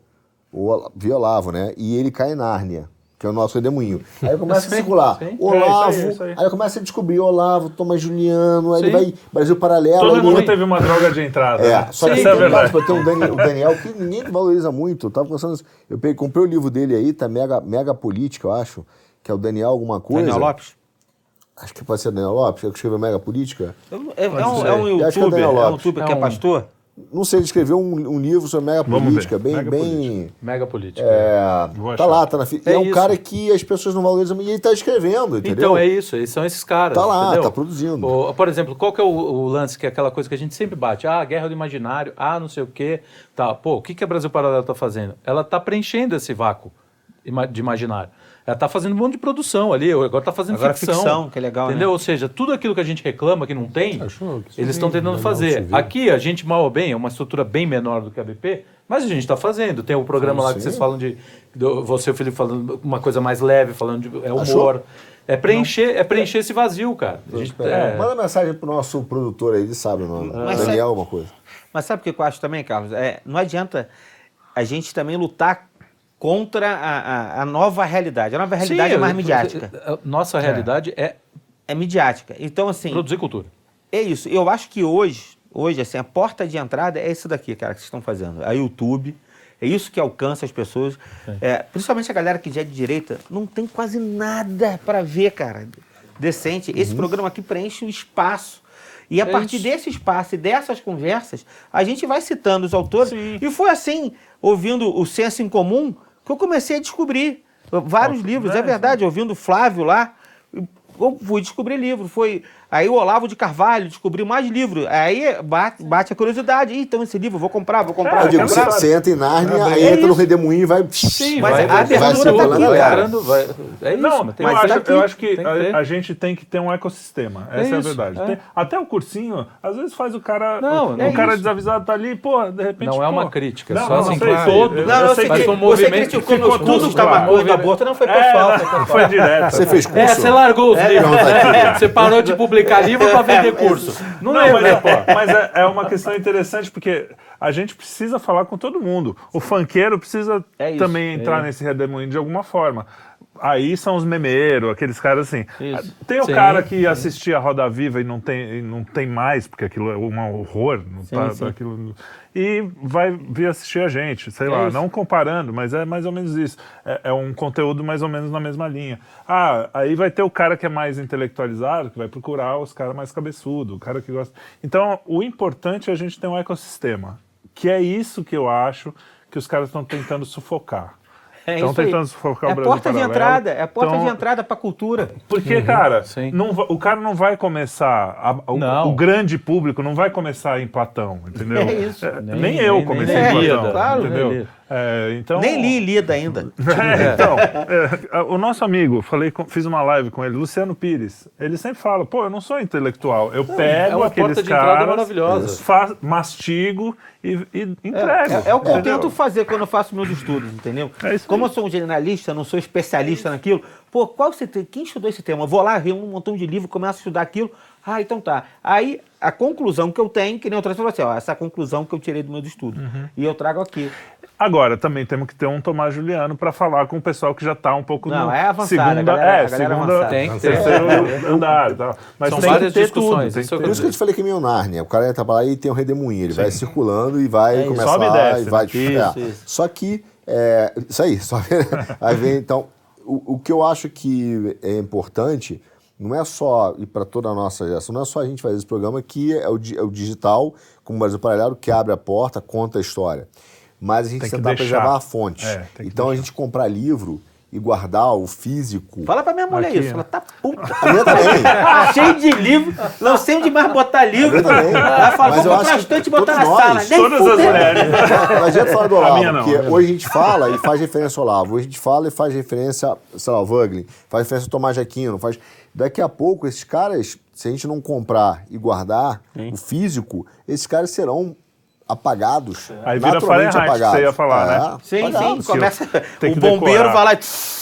S3: o via Olavo, né? E ele cai em Nárnia, que é o nosso redemoinho. Aí eu começo a
S5: Sim,
S3: circular.
S5: sim.
S3: Olavo,
S1: É, isso aí, isso aí.
S3: aí eu começo a descobrir Olavo, Thomas Juliano, aí ele
S5: Sim.
S3: vai Brasil Paralelo.
S1: Todo
S3: aí
S1: mundo
S3: ele-
S1: teve uma droga de entrada.
S3: É,
S1: né?
S3: só que
S1: Essa é a
S3: tem, um cara,
S1: verdade.
S3: tipo, tem um Daniel, o Daniel que ninguém valoriza muito. Eu tava pensando nisso. Eu peguei, comprei o livro dele aí, tá mega, mega política, eu acho, que é o Daniel alguma coisa.
S2: Daniel Lopes.
S3: Acho que pode ser Daniel Lopes, que escreveu Mega Política.
S2: É, é, um, é um
S3: Eu acho que é
S2: youtuber,
S3: Daniel
S2: é um
S3: Lopes.
S2: youtuber que é
S5: É um-
S2: pastor.
S3: Não sei, ele escreveu um, um livro sobre Mega
S1: Vamos
S3: Política,
S1: ver.
S3: bem...
S1: Mega
S3: bem
S5: Mega política.
S3: é,
S1: Vou
S3: tá
S1: achar.
S3: lá, tá na fi...
S5: É
S3: e é um
S5: isso.
S3: cara que as pessoas não valorizam e ele tá escrevendo, entendeu?
S5: Então, é isso, eles são esses caras.
S3: Tá lá,
S5: entendeu?
S3: tá produzindo.
S5: O- por exemplo, qual que é o, o lance, que é aquela coisa que a gente sempre bate? Ah, guerra do imaginário, ah, não sei o quê. Tá, pô, o que, que a Brasil Paralelo tá fazendo? Ela tá preenchendo esse vácuo ima- de imaginário. Ela tá fazendo um monte de produção ali, agora tá fazendo
S2: Agora
S5: ficção.
S2: ficção, que é legal,
S5: Entendeu?
S2: né?
S5: Ou seja, tudo aquilo que a gente reclama que não tem,
S4: Achou que isso
S5: eles estão
S4: tem
S5: tentando
S4: legal
S5: fazer.
S4: de se ver.
S5: Aqui, a gente, mal ou bem, é uma estrutura bem menor do que a B P, mas a gente está fazendo. Tem o programa
S3: Sim,
S5: lá que
S3: sim.
S5: vocês falam de... do- você e o Felipe falando uma coisa mais leve, falando de é humor.
S3: Achou?
S5: É preencher, é preencher esse vazio, cara. A gente- é-
S3: Manda mensagem pro nosso produtor aí, ele sabe o nome.
S2: Mas
S3: Daniel, alguma coisa.
S2: Mas sabe o que eu acho também, Carlos? É, não adianta a gente também lutar contra a, a, a nova realidade. A nova realidade
S5: Sim,
S2: é mais
S5: eu-
S2: midiática.
S5: eu- Nossa realidade é,
S2: É midiática. Então, assim,
S5: produzir cultura.
S2: é isso. Eu acho que hoje, hoje, assim, a porta de entrada é isso daqui, cara, que vocês estão fazendo. A YouTube. É isso que alcança as pessoas. É, principalmente a galera que já é de direita, não tem quase nada para ver, cara, decente. Esse programa aqui preenche o espaço. E a
S5: É
S2: partir
S5: isso.
S2: desse espaço e dessas conversas, a gente vai citando os autores.
S5: Sim.
S2: E foi assim, ouvindo o Senso em Comum, que eu comecei a descobrir vários livros. É verdade, ouvindo o Flávio lá, eu fui descobrir livro. Foi aí o Olavo de Carvalho descobriu mais livros. Aí bate, bate a curiosidade. Ih, então esse livro, vou comprar, vou comprar.
S3: Eu
S2: vou
S3: digo,
S2: comprar.
S3: você, você entra em Nárnia, aí
S2: É
S3: entra no
S2: isso.
S3: Redemoinho e vai...
S5: Sim,
S2: Mas
S5: vai,
S2: a
S5: vai,
S2: abertura
S5: vai
S2: tá
S5: circulando,
S2: aqui,
S5: vai
S2: cara.
S5: entrando, vai- é isso,
S1: Não,
S5: mas tem
S1: eu,
S2: mas
S5: que
S1: acho,
S2: tá
S1: eu
S2: aqui,
S1: acho que
S5: tem que ter.
S1: a, a gente tem que ter um ecossistema. Essa é, a
S5: isso,
S1: verdade.
S5: é.
S1: Tem- até o cursinho, às vezes faz o cara.
S5: Não,
S1: o
S5: não é
S1: cara
S5: isso.
S1: desavisado tá ali, pô, de repente.
S5: Não é
S1: pô,
S5: uma crítica,
S1: não,
S5: só
S1: não,
S5: assim,
S1: sei,
S5: claro.
S1: sei,
S5: todo-
S1: eu-
S2: Não,
S1: eu
S2: eu
S1: sei
S2: sei
S5: mas
S2: que
S5: foi um
S2: você
S5: movimento
S2: criticou
S1: que
S2: nos
S1: ficou
S2: cursos
S1: tudo
S2: da
S1: claro.
S2: maconha e do aborto, não foi pessoal.
S1: É,
S2: foi
S1: não,
S2: pessoal.
S1: foi direto.
S3: Você fez curso?
S5: É, você largou os livros.
S3: Não, tá aqui.
S5: Você parou de publicar livro para vender curso. Não,
S1: Não,
S5: lembro,
S1: mas,
S5: né, pô?
S1: é, mas é, é uma questão interessante porque a gente precisa falar com todo mundo. O funkeiro precisa
S2: É isso,
S1: também entrar nesse redemoinho de alguma forma. Aí são os memeiros, aqueles caras assim.
S5: Isso.
S1: Tem o
S5: Sim,
S1: cara que assistia a Roda Viva e não tem, e não tem mais, porque aquilo é um horror. Não tá,
S2: sim.
S1: aquilo, e vai vir assistir a gente, sei lá,
S2: isso.
S1: não comparando, mas é mais ou menos isso. É, é um conteúdo mais ou menos na mesma linha. Ah, aí vai ter o cara que é mais intelectualizado, que vai procurar os caras mais cabeçudos, o cara que gosta. Então, o importante é a gente ter um ecossistema, que é isso que eu acho que os caras estão tentando sufocar.
S2: É
S1: Estão
S2: isso aí.
S1: tentando sufocar
S2: É
S1: o
S2: a
S1: Brasil
S2: porta de
S1: Paralelo.
S2: entrada, é a porta
S1: Então,
S2: de entrada para a cultura.
S1: porque, cara,
S5: sim.
S1: não va- o cara não vai começar, a- o,
S5: Não.
S1: o grande público não vai começar em Platão, entendeu?
S2: É isso.
S1: É, nem,
S5: Nem-
S1: eu
S5: nem-
S1: comecei
S5: nem
S1: em
S5: Ilíada,
S1: Platão,
S2: claro,
S1: entendeu?
S5: nem Ilíada.
S1: É, então,
S2: Nem li Ilíada ainda.
S1: É, então, é, o nosso amigo, falei, com- fiz uma live com ele, Luciano Pires. Ele sempre fala, pô, eu não sou intelectual. Eu pego
S5: é uma
S1: aqueles
S5: porta de entrada
S1: caras,
S5: maravilhosa.
S1: fa- mastigo e, e entrego.
S2: É, é o que eu
S1: entendeu?
S2: tento fazer quando eu faço meus estudos, entendeu?
S1: É isso
S2: Como
S1: aí.
S2: eu sou um generalista, não sou especialista naquilo, pô, qual você tem? Quem estudou esse tema? Eu vou lá, reúno um montão de livro, começo a estudar aquilo. Ah, então tá. Aí a conclusão que eu tenho, que nem eu trouxe pra você, ó, essa conclusão que eu tirei do meu estudo.
S1: Uhum.
S2: E eu trago aqui.
S1: Agora, também temos que ter um Tomás Juliano para falar com o pessoal que já está um pouco
S2: Não,
S1: no
S2: é avançada,
S1: segunda,
S2: a galera-
S1: é,
S2: a galera
S1: segunda,
S2: avançada.
S5: Tem que ter.
S1: terceiro andar, e tal. Mas
S5: São
S1: tem
S5: várias
S1: que ter
S5: discussões,
S1: tudo,
S5: isso
S1: tem
S5: eu
S1: que
S3: Por isso que eu te falei que é meio Nárnia. O cara entra pra lá e tem um redemoinho. Ele vai circulando e vai
S2: isso.
S3: começar
S1: Sobe e desce,
S3: e vai...
S1: né?
S2: Isso,
S3: é.
S2: isso.
S3: Só que... É, isso aí. Só, aí vem, então... O, o que eu acho que é importante não é só ir para toda a nossa geração, não é só a gente fazer esse programa que é o, di- é o digital, como o Brasil Paralelo, que abre a porta, conta a história. Mas a gente
S1: Tem que
S3: tentar
S1: deixar.
S3: preservar a fonte.
S1: É, tem que
S3: então a
S1: deixar.
S3: gente comprar livro e guardar o físico...
S2: Fala pra minha mulher
S1: Aqui,
S2: isso.
S1: né?
S2: Ela tá puta.
S3: A minha também.
S2: Tá cheio de livro, não sei onde mais botar livro.
S3: Eu também.
S2: Ela fala,
S3: Mas
S2: vou
S3: eu
S2: comprar
S3: acho que
S2: bastante e botar na
S3: todos
S2: sala.
S3: nós,
S2: Nem
S1: todas as
S2: fudeu.
S1: mulheres.
S3: Não adianta falar do
S1: A
S3: Olavo,
S1: minha não,
S3: porque
S1: a minha
S3: hoje a gente fala e faz referência ao Olavo, hoje a gente fala e faz referência, sei lá, ao Wöglin, faz referência ao Tomás de Aquino, faz... Daqui a pouco, esses caras, se a gente não comprar e guardar o físico, esses caras serão apagados,
S1: Aí vira
S3: naturalmente
S1: Fahrenheit, que
S3: apagados.
S1: você ia falar, né?
S2: Sim, sim,
S3: apagados.
S2: começa.
S1: Tem
S2: O
S1: que
S2: bombeiro
S1: decorar.
S2: vai lá.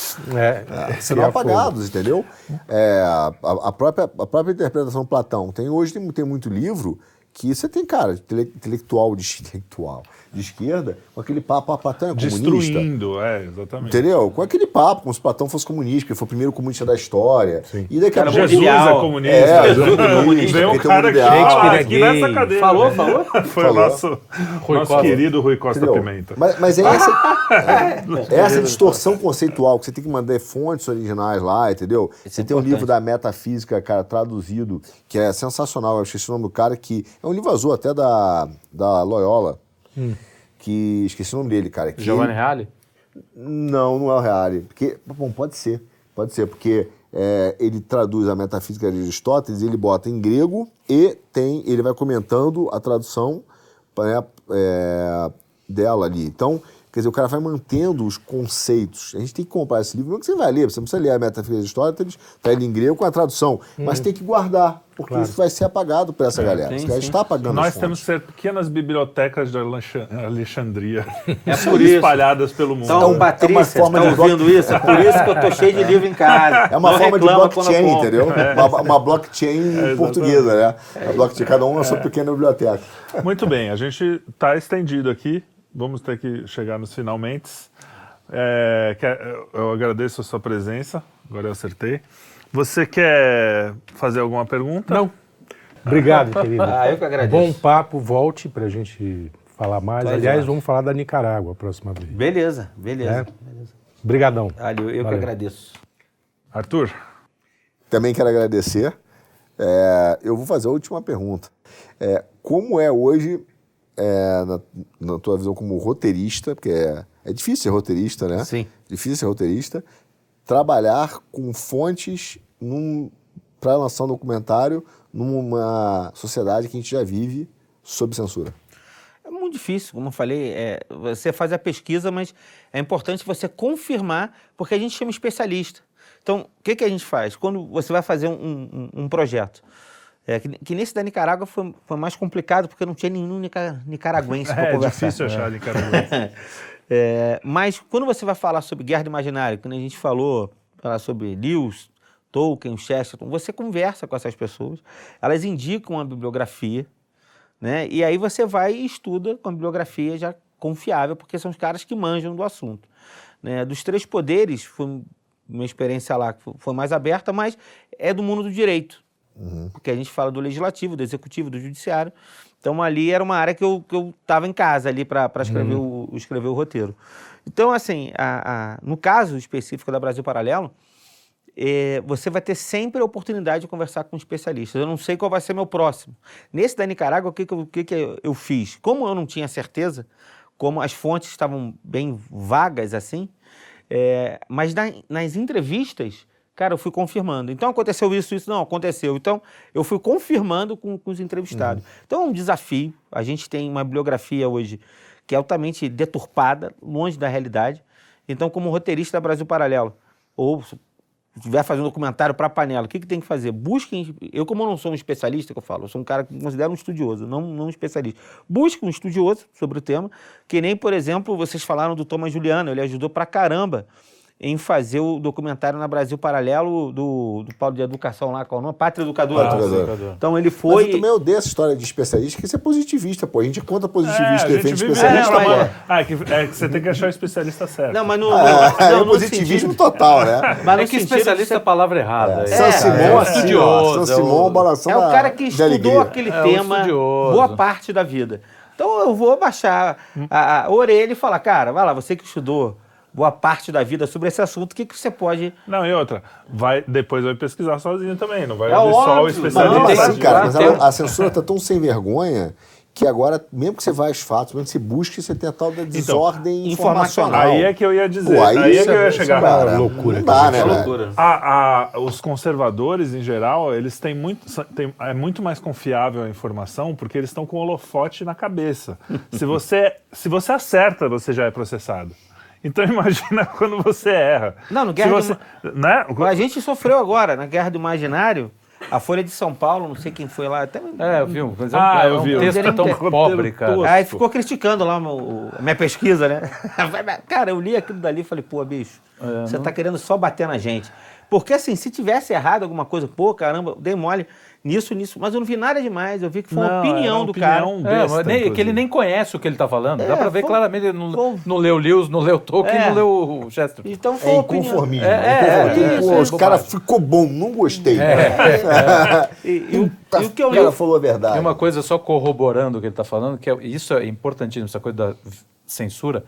S4: É,
S3: Serão
S4: e a folha?
S3: apagados, entendeu? É, a, a própria, a própria interpretação do Platão. Tem, hoje tem, tem muito livro que você tem, cara, intelectual de, intelectual de esquerda, com aquele papo, a Platão é comunista.
S1: Destruindo, é, exatamente.
S3: Entendeu? Com aquele papo, como se Platão fosse comunista, que foi o primeiro comunista da história.
S4: Sim.
S3: E daqui a pouco...
S1: Jesus é comunista.
S3: É, Jesus é comunista.
S1: Veio um
S3: porque tem
S1: cara
S3: um
S1: que
S3: ideal.
S1: fala
S5: Shakespeare é
S1: aqui
S5: gay.
S1: nessa cadeira.
S5: Falou,
S1: né?
S5: falou?
S1: Foi
S3: Falou.
S1: o nosso,
S5: Rui
S1: nosso
S5: Costa.
S1: querido Rui Costa
S3: Entendeu?
S1: Pimenta.
S3: Mas, mas é essa, é essa distorção conceitual, que você tem que mandar fontes originais lá, entendeu?
S2: Isso
S3: Você
S2: é
S3: tem um
S2: importante.
S3: livro da metafísica, cara, traduzido, que é sensacional. Eu esqueci o nome do cara, que é um livro azul até da, da Loyola, que esqueci o nome dele, cara. Que
S5: Giovanni
S3: ele-
S5: Reale?
S3: Não, não é o Reale. Porque, bom, pode ser. Pode ser, porque é, ele traduz a metafísica de Aristóteles, ele bota em grego e tem, ele vai comentando a tradução, né, é, dela ali. Então, quer dizer, o cara vai mantendo os conceitos. A gente tem que comprar esse livro, não que você vai ler, você não precisa ler a metafísica de Aristóteles, tá ele em grego com a tradução, mas tem que guardar, porque
S4: Claro.
S3: isso vai ser apagado para essa galera.
S2: sim,
S3: Esse cara
S2: sim.
S3: está apagando
S1: Nós
S3: as
S1: temos que
S3: fontes.
S1: ser pequenas bibliotecas de Alexan- Alexandria.
S2: É por isso.
S1: Espalhadas pelo mundo.
S2: Então, Patrícia,
S3: forma
S2: tá
S3: de
S2: ouvindo isso? É por isso que eu tô cheio de livro em casa.
S3: É uma
S2: Não
S3: forma de
S2: reclama quando eu
S3: blockchain,
S2: compro.
S3: entendeu? Uma, uma blockchain
S1: exatamente.
S3: portuguesa, né? A blockchain, cada um na sua pequena biblioteca.
S1: Muito bem, a gente está estendido aqui. Vamos ter que chegar nos finalmente. É, quer- eu agradeço a sua presença. Agora eu acertei. Você quer fazer alguma pergunta?
S4: Não. Obrigado, querido.
S2: Ah, eu que agradeço.
S4: Bom papo, volte pra gente falar mais.
S2: Vai,
S4: Aliás,
S2: Jorge.
S4: vamos falar da Nicarágua a próxima vez.
S2: Beleza, beleza.
S4: É. Obrigadão.
S2: Olha, eu, eu que
S4: Valeu.
S2: agradeço.
S1: Arthur?
S3: Também quero agradecer. É, eu vou fazer a última pergunta. É, como é hoje, é, na, na tua visão como roteirista, porque é, é difícil ser roteirista, né?
S2: Sim.
S3: Difícil ser roteirista, trabalhar com fontes para lançar um documentário numa sociedade que a gente já vive sob censura.
S2: É muito difícil, como eu falei, é, você faz a pesquisa, mas é importante você confirmar, porque a gente chama especialista. Então, o que, que a gente faz? Quando você vai fazer um, um, um projeto, é, que, que nesse da Nicarágua foi, foi mais complicado, porque não tinha nenhum nica, nicaraguense para
S1: É
S2: conversar.
S1: difícil achar ali, cara.
S2: É, mas quando você vai falar sobre Guerra do Imaginário, quando a gente falou falar sobre Lewis, Tolkien, Chesterton, você conversa com essas pessoas, elas indicam a bibliografia, né? E aí você vai e estuda com a bibliografia já confiável, porque são os caras que manjam do assunto. Né? Dos Três Poderes, foi uma experiência lá que foi mais aberta, mas é do mundo do direito, uhum. Porque a gente fala do legislativo, do executivo, do judiciário. Então ali era uma área que eu que eu estava em casa ali para escrever, uhum. o, escrever o roteiro. Então, assim, a, a, no caso específico da Brasil Paralelo, É, você vai ter sempre a oportunidade de conversar com especialistas. Eu não sei qual vai ser meu próximo. Nesse da Nicarágua, o que, que, eu, o que, que eu fiz? Como eu não tinha certeza, como as fontes estavam bem vagas assim, é, mas na, nas entrevistas, cara, eu fui confirmando. Então, aconteceu isso, isso, não, aconteceu. Então, eu fui confirmando com, com os entrevistados. Uhum. Então, é um desafio. A gente tem uma bibliografia hoje que é altamente deturpada, longe da realidade. Então, como roteirista da Brasil Paralelo, ou se estiver fazendo um documentário para a panela, o que, que tem que fazer? Busquem... Eu, como não sou um especialista, que eu falo, eu sou um cara que me considero um estudioso, não, não um especialista. Busque um estudioso sobre o tema, que nem, por exemplo, vocês falaram do Thomas Juliano, ele ajudou pra caramba em fazer o documentário na Brasil Paralelo do, do Paulo de Educação lá, qual é o nome? Pátria Educadora.
S3: Pátria Educadora.
S2: Então ele foi...
S3: Mas eu também odeio essa história de especialista, que isso é positivista, pô. A gente conta positivista,
S1: é,
S3: defende
S1: vive,
S3: especialista,
S1: é,
S3: pô.
S1: mas, ah, é, que, é que você tem que achar o especialista certo.
S2: Não, mas no...
S3: Ah,
S2: não,
S3: é
S2: no
S3: o positivismo
S2: sentido-
S3: total, né?
S2: Mas no
S5: É que
S2: sentido
S5: especialista é a palavra errada.
S3: É.
S5: É.
S3: São Simão,
S2: é,
S3: assim, ó.
S5: estudioso,
S3: São Simão, balançando
S2: É o cara que
S3: de
S2: estudou
S3: alegria.
S2: aquele
S5: É, o
S2: tema
S5: estudioso.
S2: boa parte da vida. Então eu vou baixar a, a orelha e falar, cara, vai lá, você que estudou boa parte da vida sobre esse assunto, o que, que você pode...
S1: Não, e outra, vai, depois vai pesquisar sozinho também, não vai
S2: É
S1: ouvir só o
S2: óbvio,
S3: Mas,
S1: especialista.
S3: não, mas
S2: Tem-
S3: assim, cara, mas
S2: tem-
S3: a, a censura tá tão sem vergonha que agora, mesmo que você vá aos fatos, mesmo que você busque, você tem a tal da desordem informacional.
S1: Aí é que eu ia dizer,
S3: Pô, aí
S1: aí, é
S3: isso
S1: que eu ia
S3: isso
S1: chegar.
S3: cara,
S4: É loucura
S3: Não
S4: que a
S3: dá,
S4: gente
S3: né,
S2: É
S3: velho?
S2: loucura.
S1: A- a- os conservadores, em geral, eles têm muito, são- tem- é muito mais confiável a informação porque eles estão com o holofote na cabeça. se, você, se você acerta, você já é processado. Então imagina quando você erra.
S2: Não, no
S1: Se
S2: Guerra do
S1: você, né?
S2: A gente sofreu agora, na Guerra do Imaginário, a Folha de São Paulo, não sei quem foi lá, até...
S5: É, eu vi. um- Mas é um,
S1: Ah,
S5: é
S1: eu
S5: um
S1: vi.
S5: texto tão
S2: Roteiro
S5: pobre, cara.
S1: tosco.
S2: Aí ficou criticando lá o meu- a minha pesquisa, né? Cara, eu li aquilo dali e falei, pô, bicho, você tá querendo só bater na gente. Porque assim, se tivesse errado alguma coisa, pô, caramba, dei mole nisso, nisso, mas eu não vi nada demais, eu vi que foi uma
S1: Não,
S2: opinião
S1: era
S2: do
S1: opinião
S2: cara.
S5: É, mas nem- que ele nem conhece o que ele tá falando.
S2: É,
S5: Dá pra ver
S2: foi-
S5: claramente, ele não,
S2: foi-
S5: não leu Lewis, não leu Tolkien,
S2: É.
S5: não leu o Chester.
S2: Então foi
S3: É
S2: uma opinião.
S3: inconformismo.
S5: É, é,
S3: inconformismo.
S5: é,
S3: Pô,
S5: é,
S3: os
S5: é
S3: caras
S5: bobagem.
S3: ficou bom, não gostei.
S2: E, e o,
S3: Tá,
S2: e o que eu
S3: o cara
S2: li...
S3: falou a verdade.
S5: E uma coisa só corroborando o que ele está falando, que é, isso é importantíssimo, essa coisa da censura.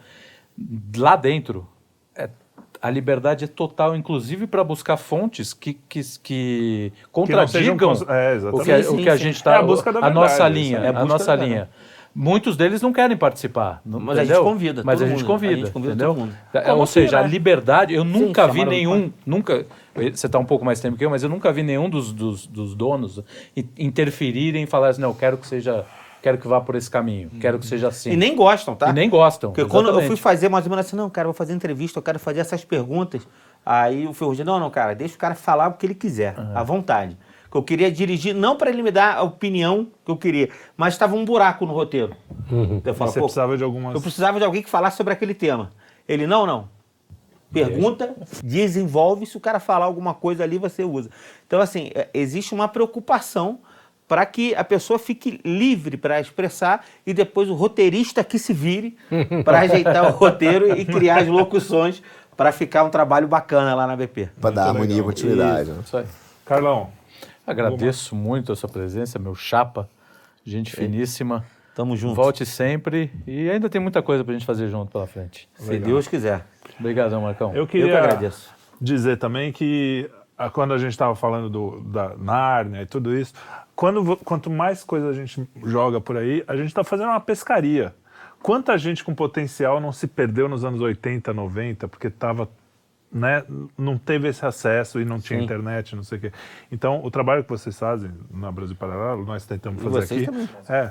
S5: Lá dentro, é, a liberdade é total, inclusive para buscar fontes que, que, que contradigam
S1: cons- é,
S5: o
S1: exatamente.
S5: que, a-
S2: Sim,
S5: o
S2: sim,
S5: que a
S2: sim.
S5: gente está...
S1: É a busca da
S5: a nossa
S1: verdade,
S5: linha,
S2: isso. É a
S5: a
S2: busca
S5: nossa
S2: da
S5: linha. Muitos deles não querem participar. não-
S2: Mas a gente
S5: entendeu?
S2: convida,
S5: Mas
S2: todo
S5: a gente
S2: mundo.
S5: convida,
S2: A gente convida
S5: entendeu?
S2: todo mundo.
S5: É,
S2: Como
S5: Ou seja,
S2: que,
S5: a
S2: né?
S5: liberdade, eu nunca vi
S2: chamaram do
S5: nenhum, nunca, você está um pouco mais tempo que eu, mas eu nunca vi nenhum dos, dos, dos donos i- interferirem e falar assim, não, eu quero que seja, quero que vá por esse caminho, quero que seja assim.
S2: E nem gostam, tá?
S5: E nem gostam.
S2: Porque quando eu fui
S5: exatamente.
S2: fazer mais ou menos assim, não, cara, eu vou fazer entrevista, eu quero fazer essas perguntas. Aí o Ferrugem, não, não, cara, deixa o cara falar o que ele quiser, à vontade. Que eu queria dirigir, não para ele me dar a opinião que eu queria, mas estava um buraco no roteiro. Eu falo,
S1: Você
S2: pô,
S1: precisava de algumas...
S2: eu precisava de alguém que falasse sobre aquele tema. Ele, não, não. Pergunta, desenvolve, se o cara falar alguma coisa ali, você usa. Então, assim, é, existe uma preocupação para que a pessoa fique livre para expressar e depois o roteirista que se vire para ajeitar o roteiro e criar as locuções para ficar um trabalho bacana lá na B P.
S3: Pra dar harmonia e continuidade. né?
S5: Isso aí.
S1: Carlão,
S5: Agradeço muito a sua presença, meu chapa, gente finíssima.
S2: Tamo junto.
S5: Volte sempre e ainda tem muita coisa pra gente fazer junto pela frente.
S2: Se Deus quiser.
S5: Obrigadão, Marcão.
S1: eu
S2: Eu
S1: queria
S2: que agradeço.
S1: dizer também que ah, quando a gente estava falando do, da Nárnia e tudo isso, quando, vo- quanto mais coisa a gente joga por aí, a gente está fazendo uma pescaria. Quanta gente com potencial não se perdeu nos anos oitenta, noventa, porque estava, né, não teve esse acesso e não tinha
S2: Sim.
S1: internet, não sei o quê. Então, o trabalho que vocês fazem na Brasil Paralelo, nós tentamos
S2: E
S1: fazer
S2: vocês
S1: aqui.
S2: também.
S1: É,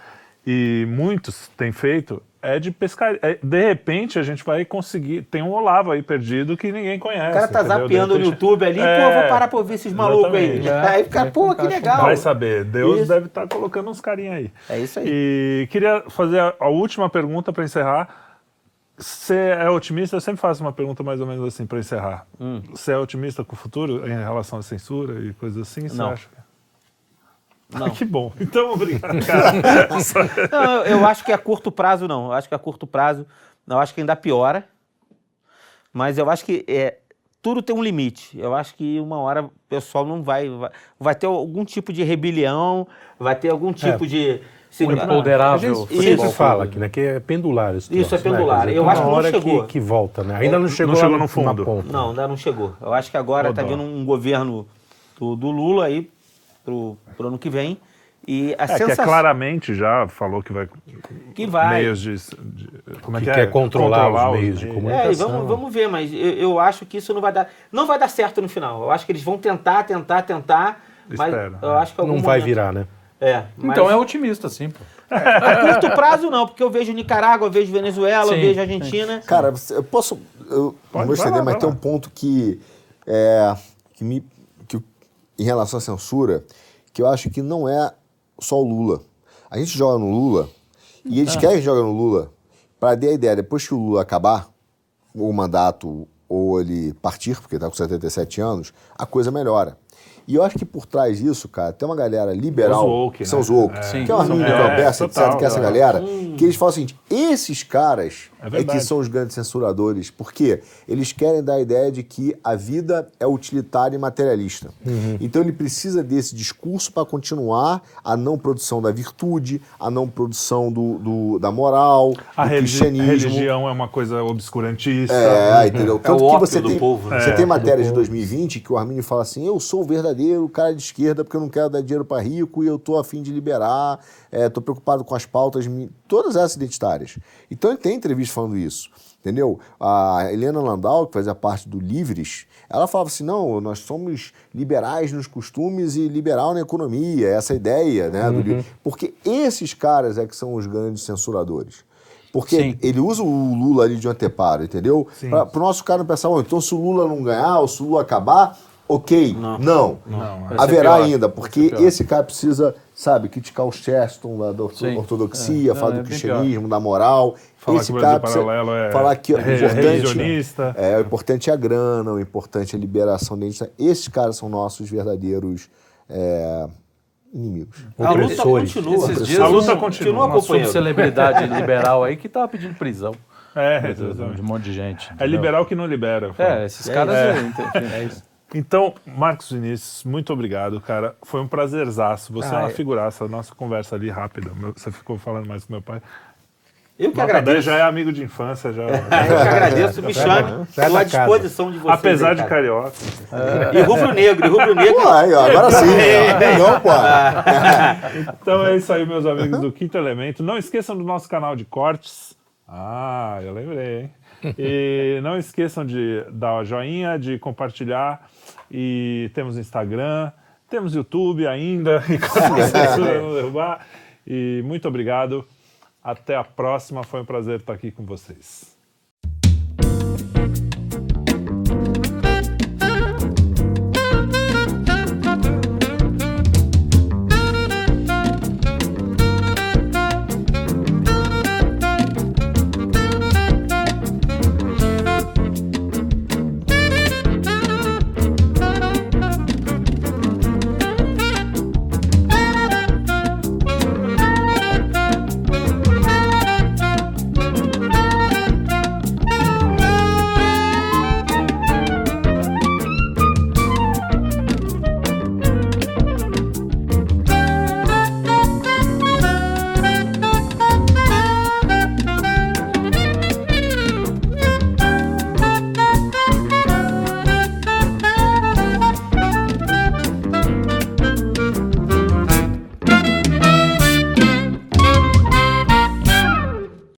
S1: e muitos têm feito, é de pescar. É, de repente a gente vai conseguir. Tem um Olavo aí perdido que ninguém conhece.
S2: O cara tá
S1: entendeu? De
S2: zapeando no
S1: repente-
S2: YouTube ali,
S1: É,
S2: pô, vou parar pra ouvir esses malucos aí.
S1: exatamente.
S2: Aí fica, pô, que legal.
S1: Vai saber. Deus
S2: Isso.
S1: deve estar colocando uns carinha aí.
S2: É isso aí.
S1: E queria fazer a, a última pergunta para encerrar. Você é otimista? Eu sempre faço uma pergunta mais ou menos assim para encerrar.
S2: Hum.
S1: Você é otimista com o futuro em relação à censura e coisas assim? Você
S2: Não.
S1: acha?
S2: Não.
S1: Ah, que bom. Então, obrigado, cara.
S2: Não, eu, eu acho que a curto prazo não. Eu acho que a curto prazo, eu acho que ainda piora. Mas eu acho que é, tudo tem um limite. Eu acho que uma hora o pessoal não vai, vai. Vai ter algum tipo de rebelião, vai ter algum tipo de. se-
S5: O
S4: A
S5: empoderável.
S4: gente
S2: Isso.
S4: sempre fala aqui, né, que é pendular esse
S2: Isso, é
S4: troço, né?
S2: pendular.
S4: Quer dizer,
S2: Eu
S4: tem
S2: acho que
S4: uma
S2: não
S4: hora
S2: chegou.
S4: Que, que volta, né? Ainda não chegou,
S1: não
S4: lá
S1: chegou
S4: no,
S1: no fundo.
S4: na ponta.
S2: Não, ainda não chegou. Eu acho que agora está
S1: Rodou.
S2: vindo um governo do, do Lula aí pro, pro ano que vem. E a
S1: É, que é
S2: sensação
S1: claramente já falou que vai.
S2: que vai.
S1: Meios de. de- como é
S4: Que
S1: que,
S4: quer
S1: é?
S4: controlar os meios de comunicação.
S2: É, e vamos, vamos ver, mas eu, eu acho que isso não vai dar. Não vai dar certo no final. Eu acho que eles vão tentar, tentar, tentar. Mas
S1: Espero,
S2: eu
S1: né?
S2: acho que algum
S4: Não vai
S2: momento-
S4: virar, né?
S2: É. Mas
S5: Então é otimista, sim. Pô.
S2: a curto prazo não, porque eu vejo Nicarágua, eu vejo Venezuela, eu
S5: Sim,
S2: vejo Argentina.
S3: Cara, você- eu posso. Eu
S1: Pode,
S3: não vou
S1: vai
S3: estender,
S1: lá,
S3: mas
S1: vai
S3: tem
S1: lá.
S3: um ponto que. É, que me. Que, eu- em relação à censura, que eu acho que não é só o Lula. A gente joga no Lula, e eles querem que joga no Lula, para dar a ideia, depois que o Lula acabar o mandato, ou ele partir, porque está com setenta e sete anos, a coisa melhora. E eu acho que por trás disso, cara, tem uma galera liberal,
S1: Os woke,
S3: que são
S1: né?
S3: os woke,
S1: É.
S5: Sim.
S3: que é o Arminio,
S1: É,
S3: que é o Alberto,
S1: total,
S3: etcétera, que é essa
S1: é.
S3: galera, que eles falam o seguinte, esses caras
S1: É
S3: é,
S1: verdade.
S3: que são os grandes censuradores, porque eles querem dar a ideia de que a vida é utilitária e materialista. Então ele precisa desse discurso para continuar a não produção da virtude, a não produção do, do- da moral,
S1: A
S3: do
S1: religi-
S3: cristianismo.
S1: religião é uma coisa obscurantista.
S3: É, entendeu? Tanto que
S2: ópio
S3: você
S2: do
S3: tem,
S2: povo, né?
S3: você
S1: É,
S3: tem matéria de dois mil e vinte que o Arminio fala assim, eu sou o verdadeiro cara de esquerda porque eu não quero dar dinheiro para rico e eu tô a fim de liberar, é, tô preocupado com as pautas, mi- todas essas identitárias. Então ele tem entrevista falando isso, entendeu? A Helena Landau, que fazia parte do Livres, ela falava assim, não, nós somos liberais nos costumes e liberal na economia, essa ideia, né? do li- porque esses caras é que são os grandes censuradores. Porque
S5: Sim.
S3: ele usa o Lula ali de anteparo, entendeu? Para o nosso cara não pensar, "Bom, então se o Lula não ganhar, ou se o Lula acabar, ok?
S2: Não.
S3: Não.
S1: Não,
S3: Haverá
S5: pior.
S3: ainda, porque esse cara precisa, sabe, criticar o Chesterton da da
S5: Sim.
S3: ortodoxia,
S5: É.
S3: falar
S5: Não,
S3: do
S5: é bem
S3: cristianismo, da moral.
S1: Falar
S3: esse
S1: que o
S3: cara
S1: Brasil
S3: precisa
S1: Paralelo é
S3: falar que o
S1: re-
S3: importante
S1: revisionista.
S3: é, o importante é a grana, o importante é a liberação deles. Esses caras são nossos verdadeiros é, inimigos.
S2: A luta
S4: Opressores.
S2: continua.
S5: Esses dias
S1: A luta
S5: um-
S1: continua.
S5: uma
S2: companheiro.
S5: subcelebridade liberal aí que tava pedindo prisão
S1: É,
S5: de
S1: exatamente.
S5: um monte de gente.
S1: É
S5: entendeu?
S1: liberal que não libera.
S5: É, esses caras...
S1: É.
S5: É. enfim, é isso.
S1: Então, Marcos Vinícius, muito obrigado, cara. Foi um prazerzaço. Você
S2: Ah,
S1: é uma
S2: é.
S1: figuraça. A nossa conversa ali rápida. Meu- Você ficou falando mais com meu pai.
S2: Eu que
S1: Nota dez
S2: agradeço.
S1: já é amigo de infância. Já,
S2: Eu que agradeço. Me chame.
S4: Sai
S2: Estou à
S4: da casa.
S2: disposição de vocês.
S1: apesar
S2: aí,
S1: de
S2: cara.
S1: carioca.
S2: E rubro-negro, e rubro-negro.
S3: Pô, aí, ó, agora sim. Não, pô.
S1: Então é isso aí, meus amigos do Quinto Elemento. Não esqueçam do nosso canal de cortes. Ah, eu lembrei, hein? E não esqueçam de dar joinha, de compartilhar. E temos Instagram, temos YouTube ainda, enquanto a censura não derrubar. E muito obrigado. Até a próxima. Foi um prazer estar aqui com vocês.